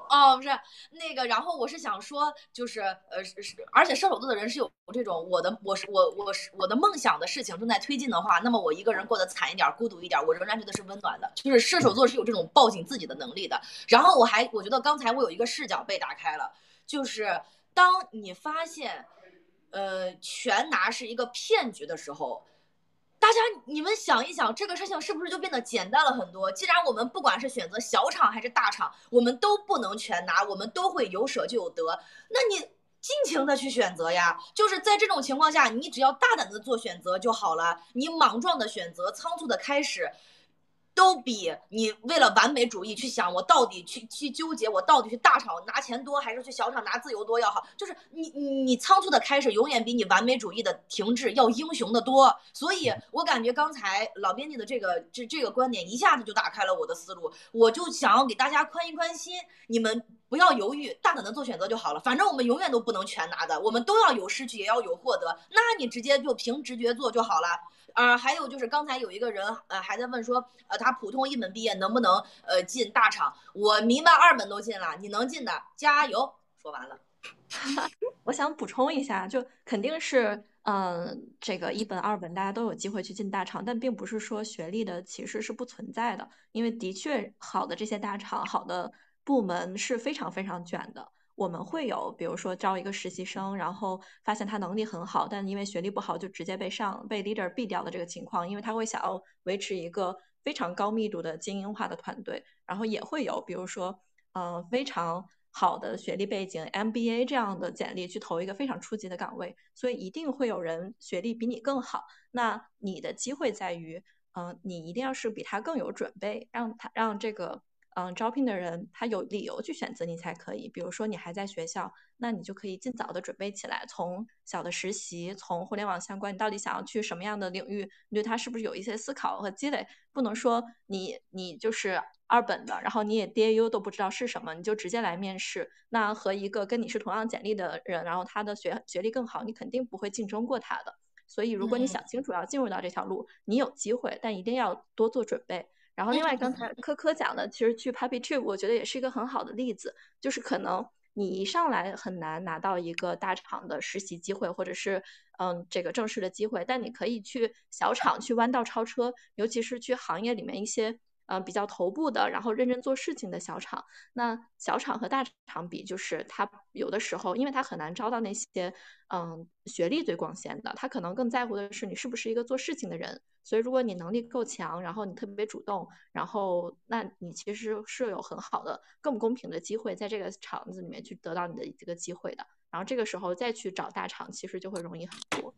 Speaker 2: 哦，不是那个，然后我是想说，就是而且射手座的人是有这种我的梦想的事情正在推进的话，那么我一个人过得惨一点、孤独一点，我仍然觉得是温暖的。就是射手座是有这种抱紧自己的能力的。然后我觉得刚才我有一个视角被打开了，就是当你发现，全拿是一个骗局的时候。大家，你们想一想，这个事情是不是就变得简单了很多？既然我们不管是选择小厂还是大厂，我们都不能全拿，我们都会有舍就有得。那你尽情的去选择呀，就是在这种情况下，你只要大胆的做选择就好了。你莽撞的选择、仓促的开始，都比你为了完美主义去想我到底去纠结我到底去大厂拿钱多还是去小厂拿自由多要好，就是你仓促的开始永远比你完美主义的停滞要英雄的多。所以我感觉刚才老编辑的这个观点一下子就打开了我的思路，我就想要给大家宽一宽心，你们不要犹豫，大胆的做选择就好了。反正我们永远都不能全拿的，我们都要有失去也要有获得，那你直接就凭直觉做就好了。还有就是刚才有一个人还在问说，他普通一本毕业能不能进大厂？我民办2本都进了，你能进的加油！说完了。
Speaker 4: 我想补充一下，就肯定是，这个1本2本大家都有机会去进大厂，但并不是说学历的歧视是不存在的，因为的确好的这些大厂、好的部门是非常非常卷的。我们会有，比如说招一个实习生，然后发现他能力很好，但因为学历不好就直接被leader 毙掉的这个情况，因为他会想要维持一个非常高密度的精英化的团队，然后也会有，比如说，非常好的学历背景 MBA 这样的简历去投一个非常初级的岗位，所以一定会有人学历比你更好。那你的机会在于，你一定要是比他更有准备，让这个招聘的人他有理由去选择你才可以。比如说你还在学校，那你就可以尽早的准备起来，从小的实习，从互联网相关，你到底想要去什么样的领域，你对它是不是有一些思考和积累？不能说你就是2本的，然后你也 DAU 都不知道是什么，你就直接来面试，那和一个跟你是同样简历的人，然后他的学历更好，你肯定不会竞争过他的。所以如果你想清楚要进入到这条路，你有机会，但一定要多做准备。然后另外刚才科科讲的，其实去 PuppyTube 我觉得也是一个很好的例子，就是可能你一上来很难拿到一个大厂的实习机会，或者是这个正式的机会，但你可以去小厂去弯道超车，尤其是去行业里面一些比较头部的，然后认真做事情的小厂。那小厂和大厂比，就是它有的时候，因为它很难招到那些学历最光鲜的，他可能更在乎的是你是不是一个做事情的人。所以如果你能力够强，然后你特别主动，然后那你其实是有很好的、更公平的机会在这个厂子里面去得到你的这个机会的。然后这个时候再去找大厂，其实就会容易很多。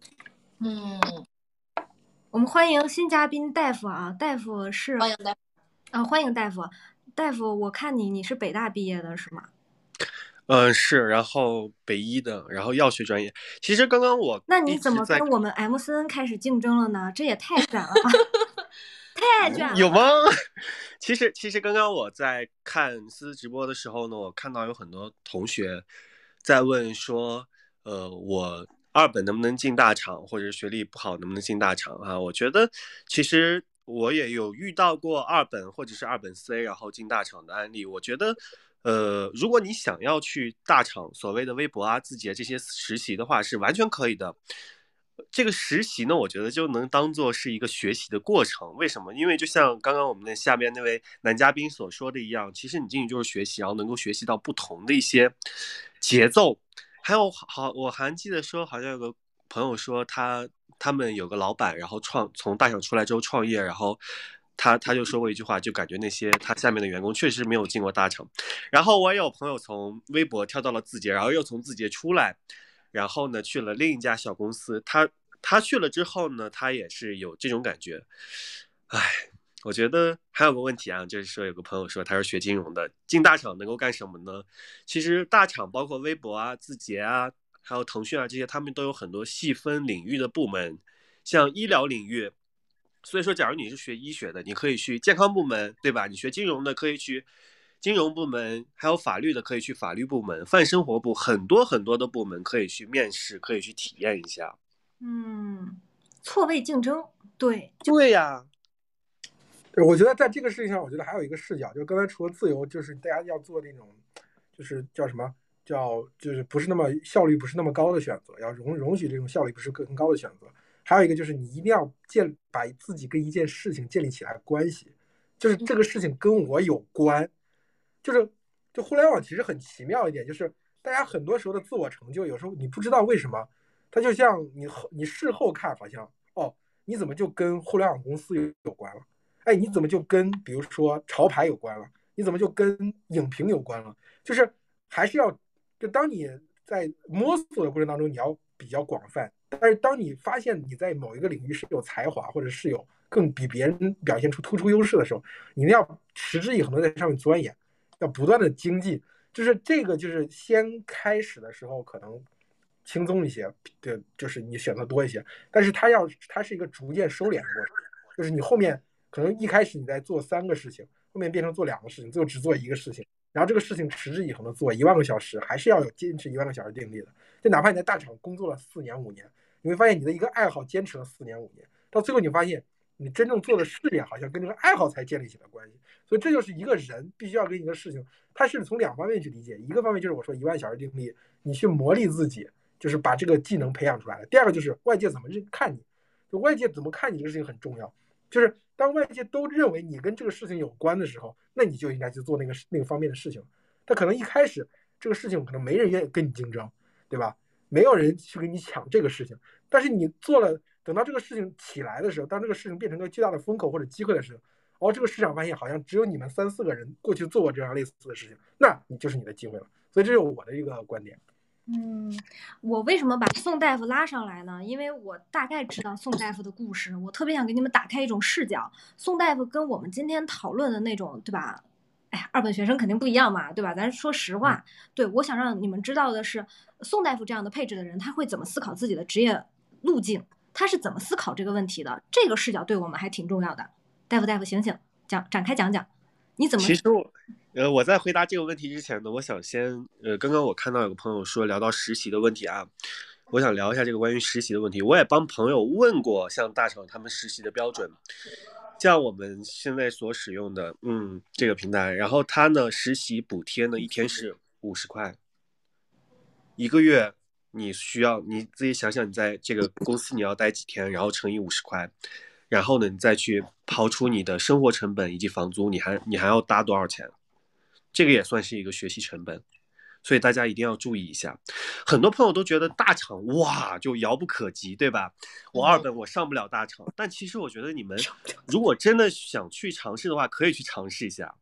Speaker 1: 我们欢迎新嘉宾大夫啊，大夫是
Speaker 2: 欢迎大夫
Speaker 1: 啊，欢迎大夫。大夫，我看你是北大毕业的是吗？
Speaker 5: 是，然后北医的，然后药学专业。其实刚刚我
Speaker 1: 那你怎么跟我们 MCN 开始竞争了呢？这也太卷了吧！太卷了。
Speaker 5: 有吗？其实刚刚我在看思直播的时候呢，我看到有很多同学在问说，我2本能不能进大厂，或者学历不好能不能进大厂啊？我觉得其实我也有遇到过2本或者是2本4A 然后进大厂的案例。我觉得，如果你想要去大厂，所谓的微博啊、字节这些实习的话，是完全可以的。这个实习呢，我觉得就能当做是一个学习的过程。为什么？因为就像刚刚我们的下边那位男嘉宾所说的一样，其实你进去就是学习，然后能够学习到不同的一些节奏。还有我还记得说，好像有个朋友说他们有个老板，然后从大厂出来之后创业，然后他就说过一句话，就感觉那些他下面的员工确实没有进过大厂。然后我也有朋友从微博跳到了字节，然后又从字节出来，然后呢去了另一家小公司。他去了之后呢，他也是有这种感觉。我觉得还有个问题啊，就是说有个朋友说他是学金融的，进大厂能够干什么呢？其实大厂包括微博啊、字节啊，还有腾讯啊这些，他们都有很多细分领域的部门，像医疗领域。所以说，假如你是学医学的，你可以去健康部门，对吧？你学金融的可以去金融部门，还有法律的可以去法律部门，泛生活部很多很多的部门可以去面试，可以去体验一下。
Speaker 1: 错位竞争，对
Speaker 5: 呀。
Speaker 3: 对，我觉得在这个事情上，我觉得还有一个视角，就是刚才除了自由，就是大家要做那种就是叫什么就是不是那么效率不是那么高的选择，要容许这种效率不是更高的选择。还有一个就是你一定要把自己跟一件事情建立起来关系，就是这个事情跟我有关。就互联网其实很奇妙一点，就是大家很多时候的自我成就，有时候你不知道为什么，它就像你事后看好像你怎么就跟互联网公司有关了？哎，你怎么就跟比如说潮牌有关了？你怎么就跟影评有关了？就是还是要，就当你在摸索的过程当中，你要比较广泛。但是当你发现你在某一个领域是有才华，或者是有更比别人表现出突出优势的时候，你一定要持之以恒的在上面钻研，要不断的精进。就是这个，就是先开始的时候可能轻松一些，就是你选择多一些，但是它是一个逐渐收敛的过程，就是你后面可能一开始你在做3个事情，后面变成做2个事情，最后只做1个事情，然后这个事情持之以恒的做1万个小时，还是要有坚持1万个小时定力的。就哪怕你在大厂工作了4年5年，你会发现你的一个爱好坚持了4年5年，到最后你发现你真正做的事业好像跟这个爱好才建立起了关系。所以这就是一个人必须要跟一个事情，它是从2方面去理解。一个方面就是我说1万小时定力，你去磨砺自己，就是把这个技能培养出来了。第二个就是外界怎么看你，就外界怎么看你这个事情很重要。就是当外界都认为你跟这个事情有关的时候，那你就应该去做那个方面的事情。他可能一开始这个事情可能没人愿意跟你竞争，对吧？没有人去跟你抢这个事情，但是你做了，等到这个事情起来的时候，当这个事情变成个巨大的风口或者机会的时候，这个市场发现好像只有你们3、4个人过去做过这样类似的事情，那你就是你的机会了。所以这是我的一个观点。
Speaker 1: 我为什么把宋大夫拉上来呢？因为我大概知道宋大夫的故事，我特别想给你们打开一种视角。宋大夫跟我们今天讨论的那种，对吧？哎，二本学生肯定不一样嘛，对吧？咱说实话，对，我想让你们知道的是，宋大夫这样的配置的人，他会怎么思考自己的职业路径，他是怎么思考这个问题的？这个视角对我们还挺重要的。大夫，醒醒，展开讲讲，你怎么？
Speaker 5: 其实我在回答这个问题之前呢，我想先刚刚我看到有个朋友说聊到实习的问题啊，我想聊一下这个关于实习的问题。我也帮朋友问过像大厂他们实习的标准，像我们现在所使用的这个平台，然后他呢实习补贴呢1天是50块，1个月你需要你自己想想你在这个公司你要待几天，然后乘以50块，然后呢你再去刨出你的生活成本以及房租，你还要搭多少钱，这个也算是一个学习成本。所以大家一定要注意一下。很多朋友都觉得大厂哇就遥不可及，对吧？我2本我上不了大厂，但其实我觉得你们如果真的想去尝试的话，可以去尝试一下。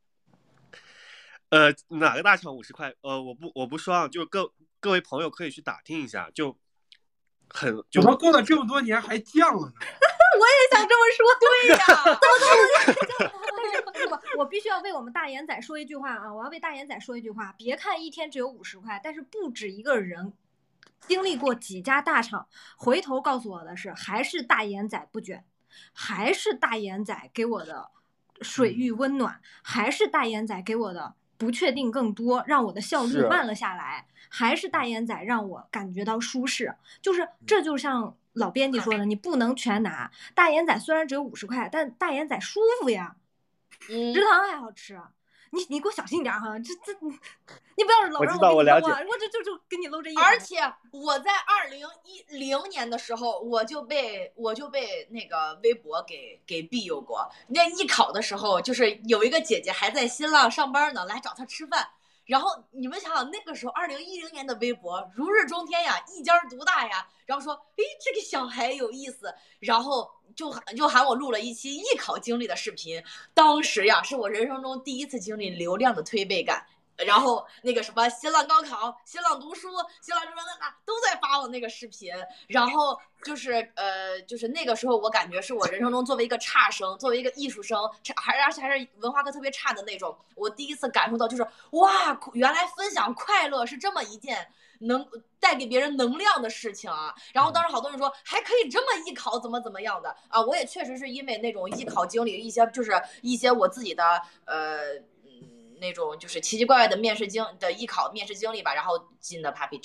Speaker 5: 哪个大厂50块？我不说啊，就各位朋友可以去打听一下，
Speaker 3: 怎么过了这么多年还降了呢？
Speaker 1: 我也想这么说。
Speaker 2: 对呀，
Speaker 1: 但是我必须要为我们大眼仔说一句话啊！我要为大眼仔说一句话，别看1天只有50块，但是不止一个人经历过几家大厂，回头告诉我的是，还是大眼仔不卷，还是大眼仔给我的水域温暖，还是大眼仔给我的不确定更多，让我的效率慢了下来，还是大眼仔让我感觉到舒适。就是这就像老编辑说的，你不能全拿。大眼仔虽然只有50块，但大眼仔舒服呀，食堂还好吃。你给我小心一点哈，你不要老让我跟你搂啊，我就跟你搂着一。
Speaker 2: 而且我在2010年的时候，我就被那个微博给庇佑过。那艺考的时候，就是有一个姐姐还在新浪上班呢，来找她吃饭。然后你们想想，那个时候2010年的微博如日中天呀，一家独大呀。然后说，诶，这个小孩有意思，然后就喊我录了一期艺考经历的视频。当时呀，是我人生中第一次经历流量的推背感。然后那个什么新浪高考、新浪读书、新浪什么都在发我那个视频。然后就是那个时候，我感觉是我人生中作为一个差生，作为一个艺术生，而且还是文化课特别差的那种，我第一次感受到就是哇，原来分享快乐是这么一件能带给别人能量的事情啊。然后当时好多人说还可以这么艺考怎么样的啊，我也确实是因为那种艺考经历一些我自己的那种就是奇奇怪怪的艺考面试经历吧，然后进的 Papi Tube。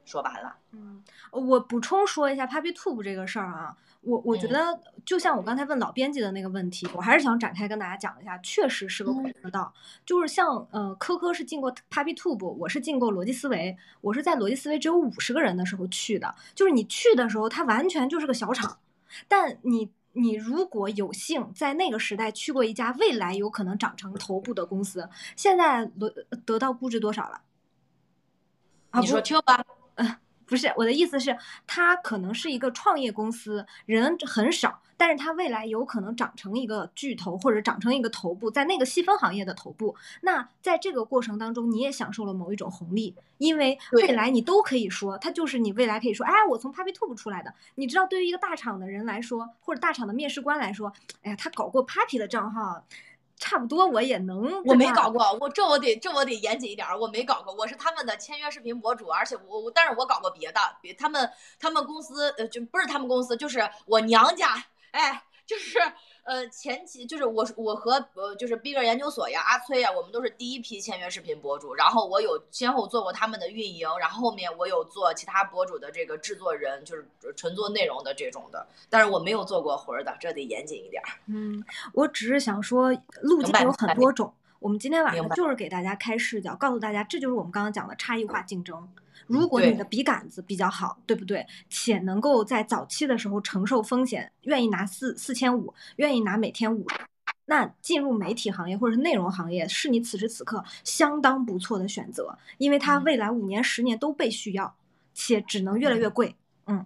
Speaker 2: 说白了，
Speaker 1: 我补充说一下 PuppyTube 这个事儿啊，我觉得就像我刚才问老编辑的那个问题，我还是想展开跟大家讲一下，确实是个火车道。就是像科科是进过 PuppyTube，我是进过逻辑思维，我是在逻辑思维只有50个人的时候去的，就是你去的时候，它完全就是个小厂，但你如果有幸在那个时代去过一家未来有可能长成头部的公司，现在得到估值多少了？
Speaker 2: 你说听吧。
Speaker 1: 不是，我的意思是，它可能是一个创业公司，人很少，但是它未来有可能长成一个巨头，或者长成一个头部，在那个细分行业的头部。那在这个过程当中，你也享受了某一种红利，因为未来你都可以说，它就是你未来可以说，哎，我从 PuppyTube 出来的。你知道，对于一个大厂的人来说，或者大厂的面试官来说，哎呀，他搞过 Puppy 的账号。差不多我也能，
Speaker 2: 我没搞过，我得严谨一点，我没搞过，我是他们的签约视频博主，而且但是我搞过别的，他们公司就不是他们公司，就是我娘家，哎，就是前期就是我和就是 Bigger 研究所呀，阿崔呀，我们都是第一批签约视频博主，然后我有先后做过他们的运营，然后后面我有做其他博主的这个制作人，就是纯做内容的这种的，但是我没有做过活的，这得严谨一点。
Speaker 1: 我只是想说，路径有很多种。我们今天晚上就是给大家开视角，告诉大家，这就是我们刚刚讲的差异化竞争。如果你的笔杆子比较好，对不对？且能够在早期的时候承受风险，愿意拿4500，愿意拿每天50，那进入媒体行业或者是内容行业，是你此时此刻相当不错的选择，因为它未来5年、10年都被需要，且只能越来越贵。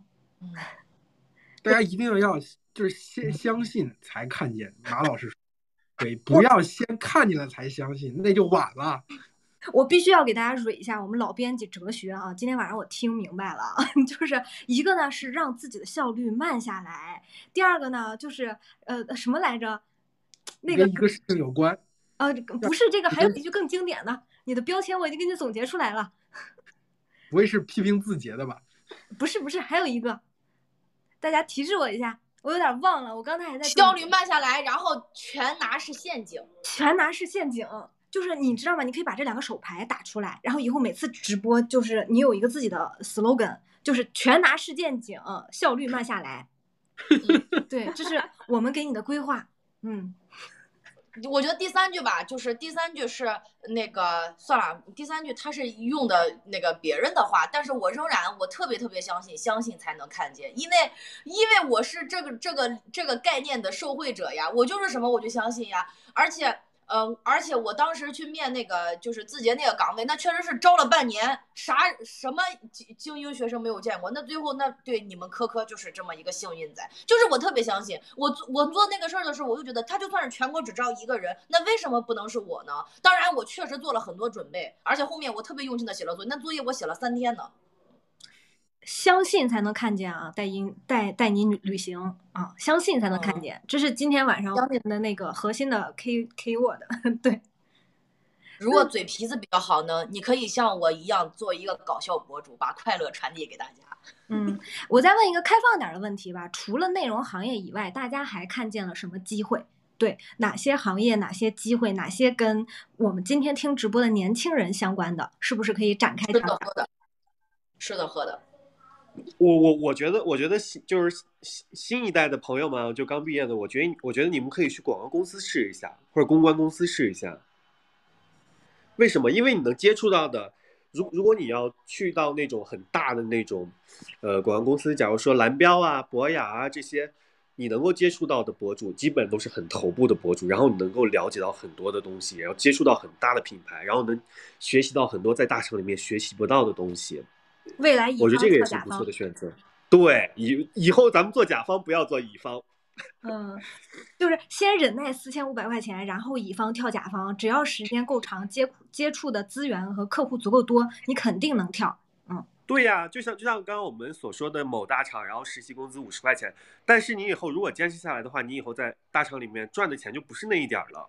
Speaker 3: 大家一定要就是先相信才看见，马老师说，对，不要先看见了才相信，那就晚了。
Speaker 1: 我必须要给大家蕊一下我们老编辑哲学啊！今天晚上我听明白了，就是一个呢是让自己的效率慢下来，第二个呢就是什么来着？那个
Speaker 3: 跟一个事情有关。
Speaker 1: 不是这个，还有一句更经典的，你的标签我已经给你总结出来了。
Speaker 3: 不会是批评字节的吧？
Speaker 1: 不是，还有一个，大家提示我一下，我有点忘了，我刚才还在
Speaker 2: 效率慢下来，然后全拿是陷阱，
Speaker 1: 全拿是陷阱。就是你知道吗？你可以把这2个手牌打出来，然后以后每次直播就是你有一个自己的 slogan， 就是全拿是陷阱，效率慢下来。对，这是我们给你的规划。
Speaker 2: 我觉得第3句吧，就是第3句是那个算了，第3句它是用的那个别人的话，但是我仍然我特别相信才能看见，因为我是这个概念的受惠者呀，我就是什么我就相信呀，而且我当时去面那个就是字节那个岗位，那确实是招了半年，什么精英学生没有见过，那最后那对你们科科就是这么一个幸运仔，就是我特别相信，我做那个事儿的时候，我就觉得他就算是全国只招1个人，那为什么不能是我呢？当然我确实做了很多准备，而且后面我特别用心的写了作业，那作业我写了3天呢。
Speaker 1: 相信才能看见啊，带你旅行啊，相信才能看见，这是今天晚上的那个核心的 keyword 对。
Speaker 2: 如果嘴皮子比较好呢，你可以像我一样做一个搞笑博主，把快乐传递给大家。
Speaker 1: 我再问一个开放点的问题吧，除了内容行业以外，大家还看见了什么机会？对，哪些行业，哪些机会，哪些跟我们今天听直播的年轻人相关的，是不是可以展开讲讲？
Speaker 2: 是的，喝的。
Speaker 5: 我觉得就是新一代的朋友们，就刚毕业的，我觉得你们可以去广告公司试一下，或者公关公司试一下。为什么？因为你能接触到的，如果你要去到那种很大的那种广告公司，假如说蓝标啊、博雅啊这些，你能够接触到的博主基本都是很头部的博主，然后你能够了解到很多的东西，然后接触到很大的品牌，然后能学习到很多在大厂里面学习不到的东西。
Speaker 1: 未来
Speaker 5: 我觉得这个也是不错的选择。对，以后咱们做甲方不要做乙方。
Speaker 1: 就是先忍耐4500块钱，然后乙方跳甲方，只要时间够长，接触的资源和客户足够多，你肯定能跳。
Speaker 5: 对呀，就像刚刚我们所说的某大厂，然后实习工资50块钱，但是你以后如果坚持下来的话，你以后在大厂里面赚的钱就不是那一点了。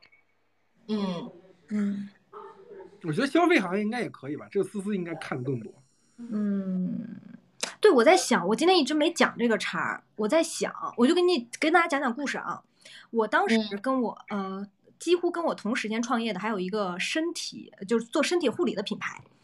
Speaker 3: 我觉得消费行业应该也可以吧，这个思思应该看的更多。
Speaker 1: 对，我在想，我今天一直没讲这个茬儿，我在想，我就跟大家讲讲故事啊。我当时跟我几乎跟我同时间创业的还有一个就是做身体护理的品牌，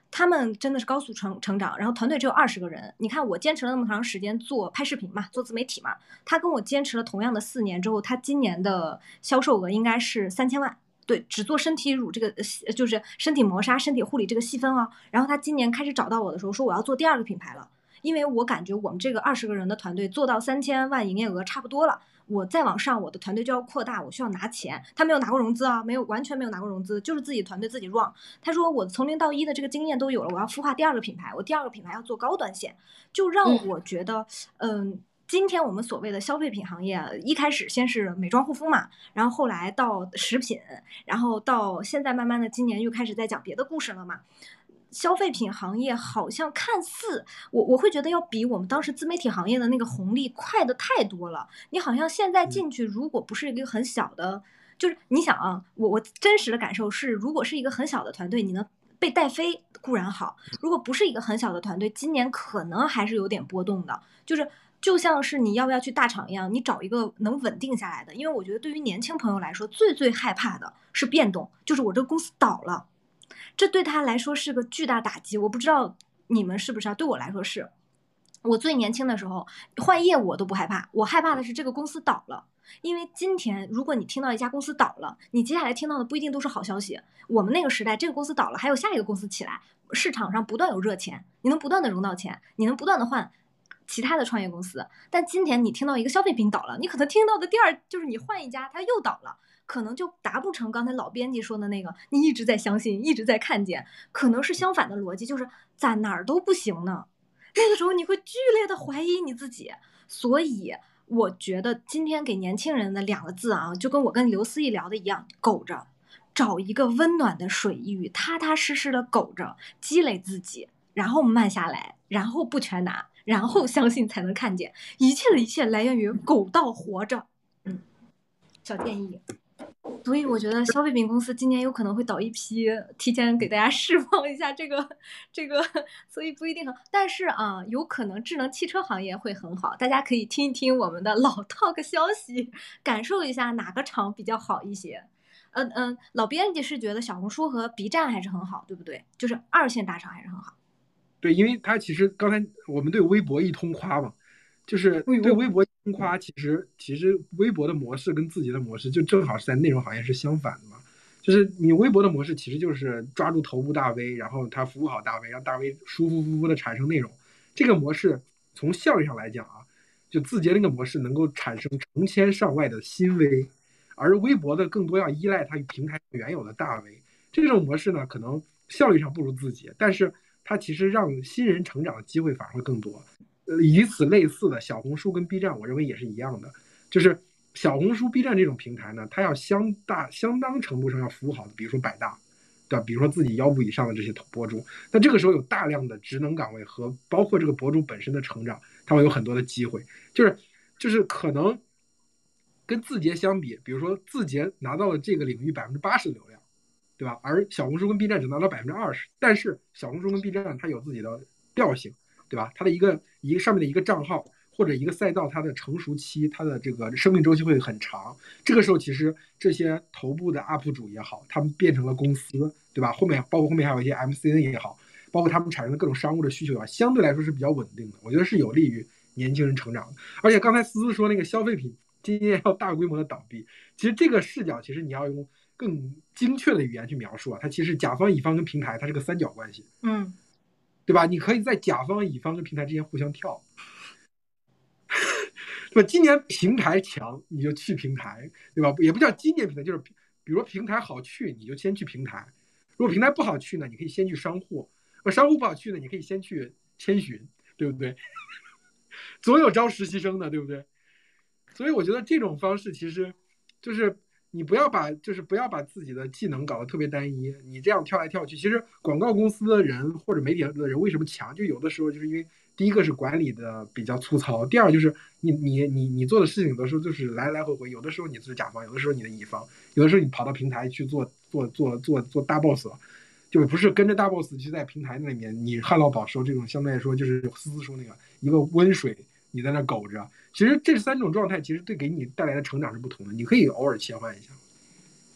Speaker 1: 他们真的是高速成长，然后团队只有20个人。你看我坚持了那么长时间做拍视频嘛，做自媒体嘛，他跟我坚持了同样的4年之后，他今年的销售额应该是3000万。对，只做身体乳这个就是身体磨砂、身体护理这个细分啊。然后他今年开始找到我的时候，说我要做第2个品牌了，因为我感觉我们这个20个人的团队做到3000万营业额差不多了。我再往上，我的团队就要扩大，我需要拿钱。他没有拿过融资啊，完全没有拿过融资，就是自己团队自己 run。他说我从0到1的这个经验都有了，我要孵化第2个品牌，我第2个品牌要做高端线，就让我觉得，今天我们所谓的消费品行业，一开始先是美妆护肤嘛，然后后来到食品，然后到现在慢慢的今年又开始在讲别的故事了嘛。消费品行业好像看似我会觉得要比我们当时自媒体行业的那个红利快的太多了。你好像现在进去，如果不是一个很小的，就是你想啊，我真实的感受是，如果是一个很小的团队，你能被带飞固然好，如果不是一个很小的团队，今年可能还是有点波动的，就像是你要不要去大厂一样，你找一个能稳定下来的。因为我觉得对于年轻朋友来说，最害怕的是变动，就是我这个公司倒了。这对他来说是个巨大打击，我不知道你们是不是啊？对我来说是。我最年轻的时候换业务我都不害怕，我害怕的是这个公司倒了。因为今天如果你听到一家公司倒了，你接下来听到的不一定都是好消息。我们那个时代，这个公司倒了，还有下一个公司起来，市场上不断有热钱，你能不断的融到钱，你能不断的换其他的创业公司。但今天你听到一个消费品倒了，你可能听到的就是你换一家，它又倒了。可能就达不成刚才老编辑说的那个，你一直在相信，一直在看见，可能是相反的逻辑，就是在哪儿都不行呢。那个时候你会剧烈的怀疑你自己。所以我觉得今天给年轻人的2个字啊，就跟我跟刘思义聊的一样，苟着，找一个温暖的水域，踏踏实实的苟着，积累自己，然后慢下来，然后不全拿，然后相信才能看见。一切的一切来源于苟到活着。小建议。所以我觉得消费品公司今年有可能会倒一批，提前给大家释放一下这个，所以不一定很，但是啊，有可能智能汽车行业会很好，大家可以听一听我们的老 talk 消息，感受一下哪个厂比较好一些。老编辑是觉得小红书和 B 站还是很好，对不对？就是2线大厂还是很好。
Speaker 3: 对，因为它其实刚才我们对微博一通夸嘛，就是对微博一通夸，其实微博的模式跟自己的模式就正好是在内容行业是相反的嘛。就是你微博的模式其实就是抓住头部大 V，然后他服务好大 V， 让大 V 舒服的产生内容。这个模式从效率上来讲啊，就字节那个模式能够产生成千上万的新 V， 而微博的更多要依赖它与平台原有的大 V。这种模式呢，可能效率上不如字节，但是它其实让新人成长的机会反而会更多。以此类似的，小红书跟 B 站，我认为也是一样的，就是小红书、B 站这种平台呢，它要相当程度上要服务好的，比如说百大，对吧？比如说自己腰部以上的这些博主，那这个时候有大量的职能岗位和包括这个博主本身的成长，它会有很多的机会，就是可能跟字节相比，比如说字节拿到了这个领域80%的流量，对吧？而小红书跟 B 站只拿到20%，但是小红书跟 B 站它有自己的调性，对吧？它的一个上面的一个账号或者一个赛道，它的成熟期，它的这个生命周期会很长。这个时候，其实这些头部的 UP 主也好，他们变成了公司，对吧？包括后面还有一些 MCN 也好，包括他们产生的各种商务的需求啊，相对来说是比较稳定的。我觉得是有利于年轻人成长的。而且刚才思思说那个消费品今年要大规模的倒闭，其实这个视角其实你要用更精确的语言去描述啊，它其实甲方乙方跟平台它是个三角关系，对吧？你可以在甲方乙方跟平台之间互相跳，对吧？今年平台强你就去平台，对吧？也不叫今年平台，就是比如说平台好去你就先去平台，如果平台不好去呢，你可以先去商户，商户不好去呢，你可以先去千寻，对不对？总有招实习生的，对不对？所以我觉得这种方式其实就是你不要把自己的技能搞得特别单一，你这样跳来跳去，其实广告公司的人或者媒体的人为什么强？就有的时候就是因为第一个是管理的比较粗糙，第二就是你做的事情有的时候就是来回，有的时候你是甲方，有的时候你的乙方，有的时候你跑到平台去做大 boss 了，就不是跟着大 boss 去在平台那里面你旱涝保收，这种相对来说就是思思说那个一个温水你在那苟着。其实这3种状态其实对给你带来的成长是不同的，你可以偶尔切换一下。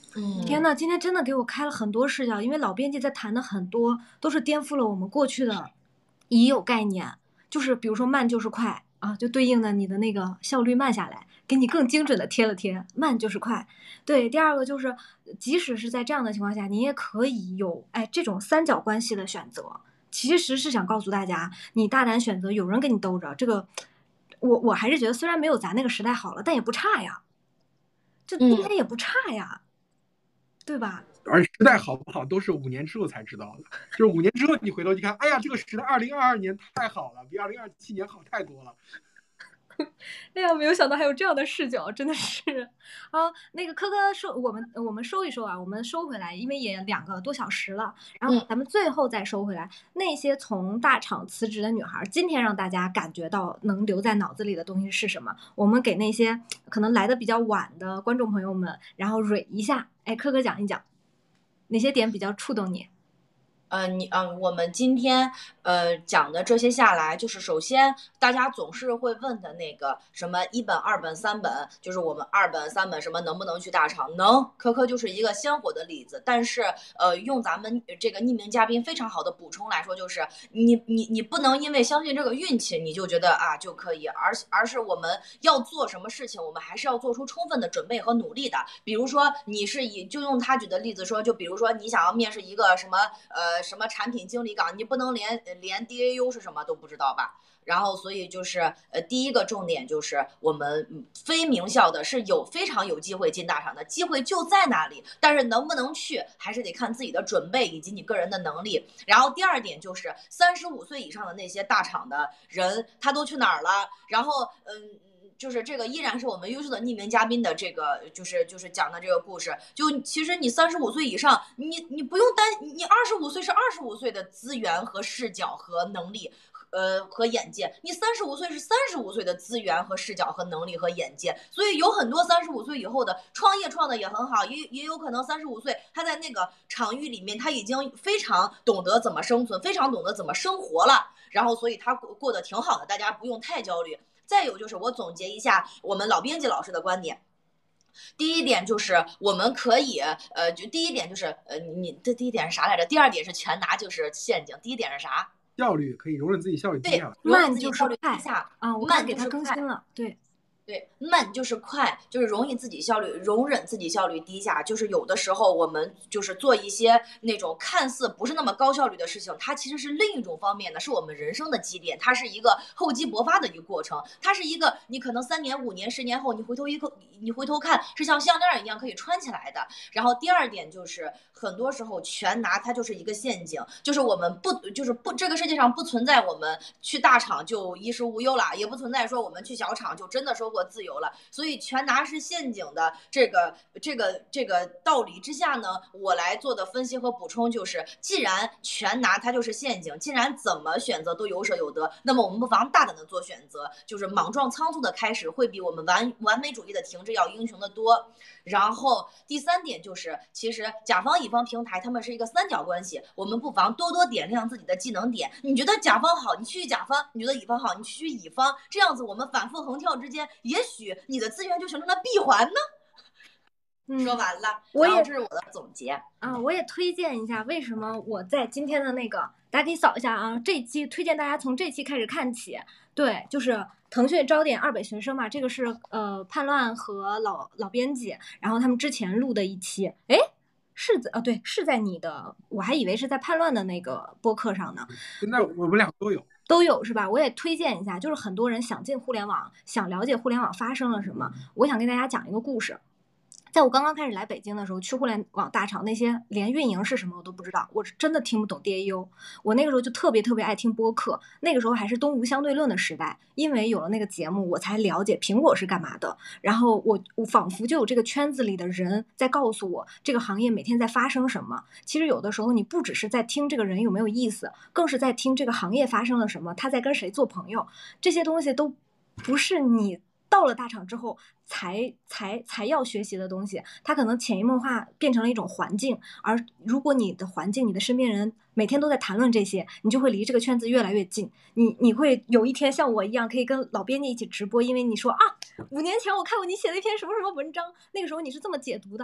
Speaker 1: 天呐，今天真的给我开了很多视角，因为老编辑在谈的很多都是颠覆了我们过去的已有概念，就是比如说慢就是快啊，就对应的你的那个效率慢下来，给你更精准的贴了贴，慢就是快。对，第二个就是即使是在这样的情况下，你也可以有这种三角关系的选择，其实是想告诉大家，你大胆选择，有人跟你兜着，这个我还是觉得虽然没有咱那个时代好了，但也不差呀，这应该也不差呀。对吧？
Speaker 3: 而时代好不好都是5年之后才知道的，就是5年之后你回头去看，哎呀，这个时代2022年太好了，比2027年好太多了。
Speaker 1: 哎呀，没有想到还有这样的视角，真的是啊。那个科科收我们收一收啊，我们收回来，因为也2个多小时了，然后咱们最后再收回来。那些从大厂辞职的女孩，今天让大家感觉到能留在脑子里的东西是什么？我们给那些可能来的比较晚的观众朋友们，然后蕊一下，科科讲一讲哪些点比较触动你。
Speaker 2: 我们今天讲的这些下来，就是首先大家总是会问的那个什么1本、2本、3本，就是我们2本、3本什么能不能去大厂？能，科科就是一个鲜活的例子。但是用咱们这个匿名嘉宾非常好的补充来说，就是你不能因为相信这个运气，你就觉得啊就可以，而是我们要做什么事情，我们还是要做出充分的准备和努力的。比如说你是就用他举的例子说，就比如说你想要面试一个什么产品经理岗，你不能连 DAU 是什么都不知道吧？然后所以就是第一个重点就是我们非名校的是非常有机会进大厂的，机会就在那里，但是能不能去还是得看自己的准备以及你个人的能力。然后第二点就是35岁以上的那些大厂的人他都去哪儿了？然后就是这个依然是我们优秀的匿名嘉宾的这个就是讲的这个故事。就其实你35岁以上，你不用你25岁是25岁的资源和视角和能力。和眼界，你35岁是35岁的资源和视角和能力和眼界，所以有很多35岁以后的创业创的也很好，也有可能35岁他在那个场域里面他已经非常懂得怎么生存，非常懂得怎么生活了，然后所以他过得挺好的，大家不用太焦虑。再有就是我总结一下我们老编辑老师的观点。第一点就是我们可以就第一点就是你的第一点是啥来着？第二点是全拿就是陷阱。第一点是啥？
Speaker 3: 效率可以容忍自己效率低下来，
Speaker 1: 慢就是快
Speaker 2: 啊！
Speaker 1: 我刚给他更新了，
Speaker 2: 对，慢就是快，就是容易自己效率，容忍自己效率低下。就是有的时候我们就是做一些那种看似不是那么高效率的事情，它其实是另一种方面的，是我们人生的积淀，它是一个厚积薄发的一个过程，它是一个你可能3年、5年、10年后，你回头看是像项链一样可以穿起来的。然后第二点就是很多时候全拿它就是一个陷阱，就是我们不这个世界上不存在我们去大厂就衣食无忧了，也不存在说我们去小厂就真的收获自由了。所以全拿是陷阱的这个道理之下呢，我来做的分析和补充就是，既然全拿它就是陷阱，既然怎么选择都有舍有得，那么我们不妨大胆的做选择，就是莽撞仓促的开始会比我们完美主义的停滞要英雄的多。然后第三点就是，其实甲方乙方平台他们是一个三角关系，我们不妨多多点亮自己的技能点。你觉得甲方好，你去甲方；你觉得乙方好，你去乙方。这样子我们反复横跳之间，也许你的资源就形成了闭环呢。说完了，这是我的总结
Speaker 1: 啊。我也推荐一下，为什么我在今天的那个，大家可以扫一下啊。这一期推荐大家从这期开始看起，对，就是腾讯招点2本学生嘛，这个是叛乱和老编辑，然后他们之前录的一期，对，是在你的，我还以为是在叛乱的那个播客上呢。
Speaker 3: 那我们俩都有
Speaker 1: 是吧？我也推荐一下，就是很多人想进互联网，想了解互联网发生了什么，我想跟大家讲一个故事。在我刚刚开始来北京的时候，去互联网大厂，那些连运营是什么我都不知道，我是真的听不懂 DAU。我那个时候就特别爱听播客，那个时候还是东吴相对论的时代，因为有了那个节目，我才了解苹果是干嘛的。然后我仿佛就有这个圈子里的人在告诉我，这个行业每天在发生什么。其实有的时候你不只是在听这个人有没有意思，更是在听这个行业发生了什么，他在跟谁做朋友。这些东西都不是你到了大厂之后才要学习的东西，它可能潜移默化变成了一种环境。而如果你的环境，你的身边人每天都在谈论这些，你就会离这个圈子越来越近。你会有一天像我一样可以跟老编辑一起直播，因为你说啊，5年前我看过你写的一篇什么什么文章，那个时候你是这么解读的。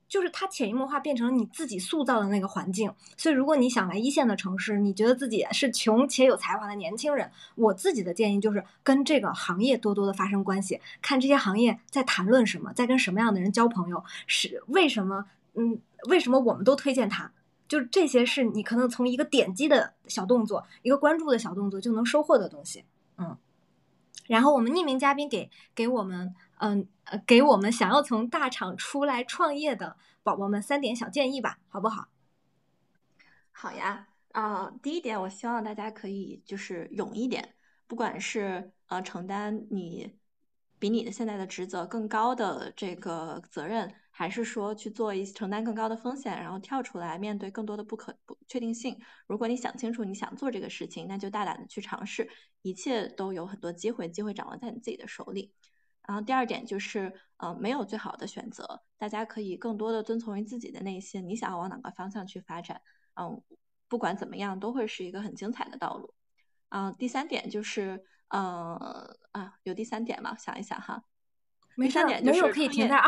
Speaker 1: 就是它潜移默化变成了你自己塑造的那个环境。所以如果你想来一线的城市，你觉得自己是穷且有才华的年轻人，我自己的建议就是跟这个行业多多的发生关系，看这些行业在谈论什么，在跟什么样的人交朋友，是为什么我们都推荐它。就是这些是你可能从一个点击的小动作，一个关注的小动作就能收获的东西。然后我们匿名嘉宾给我们想要从大厂出来创业的宝宝们3点小建议吧，好不好？
Speaker 4: 好呀，第一点，我希望大家可以就是勇一点，不管是承担比你的现在的职责更高的这个责任，还是说去承担更高的风险，然后跳出来面对更多的不确定性。如果你想清楚你想做这个事情，那就大胆的去尝试，一切都有很多机会掌握在你自己的手里。然后第二点就是没有最好的选择，大家可以更多的遵从于自己的内心，你想要往哪个方向去发展，不管怎么样都会是一个很精彩的道路。第三点就是有第三点吗？想一想哈。
Speaker 1: 没事，
Speaker 4: 第三点就是
Speaker 1: 没有可以停在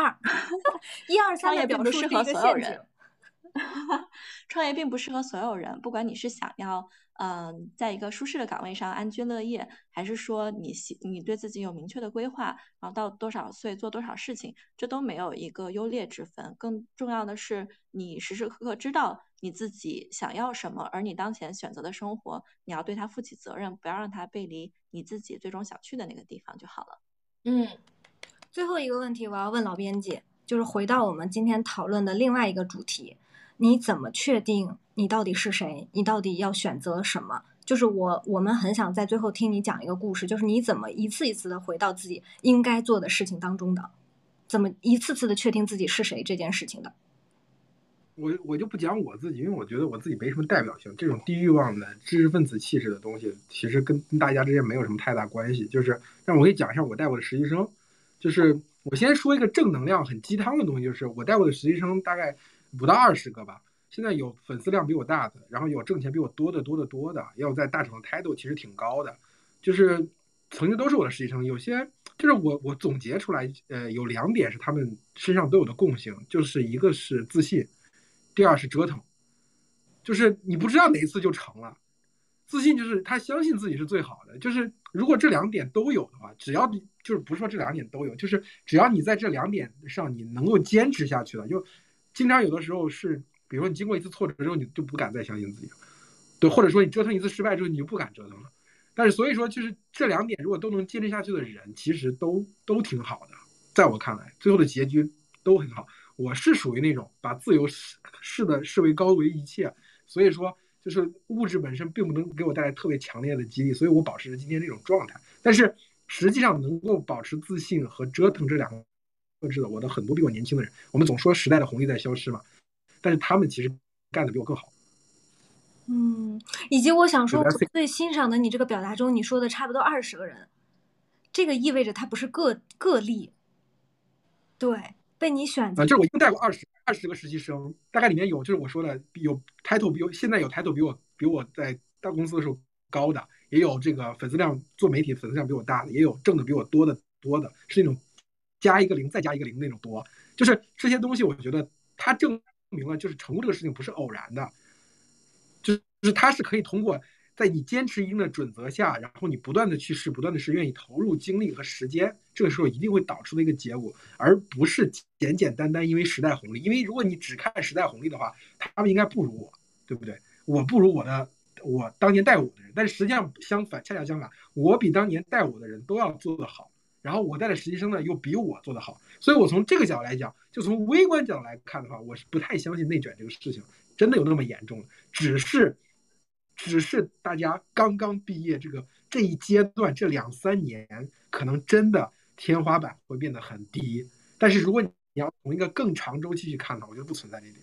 Speaker 1: 2。1、2、3的表述是一个陷阱。
Speaker 4: 创业并不适合所有人，不管你是想要在一个舒适的岗位上安居乐业，还是说你对自己有明确的规划，然后到多少岁做多少事情，这都没有一个优劣之分。更重要的是你时时刻刻知道你自己想要什么，而你当前选择的生活，你要对它负起责任，不要让它背离你自己最终想去的那个地方就好了。
Speaker 1: 最后一个问题我要问老编辑，就是回到我们今天讨论的另外一个主题，你怎么确定你到底是谁？你到底要选择什么？就是我们很想在最后听你讲一个故事，就是你怎么一次一次的回到自己应该做的事情当中的，怎么一次次的确定自己是谁这件事情的。
Speaker 3: 我就不讲我自己，因为我觉得我自己没什么代表性。这种低欲望的知识分子气质的东西，其实跟大家之间没有什么太大关系。但我可以讲一下我带过的实习生。就是我先说一个正能量、很鸡汤的东西，就是我带过的实习生大概不到20个吧。现在有粉丝量比我大的，然后有挣钱比我多的，要在大厂的 title 其实挺高的。就是曾经都是我的实习生，有些就是我总结出来，有2点是他们身上都有的共性，就是一个是自信。第2是折腾，就是你不知道哪一次就成了。自信就是他相信自己是最好的，就是如果这2点都有的话，只要就是不是说这2点都有，就是只要你在这2点上你能够坚持下去了，就经常有的时候是，比如说你经过一次挫折之后，你就不敢再相信自己了，对，或者说你折腾一次失败之后，你就不敢折腾了。但是所以说，就是这2点如果都能坚持下去的人，其实都挺好的，在我看来，最后的结局都很好。我是属于那种把自由视为高为一切，所以说就是物质本身并不能给我带来特别强烈的激励，所以我保持着今天这种状态。但是实际上能够保持自信和折腾这2个特质的，我的很多比我年轻的人，我们总说时代的红利在消失嘛，但是他们其实干的比我更好。
Speaker 1: 以及我想说，我最欣赏的你这个表达中，你说的差不多20个人，这个意味着他不是个例，对，被你选择。
Speaker 3: 就是我一共带过20个实习生，大概里面有就是我说的有 title 现在有 title 比我在大公司的时候高的，也有这个粉丝量做媒体粉丝量比我大的，也有挣的比我多的，是那种加一个零再加一个零那种多。就是这些东西，我觉得它证明了就是成功这个事情不是偶然的，就是它是可以通过在你坚持一定的准则下，然后你不断的去试，不断的是愿意投入精力和时间，这个时候一定会导出的一个结果，而不是简简单单因为时代红利。因为如果你只看时代红利的话，他们应该不如我，对不对？我不如我当年带我的人，但是实际上恰恰相反，我比当年带我的人都要做得好，然后我带的实习生呢又比我做得好，所以我从这个角度来讲，就从微观角度来看的话，我是不太相信内卷这个事情真的有那么严重，只是大家刚刚毕业这一阶段，这2-3年可能真的天花板会变得很低，但是如果你要从一个更长周期去看的话，我觉得不存在这一点。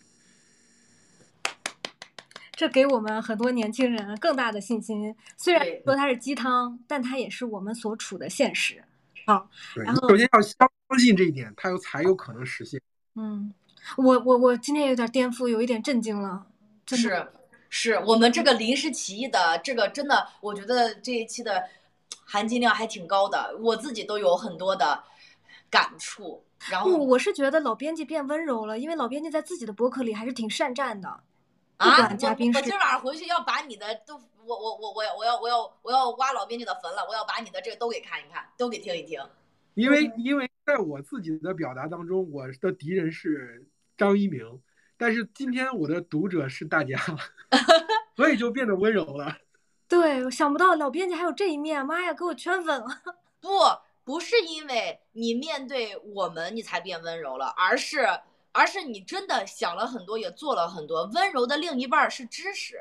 Speaker 1: 这给我们很多年轻人更大的信心。虽然说它是鸡汤，但它也是我们所处的现实。好，然后
Speaker 3: 首先要相信这一点，它才有可能实现。
Speaker 1: 我今天有点颠覆，有一点震惊了。
Speaker 2: 是我们这个临时起意的这个真的，我觉得这一期的含金量还挺高的，我自己都有很多的感触。 然后
Speaker 1: 我是觉得老编辑变温柔了，因为老编辑在自己的博客里还是挺善战的。不
Speaker 2: 啊，
Speaker 1: 管嘉宾是
Speaker 2: 我今晚上回去要把你的都，我要挖老编辑的坟了，我要把你的这个都给看一看，都给听一听。
Speaker 3: 因为在我自己的表达当中，我的敌人是张一鸣，但是今天我的读者是大家，所以就变得温柔了。
Speaker 1: 对，我想不到老编辑还有这一面，妈呀，给我圈粉了。
Speaker 2: 不是因为你面对我们你才变温柔了，而是你真的想了很多，也做了很多。温柔的另一半是知识。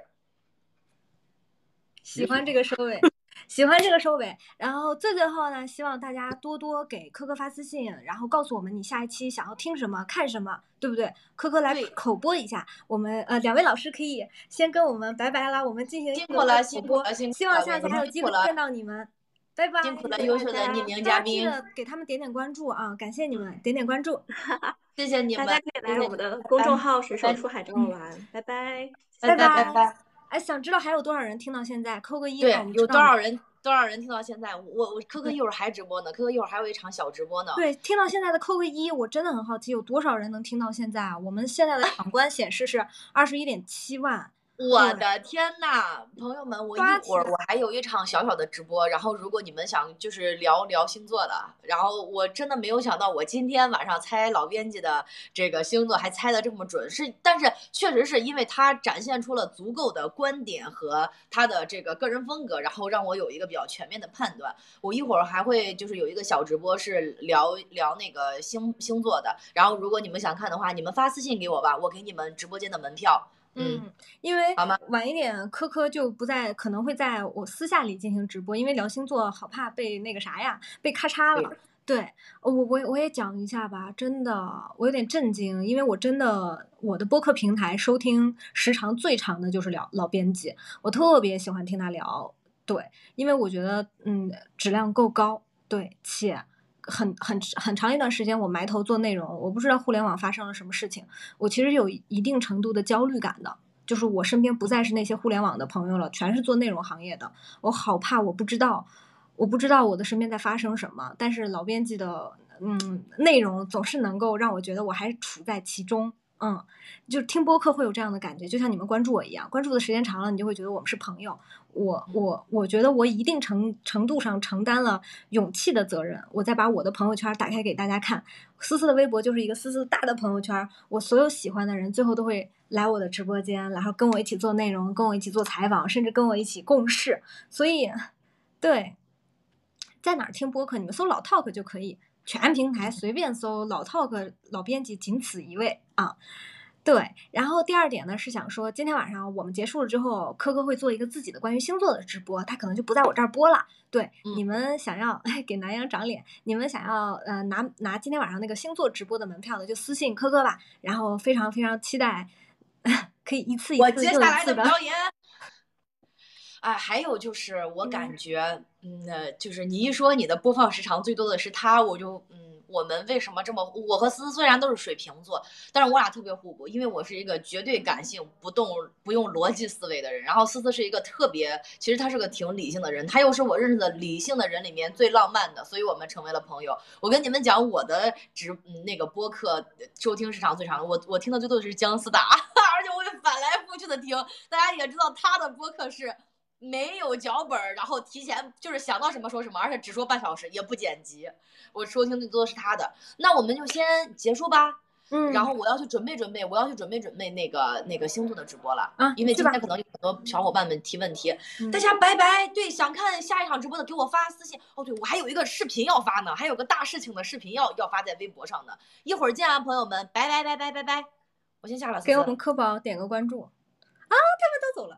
Speaker 1: 喜欢这个收尾，喜欢这个收尾。然后最后呢，希望大家多多给科科发私信，然后告诉我们你下一期想要听什么、看什么，对不对？科科来口播一下，我们两位老师可以先跟我们拜拜啦，我们进行
Speaker 2: 辛苦了，
Speaker 1: 口播，希望下次还有机会见到你们。拜拜！
Speaker 2: 辛苦了，优秀的匿名嘉宾，
Speaker 1: 记得给他们点点关注啊！感谢你们，点点关注，
Speaker 2: 谢谢你们。
Speaker 4: 大家可以来我们的公众号“水手出海”找我玩，拜拜，
Speaker 1: 拜
Speaker 2: 拜。
Speaker 1: 哎，想知道还有多少人听到现在？扣个1。
Speaker 2: 对，有多少人听到现在？我科科一会儿还直播呢，科科一会儿还有一场小直播呢。
Speaker 1: 对，听到现在的扣个1，我真的很好奇，有多少人能听到现在啊？我们现在的场观显示是21.7万。
Speaker 2: 我的天呐，朋友们，我一会儿我还有一场小小的直播，然后如果你们想就是聊星座的，然后我真的没有想到我今天晚上猜老编辑的这个星座还猜得这么准，但是确实是因为他展现出了足够的观点和他的这个个人风格，然后让我有一个比较全面的判断。我一会儿还会就是有一个小直播是聊那个星座的，然后如果你们想看的话，你们发私信给我吧，我给你们直播间的门票。
Speaker 1: 因为晚一点科科就不在，可能会在我私下里进行直播，因为聊星座好怕被那个啥呀，被咔嚓了。对，我也讲一下吧，真的我有点震惊，因为我的播客平台收听时长最长的就是老编辑，我特别喜欢听他聊，对，因为我觉得质量够高，对，且很长一段时间我埋头做内容，我不知道互联网发生了什么事情，我其实有一定程度的焦虑感的，就是我身边不再是那些互联网的朋友了，全是做内容行业的，我好怕我不知道我的身边在发生什么，但是老编辑的内容总是能够让我觉得我还处在其中。就听播客会有这样的感觉，就像你们关注我一样，关注的时间长了，你就会觉得我们是朋友。我觉得我一定程度上承担了勇气的责任，我再把我的朋友圈打开给大家看。思思的微博就是一个思思大的朋友圈，我所有喜欢的人最后都会来我的直播间，然后跟我一起做内容，跟我一起做采访，甚至跟我一起共事。所以，对，在哪儿听播客，你们搜老 talk 就可以。全平台随便搜老 talk 老编辑，仅此一位啊。对，然后第二点呢是想说，今天晚上我们结束了之后，科科会做一个自己的关于星座的直播，他可能就不在我这儿播了。对，你们想要给南阳长脸，你们想要拿今天晚上那个星座直播的门票的，就私信科科吧。然后非常非常期待，可以一次
Speaker 2: 我接下来的表演。还有就是我感觉，就是你一说你的播放时长最多的是他，我就我们为什么这么？我和思思虽然都是水瓶座，但是我俩特别互补，因为我是一个绝对感性、不用逻辑思维的人，然后思思是一个其实他是个挺理性的人，他又是我认识的理性的人里面最浪漫的，所以我们成为了朋友。我跟你们讲，我的那个播客收听时长最长的，我听的最多的是姜思达，而且我会反来覆去的听。大家也知道他的播客是没有脚本，然后提前就是想到什么说什么，而且只说半小时，也不剪辑。我收听最多的是他的，那我们就先结束吧。然后我要去准备那个星座的直播了啊，因为今天可能有很多小伙伴们提问题，大家拜拜。对，想看下一场直播的给我发私信。哦，对，我还有一个视频要发呢，还有个大事情的视频要发在微博上呢。一会儿见啊，朋友们，拜拜拜拜拜拜。我先下了。
Speaker 1: 给我们科宝点个关注啊，他们都走了。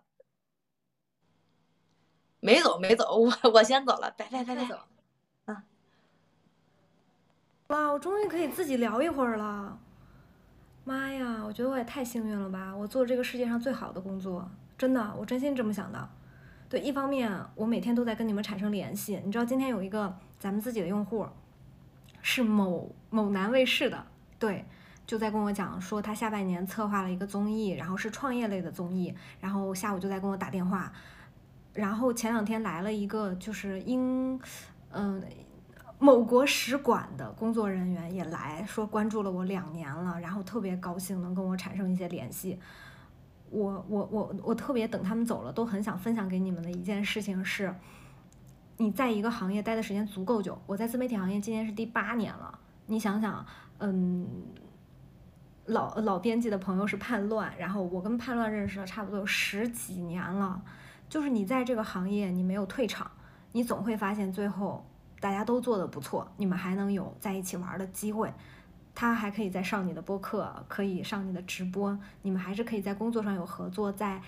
Speaker 2: 没走，我先走了，拜拜拜拜。
Speaker 1: 哇，我终于可以自己聊一会儿了。妈呀，我觉得我也太幸运了吧！我做这个世界上最好的工作，真的，我真心这么想的。对，一方面我每天都在跟你们产生联系，你知道今天有一个咱们自己的用户，是某南卫视的，对，就在跟我讲说他下半年策划了一个综艺，然后是创业类的综艺，然后下午就在跟我打电话，然后前2天来了一个就是某国使馆的工作人员也来说关注了我2年了，然后特别高兴能跟我产生一些联系。我特别等他们走了都很想分享给你们的一件事情是，你在一个行业待的时间足够久，我在自媒体行业今年是第8年了。你想想，老编辑的朋友是叛乱，然后我跟叛乱认识了差不多有10几年了。就是你在这个行业你没有退场，你总会发现最后大家都做得不错，你们还能有在一起玩的机会。他还可以再上你的播客，可以上你的直播，你们还是可以在工作上有合作，在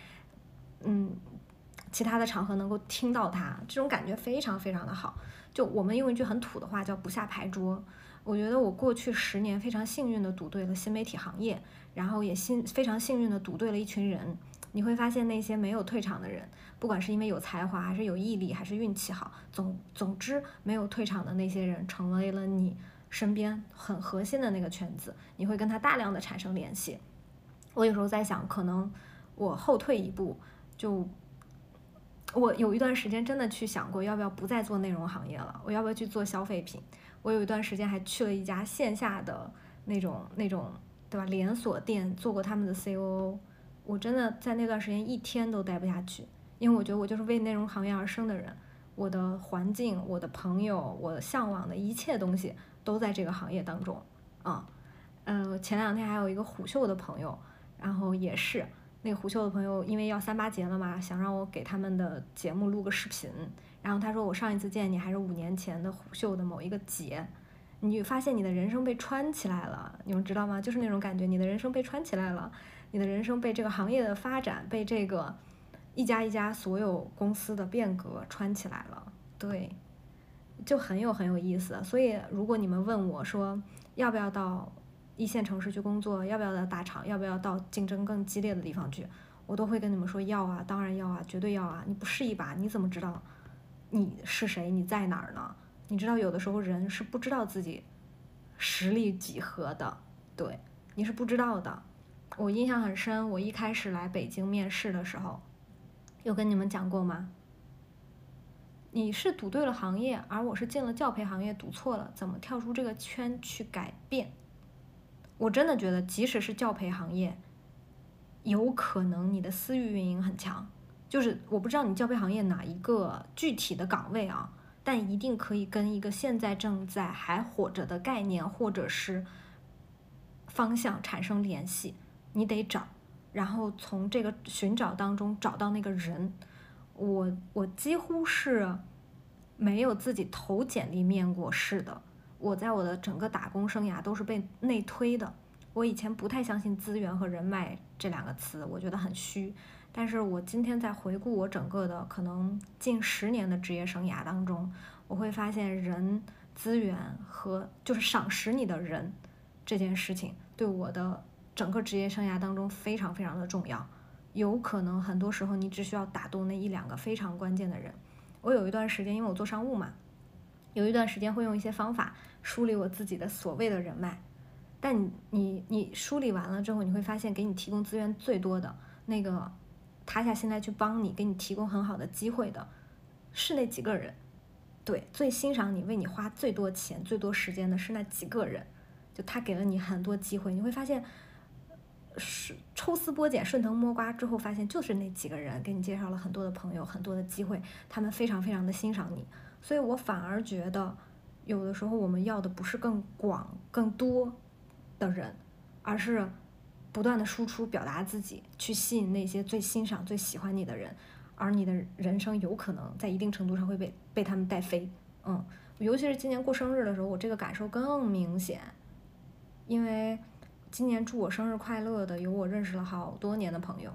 Speaker 1: 其他的场合能够听到他，这种感觉非常非常的好。就我们用一句很土的话叫不下牌桌。我觉得我过去10年非常幸运的赌对了新媒体行业，然后也非常幸运的赌对了一群人。你会发现那些没有退场的人，不管是因为有才华还是有毅力还是运气好，总之没有退场的那些人成为了你身边很核心的那个圈子，你会跟他大量的产生联系。我有时候在想，可能我后退一步，就我有一段时间真的去想过要不要不再做内容行业了，我要不要去做消费品。我有一段时间还去了一家线下的那种对吧连锁店，做过他们的 COO。我真的在那段时间1天都待不下去，因为我觉得我就是为内容行业而生的人，我的环境、我的朋友、我向往的一切东西都在这个行业当中前2天还有一个虎嗅的朋友，然后也是那个虎嗅的朋友，因为要3·8节了嘛，想让我给他们的节目录个视频，然后他说我上一次见你还是5年前的虎嗅的某一个节，你发现你的人生被穿起来了，你们知道吗？就是那种感觉，你的人生被穿起来了，你的人生被这个行业的发展，被这个一家一家所有公司的变革穿起来了，对，就很有意思。所以如果你们问我说要不要到1线城市去工作，要不要到大厂，要不要到竞争更激烈的地方去，我都会跟你们说要啊，当然要啊，绝对要啊。你不试一把你怎么知道你是谁，你在哪儿呢？你知道有的时候人是不知道自己实力几何的，对，你是不知道的。我印象很深，我一开始来北京面试的时候有跟你们讲过吗？你是赌对了行业，而我是进了教培行业赌错了，怎么跳出这个圈去改变？我真的觉得即使是教培行业，有可能你的私域运营很强，就是我不知道你教培行业哪一个具体的岗位啊，但一定可以跟一个现在正在还火着的概念或者是方向产生联系。你得找，然后从这个寻找当中找到那个人。我几乎是没有自己投简历面过试的，我在我的整个打工生涯都是被内推的。我以前不太相信资源和人脉这2个词，我觉得很虚。但是我今天在回顾我整个的可能近10年的职业生涯当中，我会发现人、资源和就是赏识你的人这件事情对我的整个职业生涯当中非常非常的重要。有可能很多时候你只需要打动那1、2个非常关键的人。我有一段时间，因为我做商务嘛，有一段时间会用一些方法梳理我自己的所谓的人脉。但你梳理完了之后，你会发现给你提供资源最多的那个塌下心来去帮你，给你提供很好的机会的是那几个人。对，最欣赏你，为你花最多钱最多时间的是那几个人，就他给了你很多机会。你会发现是抽丝剥茧顺藤摸瓜之后，发现就是那几个人给你介绍了很多的朋友，很多的机会，他们非常非常的欣赏你。所以我反而觉得有的时候我们要的不是更广更多的人，而是不断的输出表达自己，去吸引那些最欣赏最喜欢你的人，而你的人生有可能在一定程度上会被他们带飞。尤其是今年过生日的时候，我这个感受更明显，因为今年祝我生日快乐的有我认识了好多年的朋友，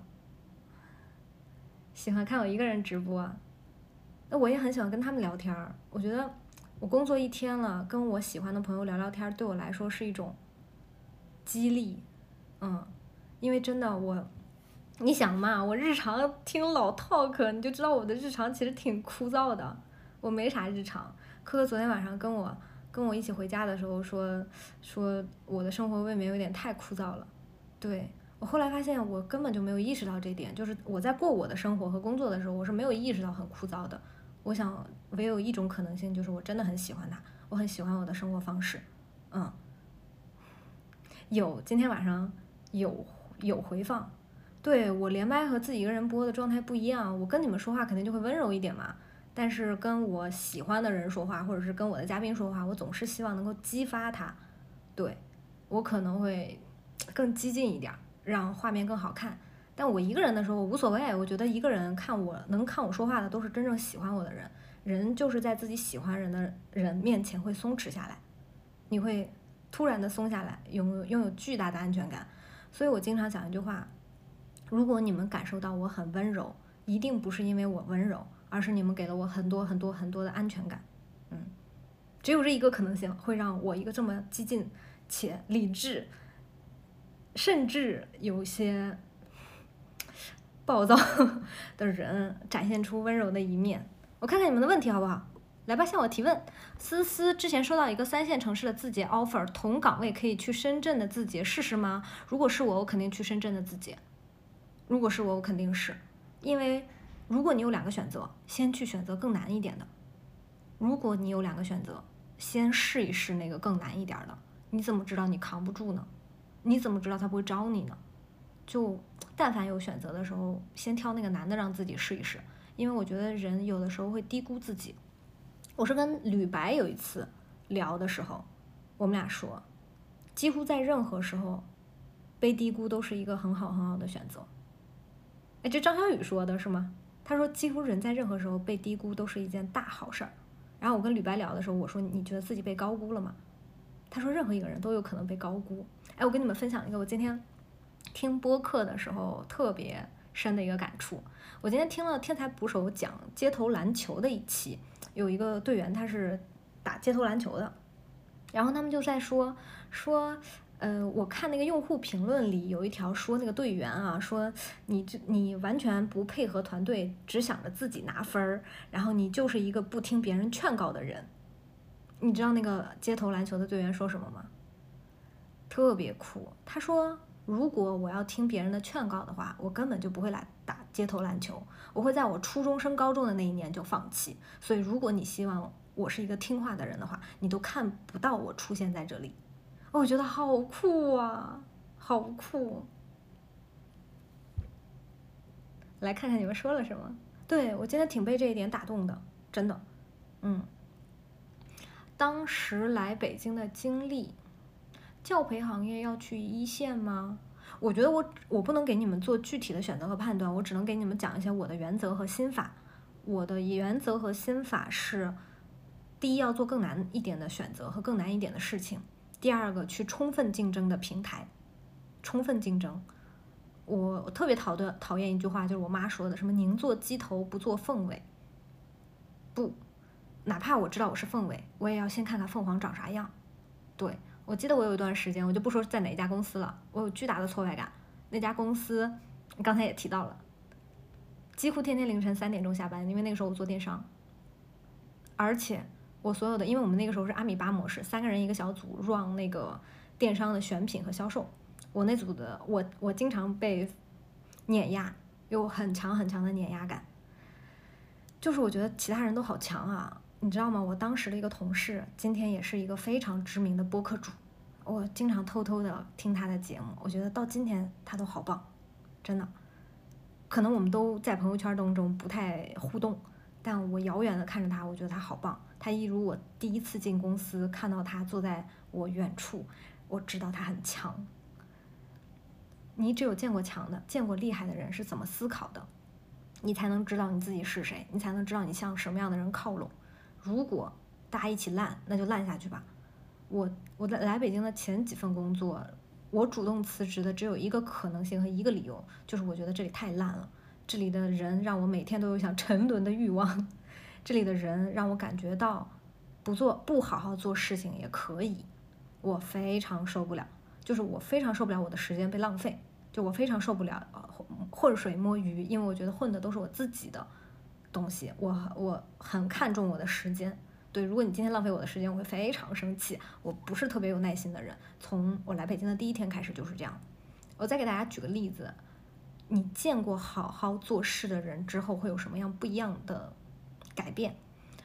Speaker 1: 喜欢看我一个人直播，那我也很喜欢跟他们聊天。我觉得我工作1天了，跟我喜欢的朋友聊聊天，对我来说是一种激励。因为真的你想嘛，我日常听老 talk， 你就知道我的日常其实挺枯燥的，我没啥日常。科科昨天晚上跟我一起回家的时候说我的生活未免有点太枯燥了。对，我后来发现我根本就没有意识到这点，就是我在过我的生活和工作的时候，我是没有意识到很枯燥的。我想唯有一种可能性就是我真的很喜欢它， 我很喜欢我的生活方式。今天晚上有回放，对，我连麦和自己一个人播的状态不一样，我跟你们说话肯定就会温柔一点嘛，但是跟我喜欢的人说话，或者是跟我的嘉宾说话，我总是希望能够激发他，对，我可能会更激进一点，让画面更好看。但我一个人的时候我无所谓，我觉得一个人能看我说话的都是真正喜欢我的人，人就是在自己喜欢人的人面前会松弛下来，你会突然的松下来，拥有巨大的安全感。所以我经常讲一句话，如果你们感受到我很温柔，一定不是因为我温柔，而是你们给了我很多很多很多的安全感。只有这一个可能性会让我一个这么激进且理智，甚至有些暴躁的人展现出温柔的一面。我看看你们的问题好不好？来吧，向我提问。思思之前收到一个3线城市的字节 offer， 同岗位可以去深圳的字节试试吗？如果是我肯定去深圳的字节。如果是我肯定是，因为如果你有2个选择，先去选择更难一点的。如果你有2个选择，先试一试那个更难一点的，你怎么知道你扛不住呢？你怎么知道他不会招你呢？就但凡有选择的时候，先挑那个难的让自己试一试，因为我觉得人有的时候会低估自己。我是跟吕白有一次聊的时候，我们俩说，几乎在任何时候被低估都是一个很好很好的选择。哎，这张小雨说的是吗？他说几乎人在任何时候被低估都是一件大好事儿。然后我跟吕白聊的时候，我说你觉得自己被高估了吗？他说任何一个人都有可能被高估。哎，我跟你们分享一个我今天听播客的时候特别深的一个感触。我今天听了天才捕手讲街头篮球的一期，有一个队员他是打街头篮球的，然后他们就在说我看那个用户评论里有一条说那个队员啊，说你完全不配合团队，只想着自己拿分儿，然后你就是一个不听别人劝告的人。你知道那个街头篮球的队员说什么吗？特别酷，他说如果我要听别人的劝告的话，我根本就不会来打街头篮球，我会在我初中升高中的那一年就放弃。所以如果你希望我是一个听话的人的话，你都看不到我出现在这里。我觉得好酷啊，好酷。来看看你们说了什么。对，我今天挺被这一点打动的，真的。当时来北京的经历，教培行业要去1线吗？我觉得我不能给你们做具体的选择和判断，我只能给你们讲一些我的原则和心法。我的原则和心法是：第一，要做更难一点的选择和更难一点的事情；第二个，去充分竞争的平台，充分竞争。我特别讨厌一句话，就是我妈说的，什么宁做鸡头不做凤尾。不，哪怕我知道我是凤尾，我也要先看看凤凰长啥样。对，我记得我有一段时间，我就不说在哪一家公司了，我有巨大的挫败感。那家公司刚才也提到了，几乎天天凌晨3点钟下班，因为那个时候我做电商，而且我所有的，因为我们那个时候是阿米巴模式，3个人一个小组 run 那个电商的选品和销售。我那组的我经常被碾压，有很强很强的碾压感。就是我觉得其他人都好强啊，你知道吗？我当时的一个同事，今天也是一个非常知名的播客主，我经常偷偷的听他的节目，我觉得到今天他都好棒，真的。可能我们都在朋友圈当中不太互动，但我遥远的看着他，我觉得他好棒。他一如我第一次进公司看到他坐在我远处，我知道他很强。你只有见过强的，见过厉害的人是怎么思考的，你才能知道你自己是谁，你才能知道你向什么样的人靠拢。如果大家一起烂，那就烂下去吧。我来北京的前几份工作，我主动辞职的只有一个可能性和一个理由，就是我觉得这里太烂了，这里的人让我每天都有想沉沦的欲望，这里的人让我感觉到不好好做事情也可以，我非常受不了。就是我非常受不了我的时间被浪费，就我非常受不了浑水摸鱼，因为我觉得混的都是我自己的东西，我很看重我的时间。对，如果你今天浪费我的时间，我会非常生气。我不是特别有耐心的人，从我来北京的第一天开始就是这样。我再给大家举个例子，你见过好好做事的人之后会有什么样不一样的改变？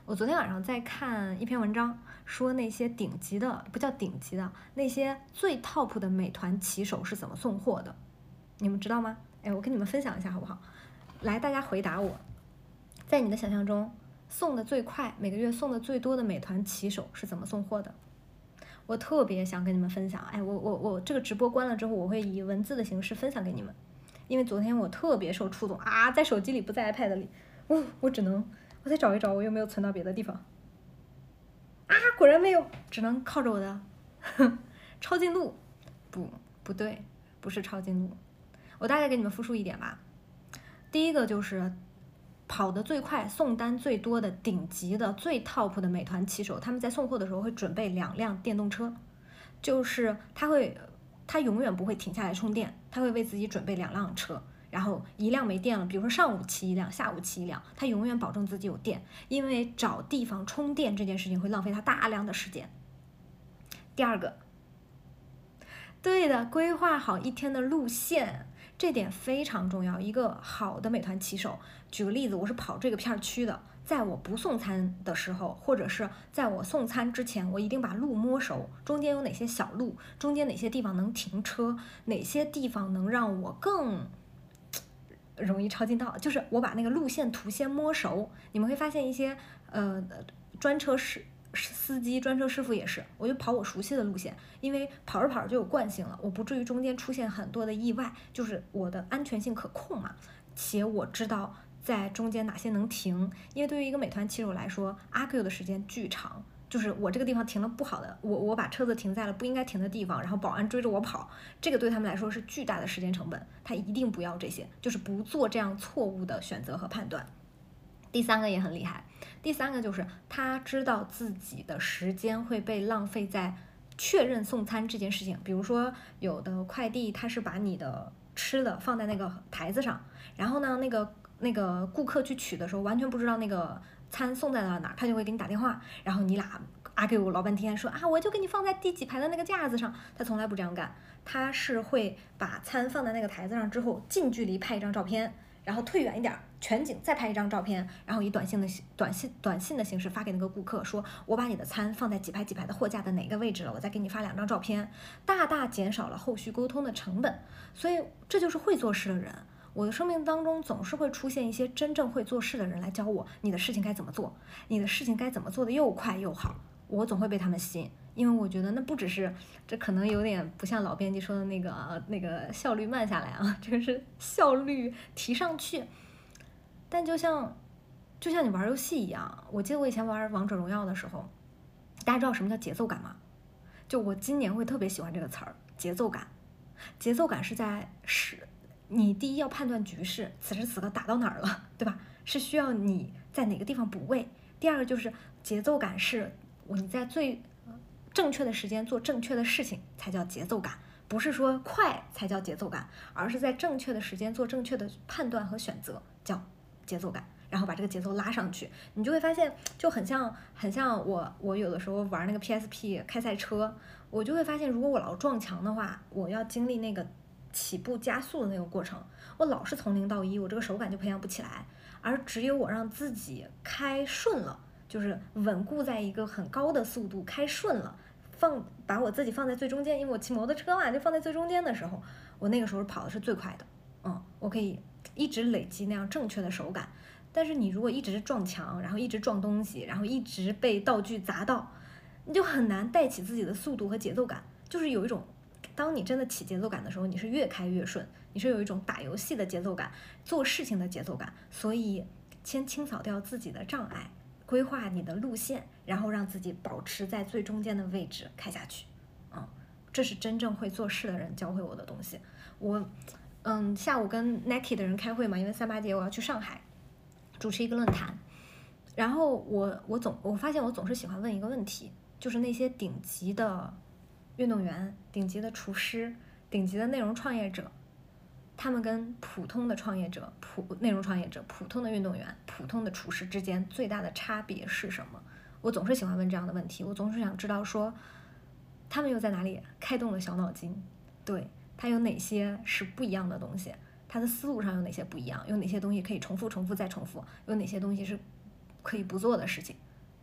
Speaker 1: 我昨天晚上在看一篇文章，说那些顶级的，不叫顶级的，那些最 top 的美团骑手是怎么送货的，你们知道吗？哎，我跟你们分享一下好不好？来，大家回答我，在你的想象中，送的最快，每个月送的最多的美团骑手是怎么送货的？我特别想跟你们分享，哎，我这个直播关了之后，我会以文字的形式分享给你们，因为昨天我特别受触动啊，在手机里不在 iPad 里，我只能我再找一找，我有没有存到别的地方啊？果然没有，只能靠着我的超进度，不对，不是超进度，我大概给你们复述一点吧。第一个就是跑得最快、送单最多的顶级的最 top 的美团骑手，他们在送货的时候会准备2辆电动车，就是他永远不会停下来充电，他会为自己准备2辆车，然后一辆没电了，比如说上午骑一辆，下午骑一辆，他永远保证自己有电，因为找地方充电这件事情会浪费他大量的时间。第二个，对的，规划好一天的路线。这点非常重要。一个好的美团骑手，举个例子，我是跑这个片区的，在我不送餐的时候，或者是在我送餐之前，我一定把路摸熟，中间有哪些小路，中间哪些地方能停车，哪些地方能让我更容易超近道，就是我把那个路线图先摸熟。你们会发现一些专车司机、专车师傅也是，我就跑我熟悉的路线，因为跑着跑着就有惯性了，我不至于中间出现很多的意外，就是我的安全性可控嘛，且我知道在中间哪些能停，因为对于一个美团骑手来说 ，argue 的时间巨长，就是我这个地方停了不好的，我把车子停在了不应该停的地方，然后保安追着我跑，这个对他们来说是巨大的时间成本，他一定不要这些，就是不做这样错误的选择和判断。第三个也很厉害，第三个就是他知道自己的时间会被浪费在确认送餐这件事情。比如说有的快递他是把你的吃的放在那个台子上，然后呢那个顾客去取的时候完全不知道那个餐送在了哪儿，他就会给你打电话，然后你俩argue老半天说啊我就给你放在第几排的那个架子上，他从来不这样干，他是会把餐放在那个台子上之后近距离拍一张照片，然后退远一点全景再拍一张照片，然后以短信的形式发给那个顾客，说我把你的餐放在几排的货架的哪个位置了，我再给你发2张照片，大大减少了后续沟通的成本。所以这就是会做事的人。我的生命当中总是会出现一些真正会做事的人来教我你的事情该怎么做，你的事情该怎么做的又快又好，我总会被他们吸引，因为我觉得那不只是，这可能有点不像老编辑说的那个效率慢下来啊，这个是效率提上去。但就像你玩游戏一样，我记得我以前玩王者荣耀的时候，大家知道什么叫节奏感吗？就我今年会特别喜欢这个词儿，节奏感。节奏感是你第一要判断局势，此时此刻打到哪儿了，对吧？是需要你在哪个地方补位。第二个就是节奏感是你在最正确的时间做正确的事情才叫节奏感，不是说快才叫节奏感，而是在正确的时间做正确的判断和选择叫节奏感，然后把这个节奏拉上去，你就会发现就很像我有的时候玩那个 PSP 开赛车，我就会发现如果我老撞墙的话，我要经历那个起步加速的那个过程，我老是从0到1，我这个手感就培养不起来，而只有我让自己开顺了，就是稳固在一个很高的速度开顺了，把我自己放在最中间，因为我骑摩托车嘛，就放在最中间的时候，我那个时候跑的是最快的，我可以一直累积那样正确的手感。但是你如果一直撞墙，然后一直撞东西，然后一直被道具砸到，你就很难带起自己的速度和节奏感，就是有一种当你真的起节奏感的时候，你是越开越顺，你是有一种打游戏的节奏感，做事情的节奏感。所以先清扫掉自己的障碍，规划你的路线，然后让自己保持在最中间的位置开下去。这是真正会做事的人教会我的东西。我下午跟 Nike 的人开会嘛，因为3·8节我要去上海主持一个论坛，然后我发现我总是喜欢问一个问题，就是那些顶级的运动员、顶级的厨师、顶级的内容创业者，他们跟普通的创业者、内容创业者、普通的运动员、普通的厨师之间最大的差别是什么？我总是喜欢问这样的问题，我总是想知道说他们又在哪里开动了小脑筋，对，他有哪些是不一样的东西，他的思路上有哪些不一样，有哪些东西可以重复再重复，有哪些东西是可以不做的事情。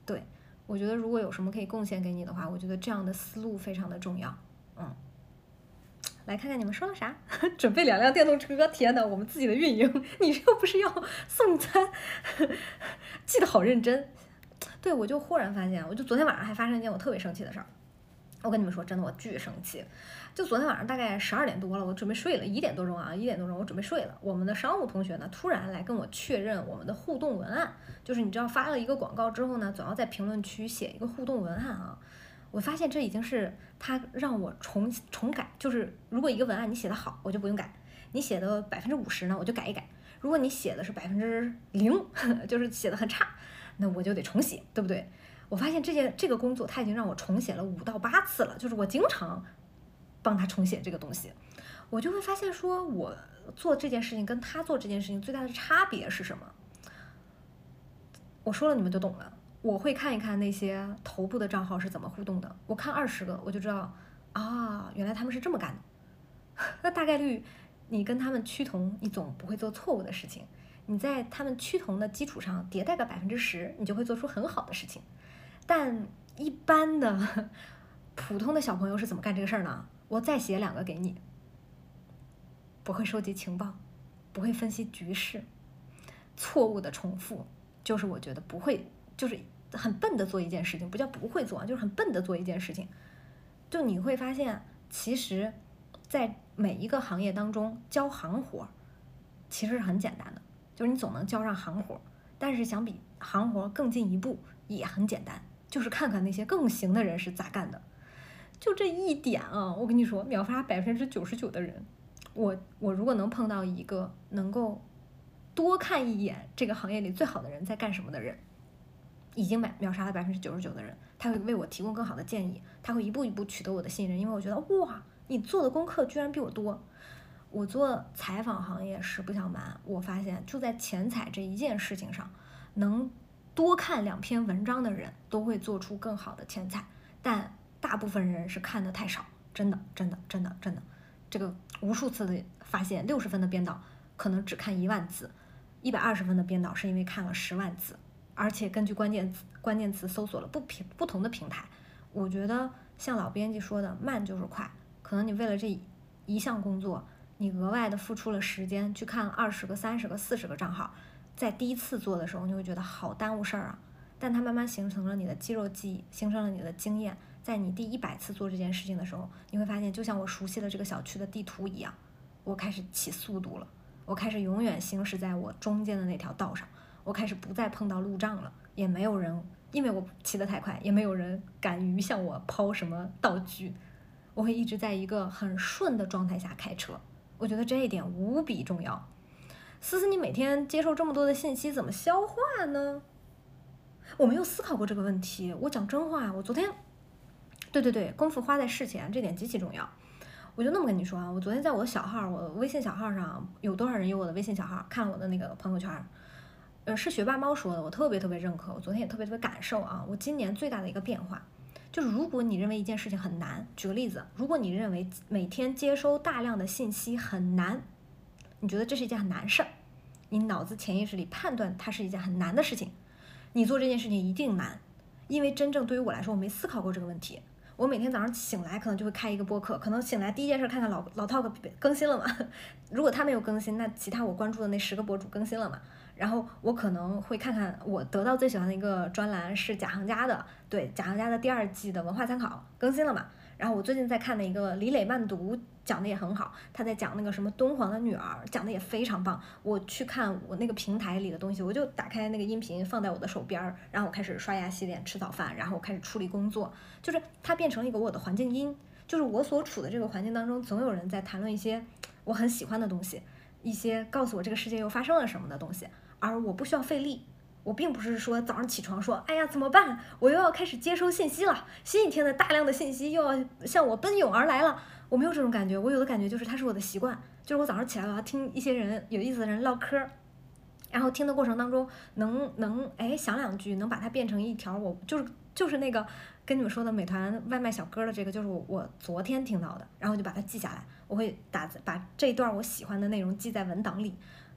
Speaker 1: 对，我觉得如果有什么可以贡献给你的话，我觉得这样的思路非常的重要。来看看你们说了啥？准备2辆电动车，天哪，我们自己的运营，你又不是要送餐，记得好认真。对，我就忽然发现，我就昨天晚上还发生一件我特别生气的事儿。我跟你们说，真的，我巨生气。就昨天晚上大概12点多了，我准备睡了，1点多钟啊，1点多钟我准备睡了。我们的商务同学呢，突然来跟我确认我们的互动文案，就是你知道发了一个广告之后呢，总要在评论区写一个互动文案啊。我发现这已经是他让我重改，就是如果一个文案你写的好，我就不用改；你写的50%呢，我就改一改；如果你写的是0%，就是写的很差，那我就得重写，对不对？我发现这个工作他已经让我重写了5到8次了，就是我经常帮他重写这个东西，我就会发现说我做这件事情跟他做这件事情最大的差别是什么？我说了你们就懂了。我会看一看那些头部的账号是怎么互动的，我看20个我就知道啊，原来他们是这么干的。那大概率你跟他们趋同，你总不会做错误的事情。你在他们趋同的基础上迭代个10%，你就会做出很好的事情。但一般的普通的小朋友是怎么干这个事儿呢？我再写2个给你，不会收集情报，不会分析局势，错误的重复，就是我觉得不会，就是很笨的做一件事情，不叫不会做啊，就是很笨的做一件事情。就你会发现，其实在每一个行业当中教行活其实是很简单的，就是你总能教上行活，但是想比行活更进一步也很简单，就是看看那些更行的人是咋干的。就这一点啊，我跟你说，秒杀99%的人，我如果能碰到一个能够多看一眼这个行业里最好的人在干什么的人，已经秒杀了99%的人，他会为我提供更好的建议，他会一步一步取得我的信任，因为我觉得哇，你做的功课居然比我多。我做采访行业实不相瞒，我发现就在前采这一件事情上，能多看2篇文章的人都会做出更好的前采，但大部分人是看的太少，真的，这个无数次的发现，60分的编导可能只看1万字，120分的编导是因为看了10万字，而且根据关键词搜索了不同的平台。我觉得像老编辑说的，慢就是快，可能你为了这一项工作，你额外的付出了时间去看20个、30个、40个账号，在第一次做的时候，你会觉得好耽误事儿啊。但它慢慢形成了你的肌肉记忆，形成了你的经验，在你第100次做这件事情的时候，你会发现，就像我熟悉了这个小区的地图一样，我开始起速度了，我开始永远行驶在我中间的那条道上，我开始不再碰到路障了，也没有人因为我骑得太快，也没有人敢于向我抛什么道具，我会一直在一个很顺的状态下开车。我觉得这一点无比重要。思思，你每天接受这么多的信息，怎么消化呢？我没有思考过这个问题，我讲真话，我昨天，对，功夫花在事前，这点极其重要。我就那么跟你说啊，我昨天在我的小号，我微信小号上有多少人有我的微信小号，看了我的那个朋友圈，是学霸猫说的，我特别认可，我昨天也特别感受啊。我今年最大的一个变化，就是如果你认为一件事情很难，举个例子，如果你认为每天接收大量的信息很难，你觉得这是一件很难事儿，你脑子潜意识里判断它是一件很难的事情，你做这件事情一定难。因为真正对于我来说，我没思考过这个问题。我每天早上醒来可能就会开一个播客，可能醒来第一件事看看老 talk 更新了嘛，如果他没有更新，那其他我关注的那10个博主更新了嘛，然后我可能会看看我得到最喜欢的一个专栏是贾行家的，对，贾行家的第2季的文化参考更新了嘛，然后我最近在看的一个李磊慢读讲的也很好，他在讲那个什么敦煌的女儿，讲的也非常棒。我去看我那个平台里的东西，我就打开那个音频放在我的手边，然后我开始刷牙洗脸吃早饭，然后我开始处理工作，就是它变成了一个我的环境音，就是我所处的这个环境当中总有人在谈论一些我很喜欢的东西，一些告诉我这个世界又发生了什么的东西，而我不需要费力。我并不是说早上起床说，哎呀怎么办，我又要开始接收信息了，新一天的大量的信息又要向我奔涌而来了，我没有这种感觉。我有的感觉就是它是我的习惯，就是我早上起来我要听一些人有意思的人唠嗑，然后听的过程当中能想2句，能把它变成一条，我就是那个跟你们说的美团外卖小哥的这个，就是我昨天听到的，然后就把它记下来，我会把这一段我喜欢的内容记在文档里。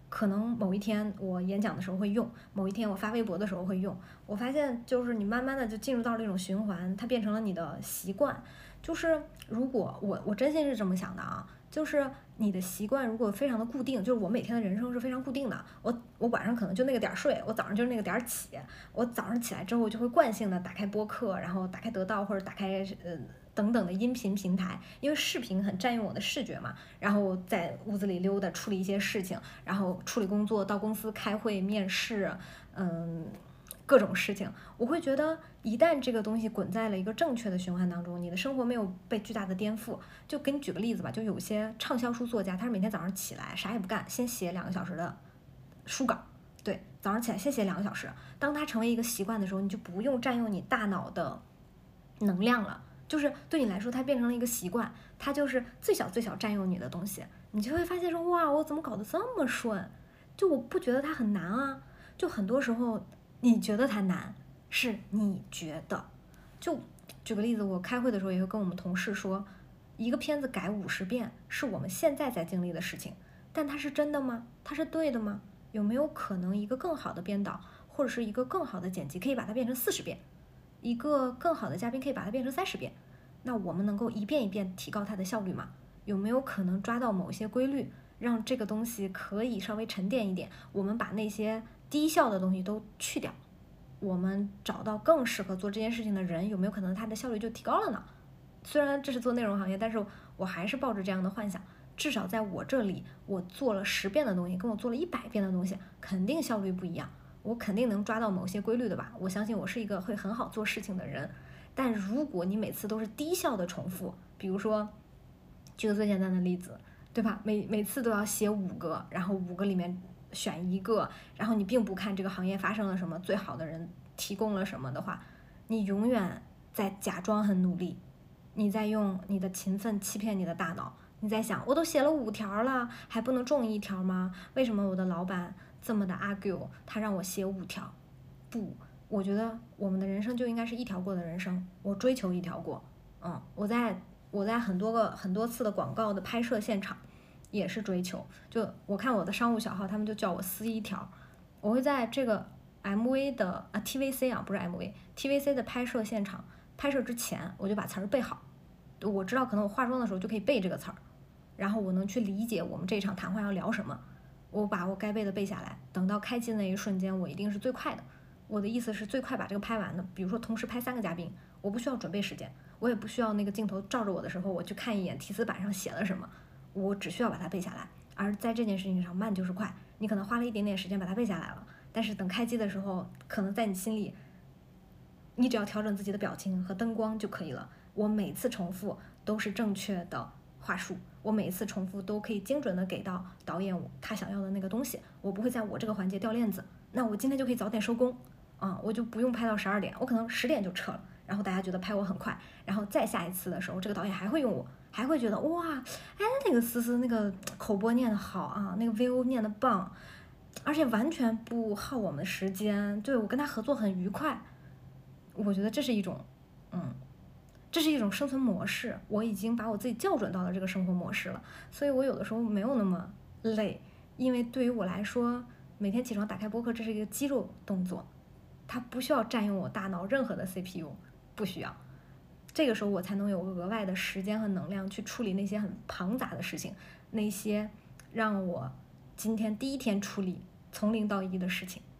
Speaker 1: 可能某一天我演讲的时候会用，某一天我发微博的时候会用。我发现就是你慢慢的就进入到了一种循环，它变成了你的习惯。就是如果我真心是这么想的啊，就是你的习惯如果非常的固定，就是我每天的人生是非常固定的，我晚上可能就那个点儿睡，我早上就是那个点儿起，我早上起来之后就会惯性的打开播客，然后打开得到或者打开等等的音频平台，因为视频很占用我的视觉嘛，然后在屋子里溜达处理一些事情，然后处理工作，到公司开会面试，各种事情，我会觉得一旦这个东西滚在了一个正确的循环当中，你的生活没有被巨大的颠覆。就给你举个例子吧，就有些畅销书作家，他是每天早上起来啥也不干，先写2个小时的书稿，对，早上起来先写2个小时。当他成为一个习惯的时候，你就不用占用你大脑的能量了，就是对你来说它变成了一个习惯，它就是最小占用你的东西，你就会发现说，哇，我怎么搞得这么顺？就我不觉得它很难啊，就很多时候你觉得它难，是你觉得。就举个例子，我开会的时候也会跟我们同事说，一个片子改50遍是我们现在在经历的事情，但它是真的吗？它是对的吗？有没有可能一个更好的编导或者是一个更好的剪辑可以把它变成40遍，一个更好的嘉宾可以把它变成30遍？那我们能够一遍一遍提高它的效率吗？有没有可能抓到某些规律，让这个东西可以稍微沉淀一点？我们把那些低效的东西都去掉，我们找到更适合做这件事情的人，有没有可能他的效率就提高了呢？虽然这是做内容行业，但是我还是抱着这样的幻想，至少在我这里，我做了10遍的东西，跟我做了100遍的东西，肯定效率不一样，我肯定能抓到某些规律的吧。我相信我是一个会很好做事情的人。但如果你每次都是低效的重复，比如说举个最简单的例子，对吧？每次都要写5个，然后5个里面选1个，然后你并不看这个行业发生了什么，最好的人提供了什么的话，你永远在假装很努力，你在用你的勤奋欺骗你的大脑，你在想，我都写了5条了，还不能中1条吗？为什么我的老板这么的 argue， 他让我写5条？不，我觉得我们的人生就应该是1条过的人生，我追求1条过。我在很多次的广告的拍摄现场也是追求，就我看我的商务小号，他们就叫我撕1条，我会在这个 MV 的TVC 啊，不是 MV，TVC 的拍摄现场拍摄之前，我就把词儿背好，我知道可能我化妆的时候就可以背这个词儿，然后我能去理解我们这场谈话要聊什么，我把我该背的背下来，等到开机的那一瞬间，我一定是最快的。我的意思是最快把这个拍完的，比如说同时拍3个嘉宾，我不需要准备时间，我也不需要那个镜头照着我的时候，我去看一眼提词板上写了什么，我只需要把它背下来。而在这件事情上，慢就是快，你可能花了一点点时间把它背下来了，但是等开机的时候，可能在你心里，你只要调整自己的表情和灯光就可以了。我每次重复都是正确的话术，我每一次重复都可以精准的给到导演他想要的那个东西，我不会在我这个环节掉链子，那我今天就可以早点收工。我就不用拍到12点，我可能10点就撤了，然后大家觉得拍我很快，然后再下一次的时候，这个导演还会用我，还会觉得哇，哎，那个思思那个口播念得好啊，那个 VO 念得棒，而且完全不耗我们时间，对，我跟他合作很愉快。我觉得这是一种生存模式，我已经把我自己校准到了这个生活模式了，所以我有的时候没有那么累，因为对于我来说，每天起床打开播客，这是一个肌肉动作，它不需要占用我大脑任何的 CPU， 不需要。这个时候我才能有额外的时间和能量去处理那些很庞杂的事情，那些让我今天第一天处理从0到1的事情。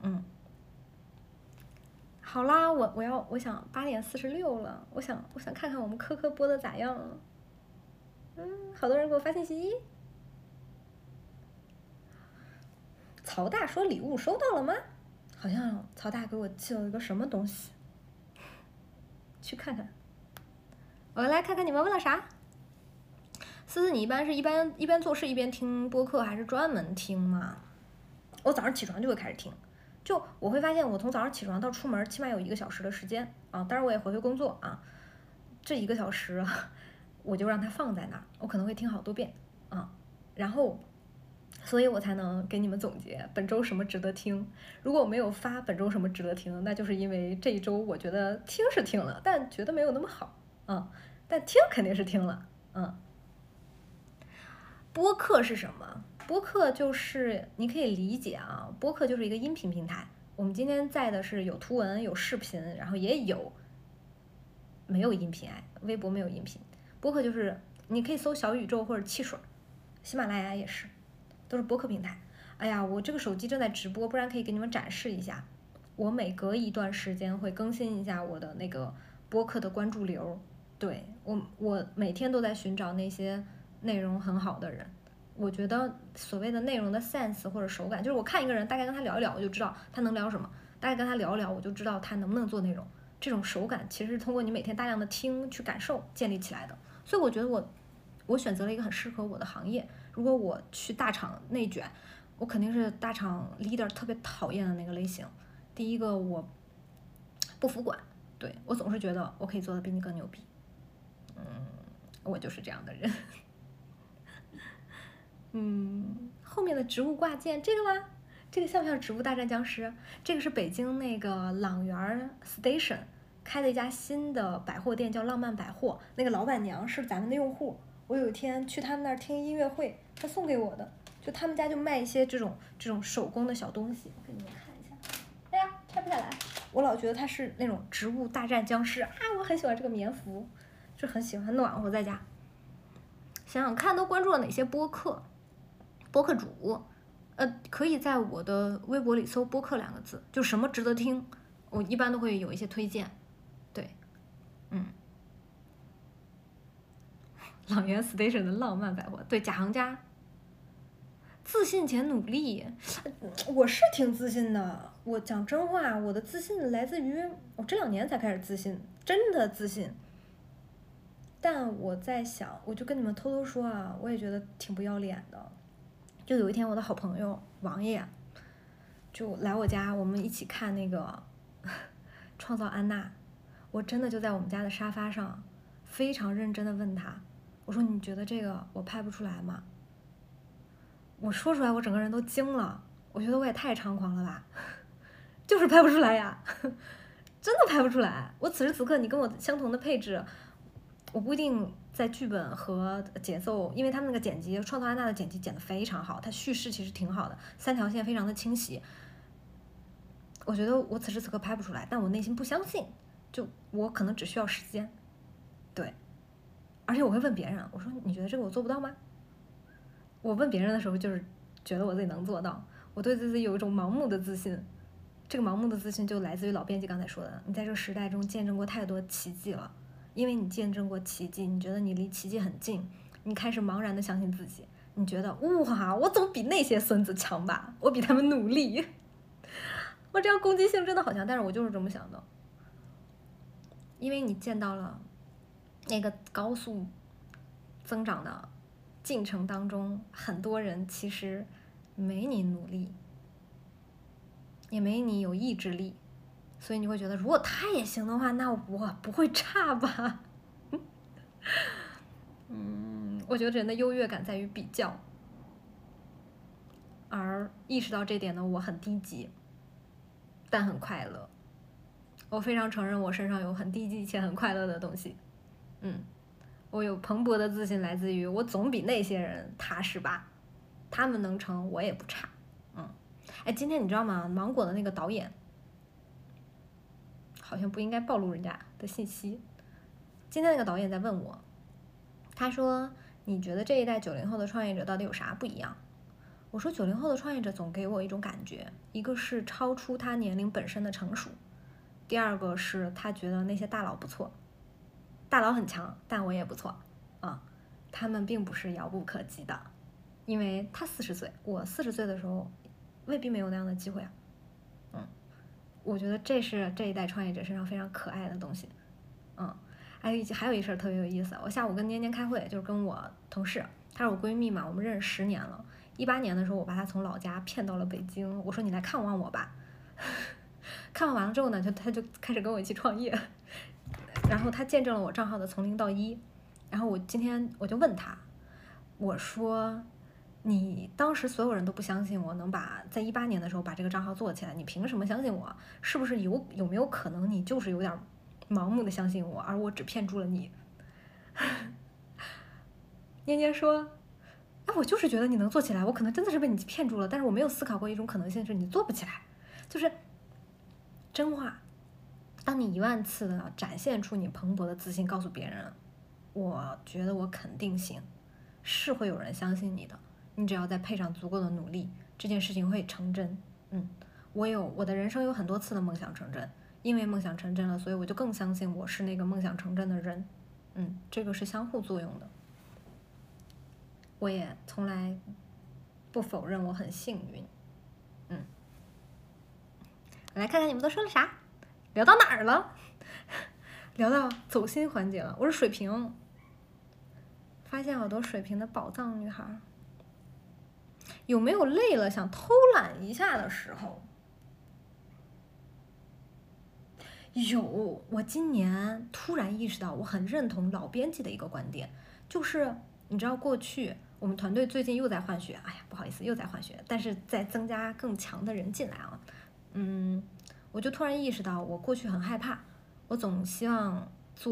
Speaker 1: 好啦，我想8点46了，我想看看我们科科播的咋样。好多人给我发信息。曹大说礼物收到了吗？好像曹大给我寄了一个什么东西，去看看。我来看看你们问了啥。思思，你一般是一边做事一边听播客，还是专门听吗？我早上起床就会开始听，就我会发现我从早上起床到出门起码有1个小时的时间啊，当然我也回工作啊，这1个小时我就让它放在那儿，我可能会听好多遍啊，然后所以我才能给你们总结本周什么值得听。如果我没有发本周什么值得听，那就是因为这一周我觉得听是听了，但觉得没有那么好但听肯定是听了。播客是什么？ 播客就是你可以理解啊，播客就是一个音频平台。我们今天在的是有图文有视频，然后也有没有音频，微博没有音频。播客就是你可以搜小宇宙或者汽水，喜马拉雅也是，都是播客平台。哎呀，我这个手机正在直播，不然可以给你们展示一下。我每隔一段时间会更新一下我的那个播客的关注流。对，我每天都在寻找那些内容很好的人。我觉得所谓的内容的 sense 或者手感，就是我看一个人，大概跟他聊一聊，我就知道他能聊什么；大概跟他聊一聊，我就知道他能不能做内容。这种手感其实是通过你每天大量的听去感受建立起来的。所以我觉得我选择了一个很适合我的行业。如果我去大厂内卷，我肯定是大厂 leader 特别讨厌的那个类型。第一个，我不服管，对，我总是觉得我可以做的比你更牛逼。我就是这样的人。后面的植物挂件这个吗？这个像不像植物大战僵尸？这个是北京那个朗园 Station 开的一家新的百货店，叫浪漫百货。那个老板娘是咱们的用户，我有一天去他们那儿听音乐会，他送给我的。就他们家就卖一些这种手工的小东西，我给你们看一下。哎呀，拆不下来。我老觉得它是那种植物大战僵尸啊，我很喜欢这个棉服，就很喜欢，很暖和在家。想想看，都关注了哪些播客主？可以在我的微博里搜播客2个字，就什么值得听，我一般都会有一些推荐。对，朗园 Station 的浪漫百货，对，贾行家。自信且努力，我是挺自信的。我讲真话，我的自信来自于我这2年才开始自信，真的自信。但我在想，我就跟你们偷偷说啊，我也觉得挺不要脸的。就有一天，我的好朋友王爷就来我家，我们一起看那个《创造安娜》。我真的就在我们家的沙发上，非常认真的问他，我说：“你觉得这个我拍不出来吗？”我说出来，我整个人都惊了。我觉得我也太猖狂了吧，就是拍不出来呀，真的拍不出来。我此时此刻，你跟我相同的配置，我不一定在剧本和节奏，因为他们那个剪辑，创造安娜的剪辑剪得非常好，它叙事其实挺好的，3条线非常的清晰。我觉得我此时此刻拍不出来，但我内心不相信，就我可能只需要时间。对，而且我会问别人，我说你觉得这个我做不到吗？我问别人的时候，就是觉得我自己能做到，我对自己有一种盲目的自信。这个盲目的自信就来自于老编辑刚才说的，你在这个时代中见证过太多奇迹了，因为你见证过奇迹，你觉得你离奇迹很近，你开始茫然的相信自己，你觉得哇，我总比那些孙子强吧，我比他们努力。我这样攻击性真的好强，但是我就是这么想的，因为你见到了那个高速增长的进程当中，很多人其实没你努力，也没你有意志力，所以你会觉得，如果他也行的话，那我不会差吧？我觉得人的优越感在于比较，而意识到这点的我很低级，但很快乐。我非常承认我身上有很低级且很快乐的东西。我有蓬勃的自信，来自于我总比那些人踏实吧，他们能成，我也不差。今天你知道吗？芒果的那个导演，好像不应该暴露人家的信息。今天那个导演在问我，他说：“你觉得这一代90后的创业者到底有啥不一样？”我说：“90后的创业者总给我一种感觉，一个是超出他年龄本身的成熟，第二个是他觉得那些大佬不错。”大佬很强，但我也不错啊。他们并不是遥不可及的，因为他40岁，我40岁的时候未必没有那样的机会啊。我觉得这是这一代创业者身上非常可爱的东西。还有一事儿特别有意思，我下午跟年年开会，就是跟我同事，她是我闺蜜嘛，我们认识10年了。18年的时候，我把她从老家骗到了北京，我说你来看望我吧。看望完了之后呢，她就开始跟我一起创业。然后他见证了我账号的从0到1，然后今天我就问他，我说你当时所有人都不相信我能在18年的时候把这个账号做起来，你凭什么相信我？是不是有没有可能你就是有点盲目的相信我，而我只骗住了你？年年说哎，我就是觉得你能做起来，我可能真的是被你骗住了，但是我没有思考过一种可能性是你做不起来，就是真话。当你10000次的展现出你蓬勃的自信，告诉别人，我觉得我肯定行，是会有人相信你的。你只要再配上足够的努力，这件事情会成真。我的人生有很多次的梦想成真，因为梦想成真了，所以我就更相信我是那个梦想成真的人。这个是相互作用的。我也从来不否认我很幸运。我来看看你们都说了啥，聊到哪儿了？聊到走心环节了。我是水瓶，发现好多水瓶的宝藏女孩。有没有累了想偷懒一下的时候？有，我今年突然意识到，我很认同老编辑的一个观点，就是你知道过去我们团队最近又在换血，哎呀，不好意思，又在换血，但是在增加更强的人进来啊。我就突然意识到，我过去很害怕，我总希望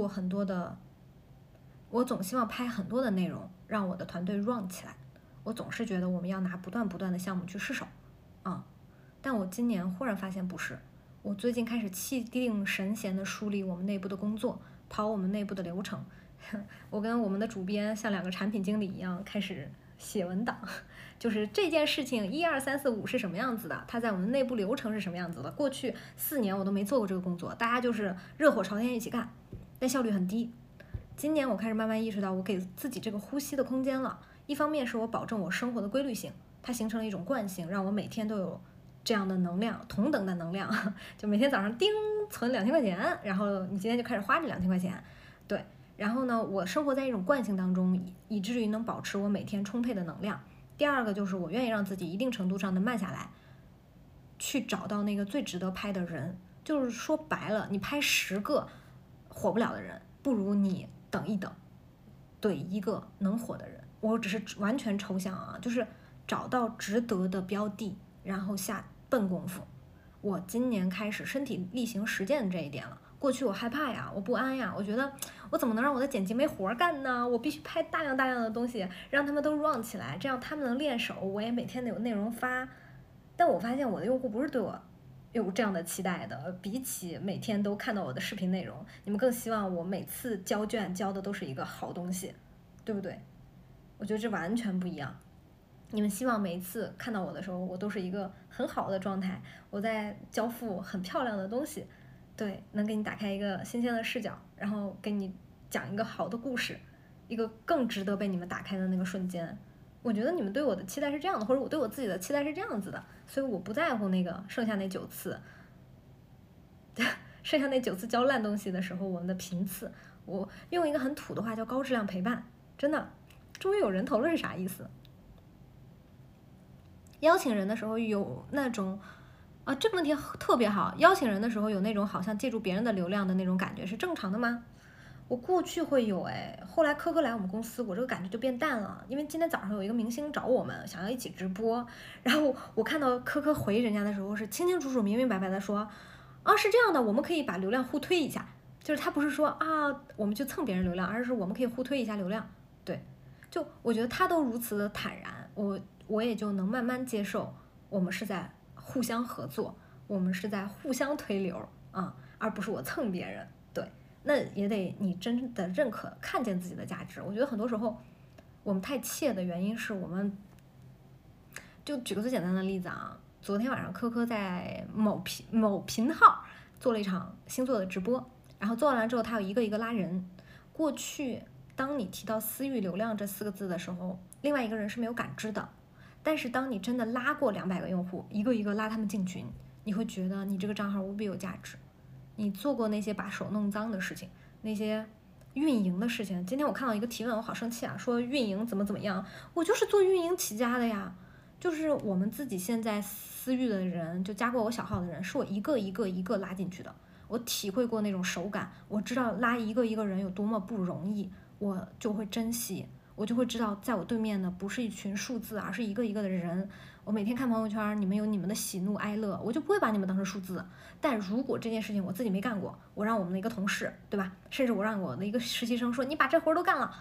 Speaker 1: 拍很多的内容，让我的团队 run 起来。我总是觉得我们要拿不断的项目去试手，但我今年忽然发现不是。我最近开始气定神闲地梳理我们内部的工作，跑我们内部的流程。我跟我们的主编像2个产品经理一样，开始写文档，就是这件事情1、2、3、4、5是什么样子的，它在我们内部流程是什么样子的。过去4年我都没做过这个工作，大家就是热火朝天一起干，但效率很低。今年我开始慢慢意识到，我给自己这个呼吸的空间了。一方面是我保证我生活的规律性，它形成了一种惯性，让我每天都有这样的能量，同等的能量，就每天早上叮存2000块钱，然后你今天就开始花这2000块钱，对。然后呢，我生活在一种惯性当中，以至于能保持我每天充沛的能量。第二个就是我愿意让自己一定程度上的慢下来，去找到那个最值得拍的人。就是说白了，你拍10个火不了的人，不如你等一等，对一个能火的人。我只是完全抽象啊，就是找到值得的标的，然后下笨功夫。我今年开始身体力行实践这一点了。过去我害怕呀，我不安呀，我觉得我怎么能让我的剪辑没活干呢？我必须拍大量的东西，让他们都 run 起来，这样他们能练手，我也每天得有内容发。但我发现我的用户不是对我有这样的期待的，比起每天都看到我的视频内容，你们更希望我每次交卷交的都是一个好东西，对不对？我觉得这完全不一样。你们希望每一次看到我的时候，我都是一个很好的状态，我在交付很漂亮的东西，对，能给你打开一个新鲜的视角，然后给你讲一个好的故事，一个更值得被你们打开的那个瞬间。我觉得你们对我的期待是这样的，或者我对我自己的期待是这样子的，所以我不在乎那个剩下那9次，剩下那9次交烂东西的时候，我们的频次，我用一个很土的话叫高质量陪伴，真的。终于有人头了是啥意思？邀请人的时候有那种这个问题特别好。邀请人的时候有那种好像借助别人的流量的那种感觉是正常的吗？我过去会有后来科科来我们公司，我这个感觉就变淡了。因为今天早上有一个明星找我们，想要一起直播，然后我看到科科回人家的时候是清清楚楚、明明白白的说，是这样的，我们可以把流量互推一下。就是他不是说我们去蹭别人流量，而是我们可以互推一下流量。对。就我觉得他都如此的坦然，我也就能慢慢接受，我们是在互相合作，我们是在互相推流而不是我蹭别人。对，那也得你真的认可、看见自己的价值。我觉得很多时候我们太怯的原因是我们，就举个最简单的例子啊，昨天晚上科科在某频号做了一场星座的直播，然后做完了之后，他有一个一个拉人。过去当你提到私域流量这4个字的时候，另外一个人是没有感知的。但是当你真的拉过200个用户，一个一个拉他们进群，你会觉得你这个账号无比有价值。你做过那些把手弄脏的事情，那些运营的事情。今天我看到一个提问，我好生气啊，说运营怎么样，我就是做运营起家的呀。就是我们自己现在私域的人，就加过我小号的人，是我一个一个拉进去的。我体会过那种手感，我知道拉一个一个人有多么不容易，我就会珍惜，我就会知道在我对面的不是一群数字，而是一个一个的人。我每天看朋友圈，你们有你们的喜怒哀乐，我就不会把你们当成数字。但如果这件事情我自己没干过，我让我们的一个同事，对吧，甚至我让我的一个实习生说你把这活都干了，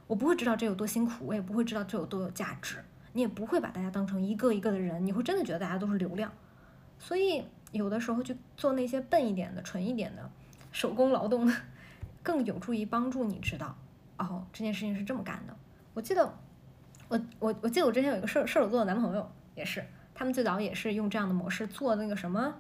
Speaker 1: 我不会知道这有多辛苦，我也不会知道这有多有价值，你也不会把大家当成一个一个的人，你会真的觉得大家都是流量。所以有的时候去做那些笨一点的、蠢一点的手工劳动，更有助于帮助你知道，哦，这件事情是这么干的。我记得我记得我之前有一个射手座的男朋友，也是他们最早也是用这样的模式做那个什么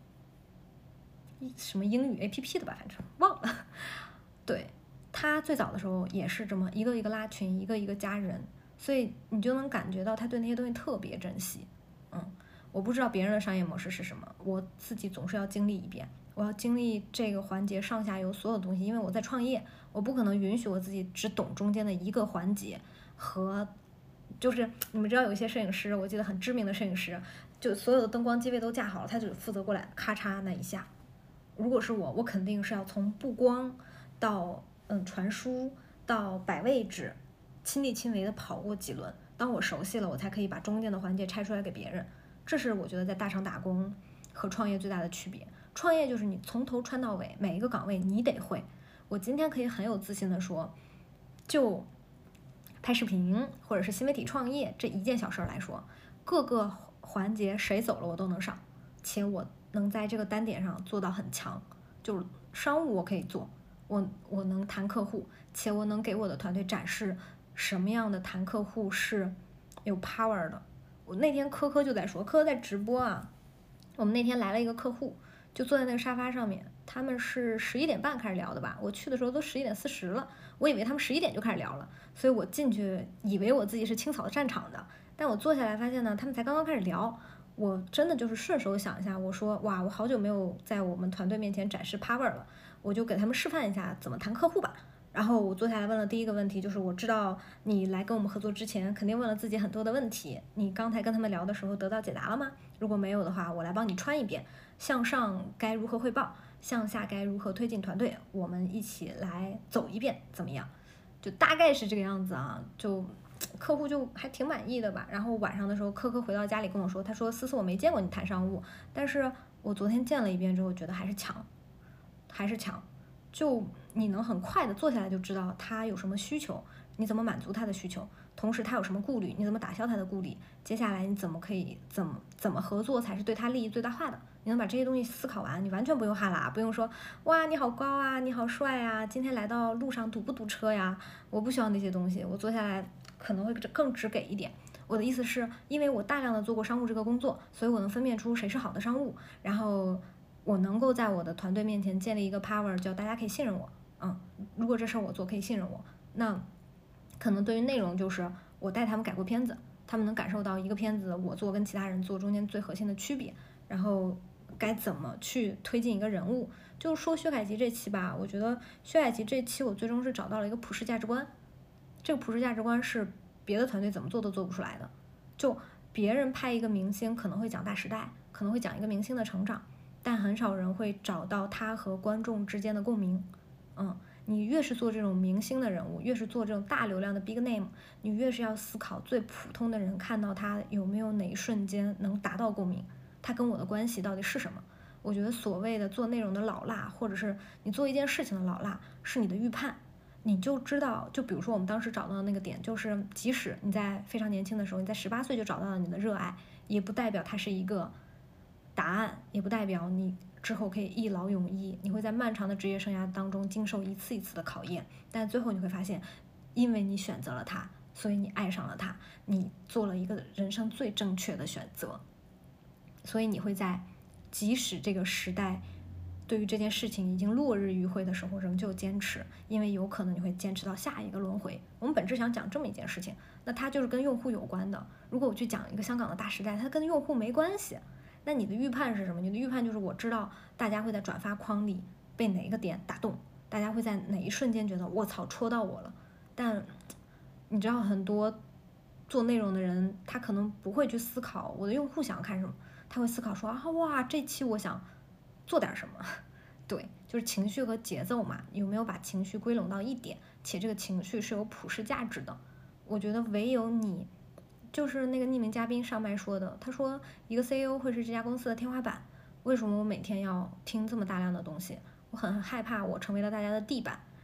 Speaker 1: 英语 APP 的吧，反正忘了。对，他最早的时候也是这么一个一个拉群，一个一个加人，所以你就能感觉到他对那些东西特别珍惜。我不知道别人的商业模式是什么，我自己总是要经历一遍，我要经历这个环节上下游所有东西，因为我在创业，我不可能允许我自己只懂中间的一个环节。和就是你们知道有一些摄影师，我记得很知名的摄影师，就所有的灯光机位都架好了，他只负责过来咔嚓那一下。如果是我肯定是要从布光到传输到摆位置，亲力亲为的跑过几轮，当我熟悉了，我才可以把中间的环节拆出来给别人。这是我觉得在大厂打工和创业最大的区别。创业就是你从头穿到尾，每一个岗位你得会。我今天可以很有自信的说，就拍视频或者是新媒体创业这一件小事来说，各个环节谁走了我都能上，且我能在这个单点上做到很强。就是商务我可以做，我能谈客户，且我能给我的团队展示什么样的谈客户是有 power 的。我那天科科就在说，科科在直播啊，我们那天来了一个客户，就坐在那个沙发上面，他们是11点半开始聊的吧，我去的时候都11点40了，我以为他们11点就开始聊了，所以我进去以为我自己是清扫战场的，但我坐下来发现呢，他们才刚刚开始聊。我真的就是顺手想一下，我说哇，我好久没有在我们团队面前展示 power 了，我就给他们示范一下怎么谈客户吧。然后我坐下来问了第一个问题，就是我知道你来跟我们合作之前，肯定问了自己很多的问题，你刚才跟他们聊的时候得到解答了吗？如果没有的话，我来帮你穿一遍。向上该如何汇报，向下该如何推进团队，我们一起来走一遍，怎么样？就大概是这个样子啊，就客户就还挺满意的吧。然后晚上的时候，科科回到家里跟我说，他说思思，我没见过你谈商务，但是我昨天见了一遍之后，觉得还是强，还是强。就你能很快的坐下来就知道他有什么需求，你怎么满足他的需求，同时他有什么顾虑，你怎么打消他的顾虑，接下来你怎么可以怎么合作才是对他利益最大化的。你能把这些东西思考完，你完全不用哈喇，不用说哇你好高啊，你好帅啊，今天来到路上堵不堵车呀，我不需要那些东西，我坐下来可能会更只给一点。我的意思是，因为我大量的做过商务这个工作，所以我能分辨出谁是好的商务，然后我能够在我的团队面前建立一个 power， 叫大家可以信任我。如果这事儿我做可以信任我，那可能对于内容就是我带他们改过片子，他们能感受到一个片子我做跟其他人做中间最核心的区别，然后该怎么去推进一个人物。就说薛凯琪这期吧，我觉得薛凯琪这期我最终是找到了一个普世价值观，这个普世价值观是别的团队怎么做都做不出来的。就别人拍一个明星可能会讲大时代，可能会讲一个明星的成长，但很少人会找到他和观众之间的共鸣。你越是做这种明星的人物，越是做这种大流量的 big name， 你越是要思考最普通的人看到他有没有哪一瞬间能达到共鸣，他跟我的关系到底是什么。我觉得所谓的做内容的老辣，或者是你做一件事情的老辣，是你的预判。你就知道，就比如说我们当时找到的那个点，就是即使你在非常年轻的时候，你在18岁就找到了你的热爱，也不代表它是一个答案，也不代表你之后可以一劳永逸，你会在漫长的职业生涯当中经受一次一次的考验，但最后你会发现，因为你选择了它，所以你爱上了它，你做了一个人生最正确的选择，所以你会在即使这个时代对于这件事情已经落日余晖的时候仍旧坚持，因为有可能你会坚持到下一个轮回。我们本质想讲这么一件事情，那它就是跟用户有关的。如果我去讲一个香港的大时代，它跟用户没关系，那你的预判是什么？你的预判就是我知道大家会在转发框里被哪一个点打动，大家会在哪一瞬间觉得我操戳到我了。但你知道很多做内容的人，他可能不会去思考我的用户想要看什么，他会思考说哇这期我想做点什么。对，就是情绪和节奏嘛，有没有把情绪归拢到一点，且这个情绪是有普世价值的。我觉得唯有你，就是那个匿名嘉宾上麦说的，他说一个 CEO 会是这家公司的天花板。为什么我每天要听这么大量的东西？我很害怕我成为了大家的地板。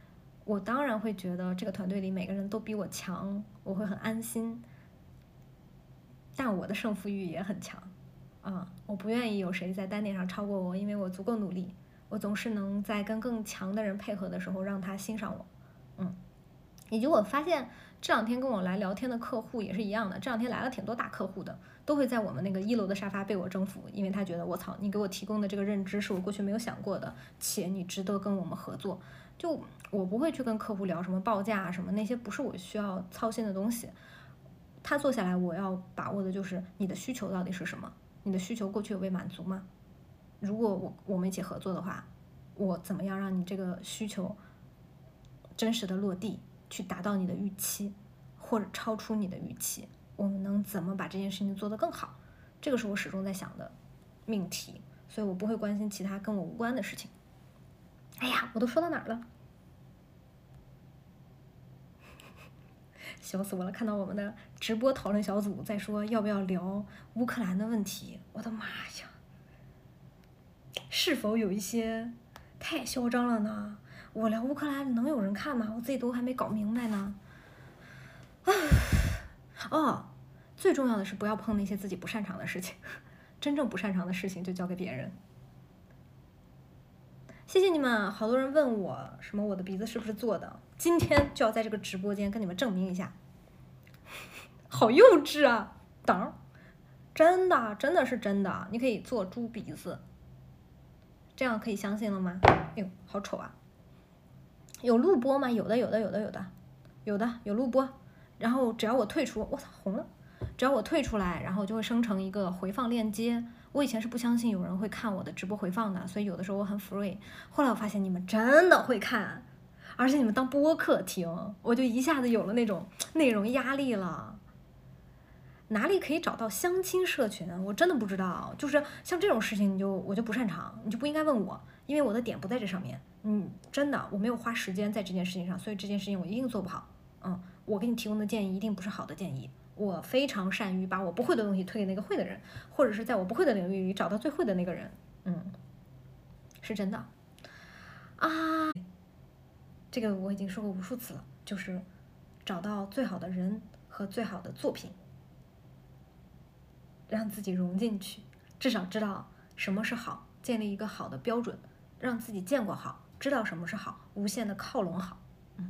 Speaker 1: 我当然会觉得这个团队里每个人都比我强，我会很安心。但我的胜负欲也很强，我不愿意有谁在单点上超过我，因为我足够努力，我总是能在跟更强的人配合的时候让他欣赏我。以及我发现这两天跟我来聊天的客户也是一样的，这两天来了挺多大客户的，都会在我们那个1楼的沙发被我征服，因为他觉得我操，你给我提供的这个认知是我过去没有想过的，且你值得跟我们合作。就我不会去跟客户聊什么报价啊什么，那些不是我需要操心的东西。他坐下来，我要把握的就是你的需求到底是什么，你的需求过去有被满足吗？如果我们一起合作的话，我怎么样让你这个需求真实的落地，去达到你的预期，或者超出你的预期？我们能怎么把这件事情做得更好？这个是我始终在想的命题，所以我不会关心其他跟我无关的事情。哎呀，我都说到哪儿了？笑死我了！看到我们的直播讨论小组在说要不要聊乌克兰的问题，我的妈呀！是否有一些太嚣张了呢？我聊乌克兰能有人看吗？我自己都还没搞明白呢。最重要的是不要碰那些自己不擅长的事情，真正不擅长的事情就交给别人。谢谢你们，好多人问我什么我的鼻子是不是做的，今天就要在这个直播间跟你们证明一下。好幼稚啊，等，真的，真的是真的，你可以做猪鼻子，这样可以相信了吗？哎呦，好丑啊！有录播吗？有的，有录播。然后只要我退出，我操，红了！只要我退出来，然后就会生成一个回放链接。我以前是不相信有人会看我的直播回放的，所以有的时候我很 free。后来我发现你们真的会看，而且你们当播客听，我就一下子有了那种内容压力了。哪里可以找到相亲社群？我真的不知道。就是像这种事情，我就不擅长，你就不应该问我，因为我的点不在这上面。真的，我没有花时间在这件事情上，所以这件事情我一定做不好。我给你提供的建议一定不是好的建议。我非常善于把我不会的东西推给那个会的人，或者是在我不会的领域里找到最会的那个人。是真的啊。这个我已经说过无数次了，就是找到最好的人和最好的作品，让自己融进去，至少知道什么是好，建立一个好的标准，让自己见过好，知道什么是好，无限的靠拢好。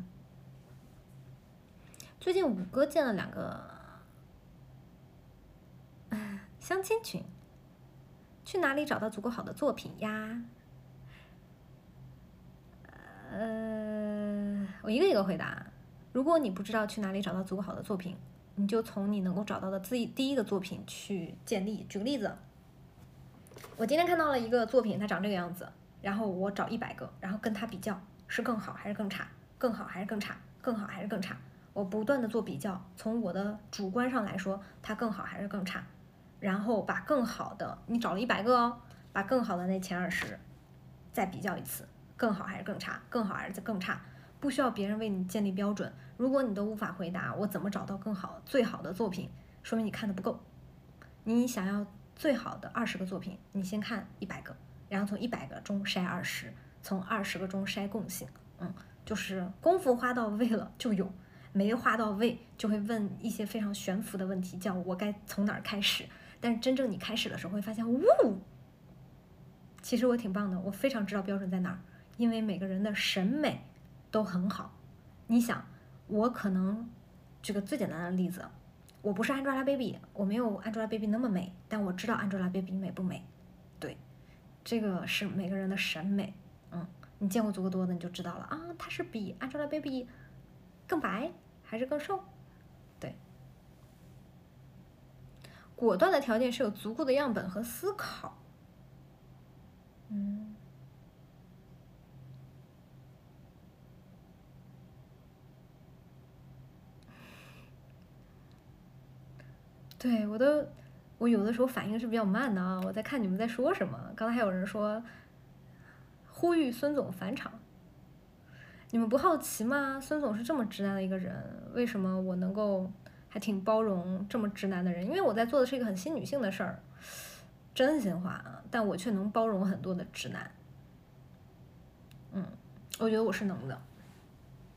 Speaker 1: 最近五哥建了2个相亲群，去哪里找到足够好的作品呀？我一个一个回答。如果你不知道去哪里找到足够好的作品，你就从你能够找到的第一个作品去建立。举个例子，我今天看到了一个作品，它长这个样子，然后我找100个，然后跟它比较，是更好还是更差，更好还是更差，更好还是更差。我不断的做比较，从我的主观上来说，它更好还是更差，然后把更好的，你找了100个哦，把更好的那前20再比较一次，更好还是更差，更好还是更差，不需要别人为你建立标准。如果你都无法回答我怎么找到更好最好的作品，说明你看的不够。你想要最好的20个作品，你先看100个，然后从100个中筛20，从20个中筛共性。就是功夫花到位了就有，没花到位就会问一些非常悬浮的问题，叫我该从哪儿开始。但是真正你开始的时候会发现，其实我挺棒的，我非常知道标准在哪儿，因为每个人的审美都很好。你想，我可能举个最简单的例子，我不是 Angelababy， 我没有 Angelababy 那么美，但我知道 Angelababy 美不美。对，这个是每个人的审美。你见过足够多的，你就知道了啊，她是比 Angelababy 更白还是更瘦？对，果断的条件是有足够的样本和思考。对，我有的时候反应是比较慢的啊，我在看你们在说什么。刚才还有人说呼吁孙总返场，你们不好奇吗？孙总是这么直男的一个人，为什么我能够还挺包容这么直男的人？因为我在做的是一个很新女性的事儿，真心话啊，但我却能包容很多的直男。我觉得我是能的。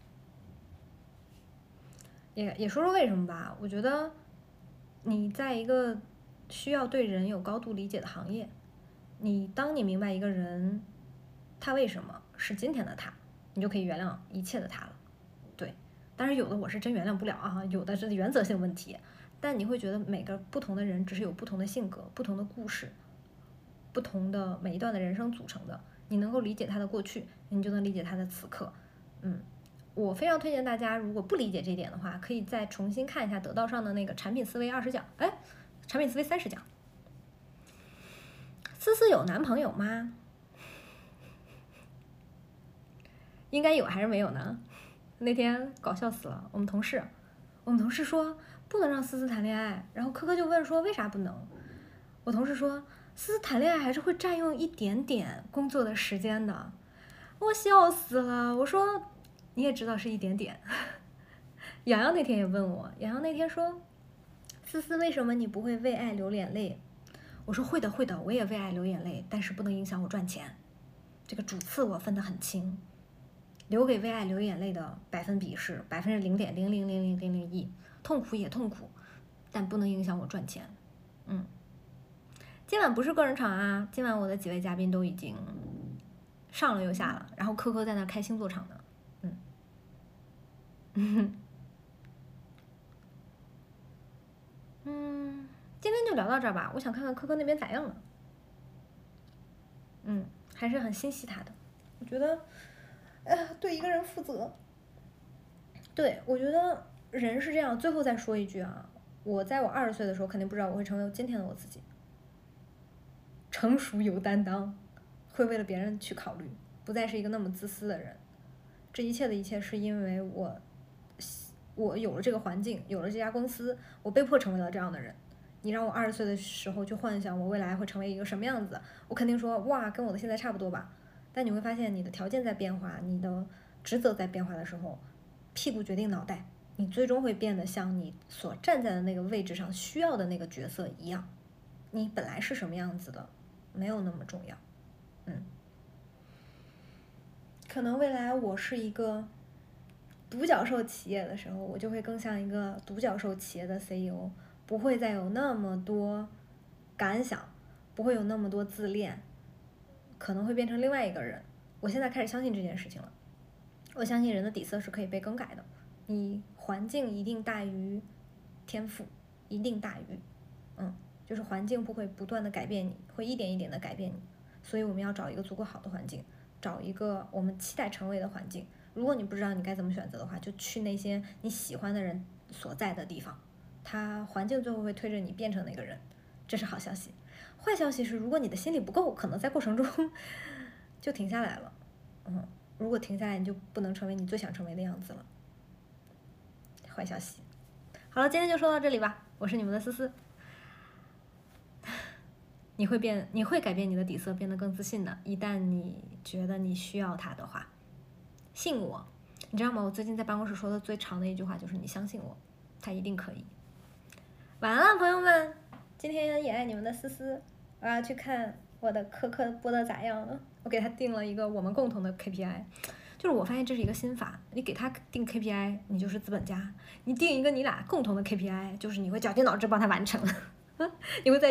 Speaker 1: 也说说为什么吧。我觉得你在一个需要对人有高度理解的行业，当你明白一个人他为什么是今天的他，你就可以原谅一切的他了。对，当然有的我是真原谅不了啊，有的是原则性问题。但你会觉得每个不同的人只是有不同的性格、不同的故事、不同的每一段的人生组成的。你能够理解他的过去，你就能理解他的此刻。我非常推荐大家，如果不理解这一点的话，可以再重新看一下得到上的那个产品思维20讲，产品思维30讲。思思有男朋友吗？应该有还是没有呢？那天搞笑死了，我们同事说不能让思思谈恋爱，然后科科就问说为啥不能？我同事说思思谈恋爱还是会占用一点点工作的时间的，我笑死了。我说你也知道是一点点。洋洋那天也问我，洋洋那天说思思为什么你不会为爱流眼泪？我说会的，我也为爱流眼泪，但是不能影响我赚钱。这个主次我分得很清，留给为爱流眼泪的百分比是0.0000001%，痛苦也痛苦，但不能影响我赚钱。今晚不是个人场啊，今晚我的几位嘉宾都已经上了又下了，然后科科在那开星座场呢。今天就聊到这儿吧，我想看看科科那边咋样了。还是很欣喜他的，我觉得，对一个人负责。对，我觉得人是这样。最后再说一句啊，我在我20岁的时候肯定不知道我会成为今天的我自己。成熟有担当，会为了别人去考虑，不再是一个那么自私的人。这一切的一切是因为我有了这个环境，有了这家公司，我被迫成为了这样的人。你让我20岁的时候去幻想我未来会成为一个什么样子，我肯定说哇，跟我的现在差不多吧。但你会发现你的条件在变化，你的职责在变化的时候，屁股决定脑袋，你最终会变得像你所站在的那个位置上需要的那个角色一样。你本来是什么样子的没有那么重要。可能未来我是一个独角兽企业的时候，我就会更像一个独角兽企业的 CEO， 不会再有那么多感想，不会有那么多自恋，可能会变成另外一个人。我现在开始相信这件事情了，我相信人的底色是可以被更改的，你环境一定大于天赋，一定大于就是环境不会不断的改变你，会一点一点的改变你。所以我们要找一个足够好的环境，找一个我们期待成为的环境。如果你不知道你该怎么选择的话，就去那些你喜欢的人所在的地方，它环境最后会推着你变成那个人，这是好消息。坏消息是，如果你的心理不够，可能在过程中就停下来了。如果停下来，你就不能成为你最想成为的样子了。坏消息。好了，今天就说到这里吧。我是你们的思思。你会改变你的底色，变得更自信的。一旦你觉得你需要它的话，信我。你知道吗？我最近在办公室说的最长的一句话就是你相信我，它一定可以。晚安了，朋友们。今天也爱你们的思思。我要去看我的科科播的咋样了。我给他定了一个我们共同的 KPI， 就是我发现这是一个心法。你给他定 KPI， 你就是资本家；你定一个你俩共同的 KPI， 就是你会绞尽脑汁帮他完成。你会在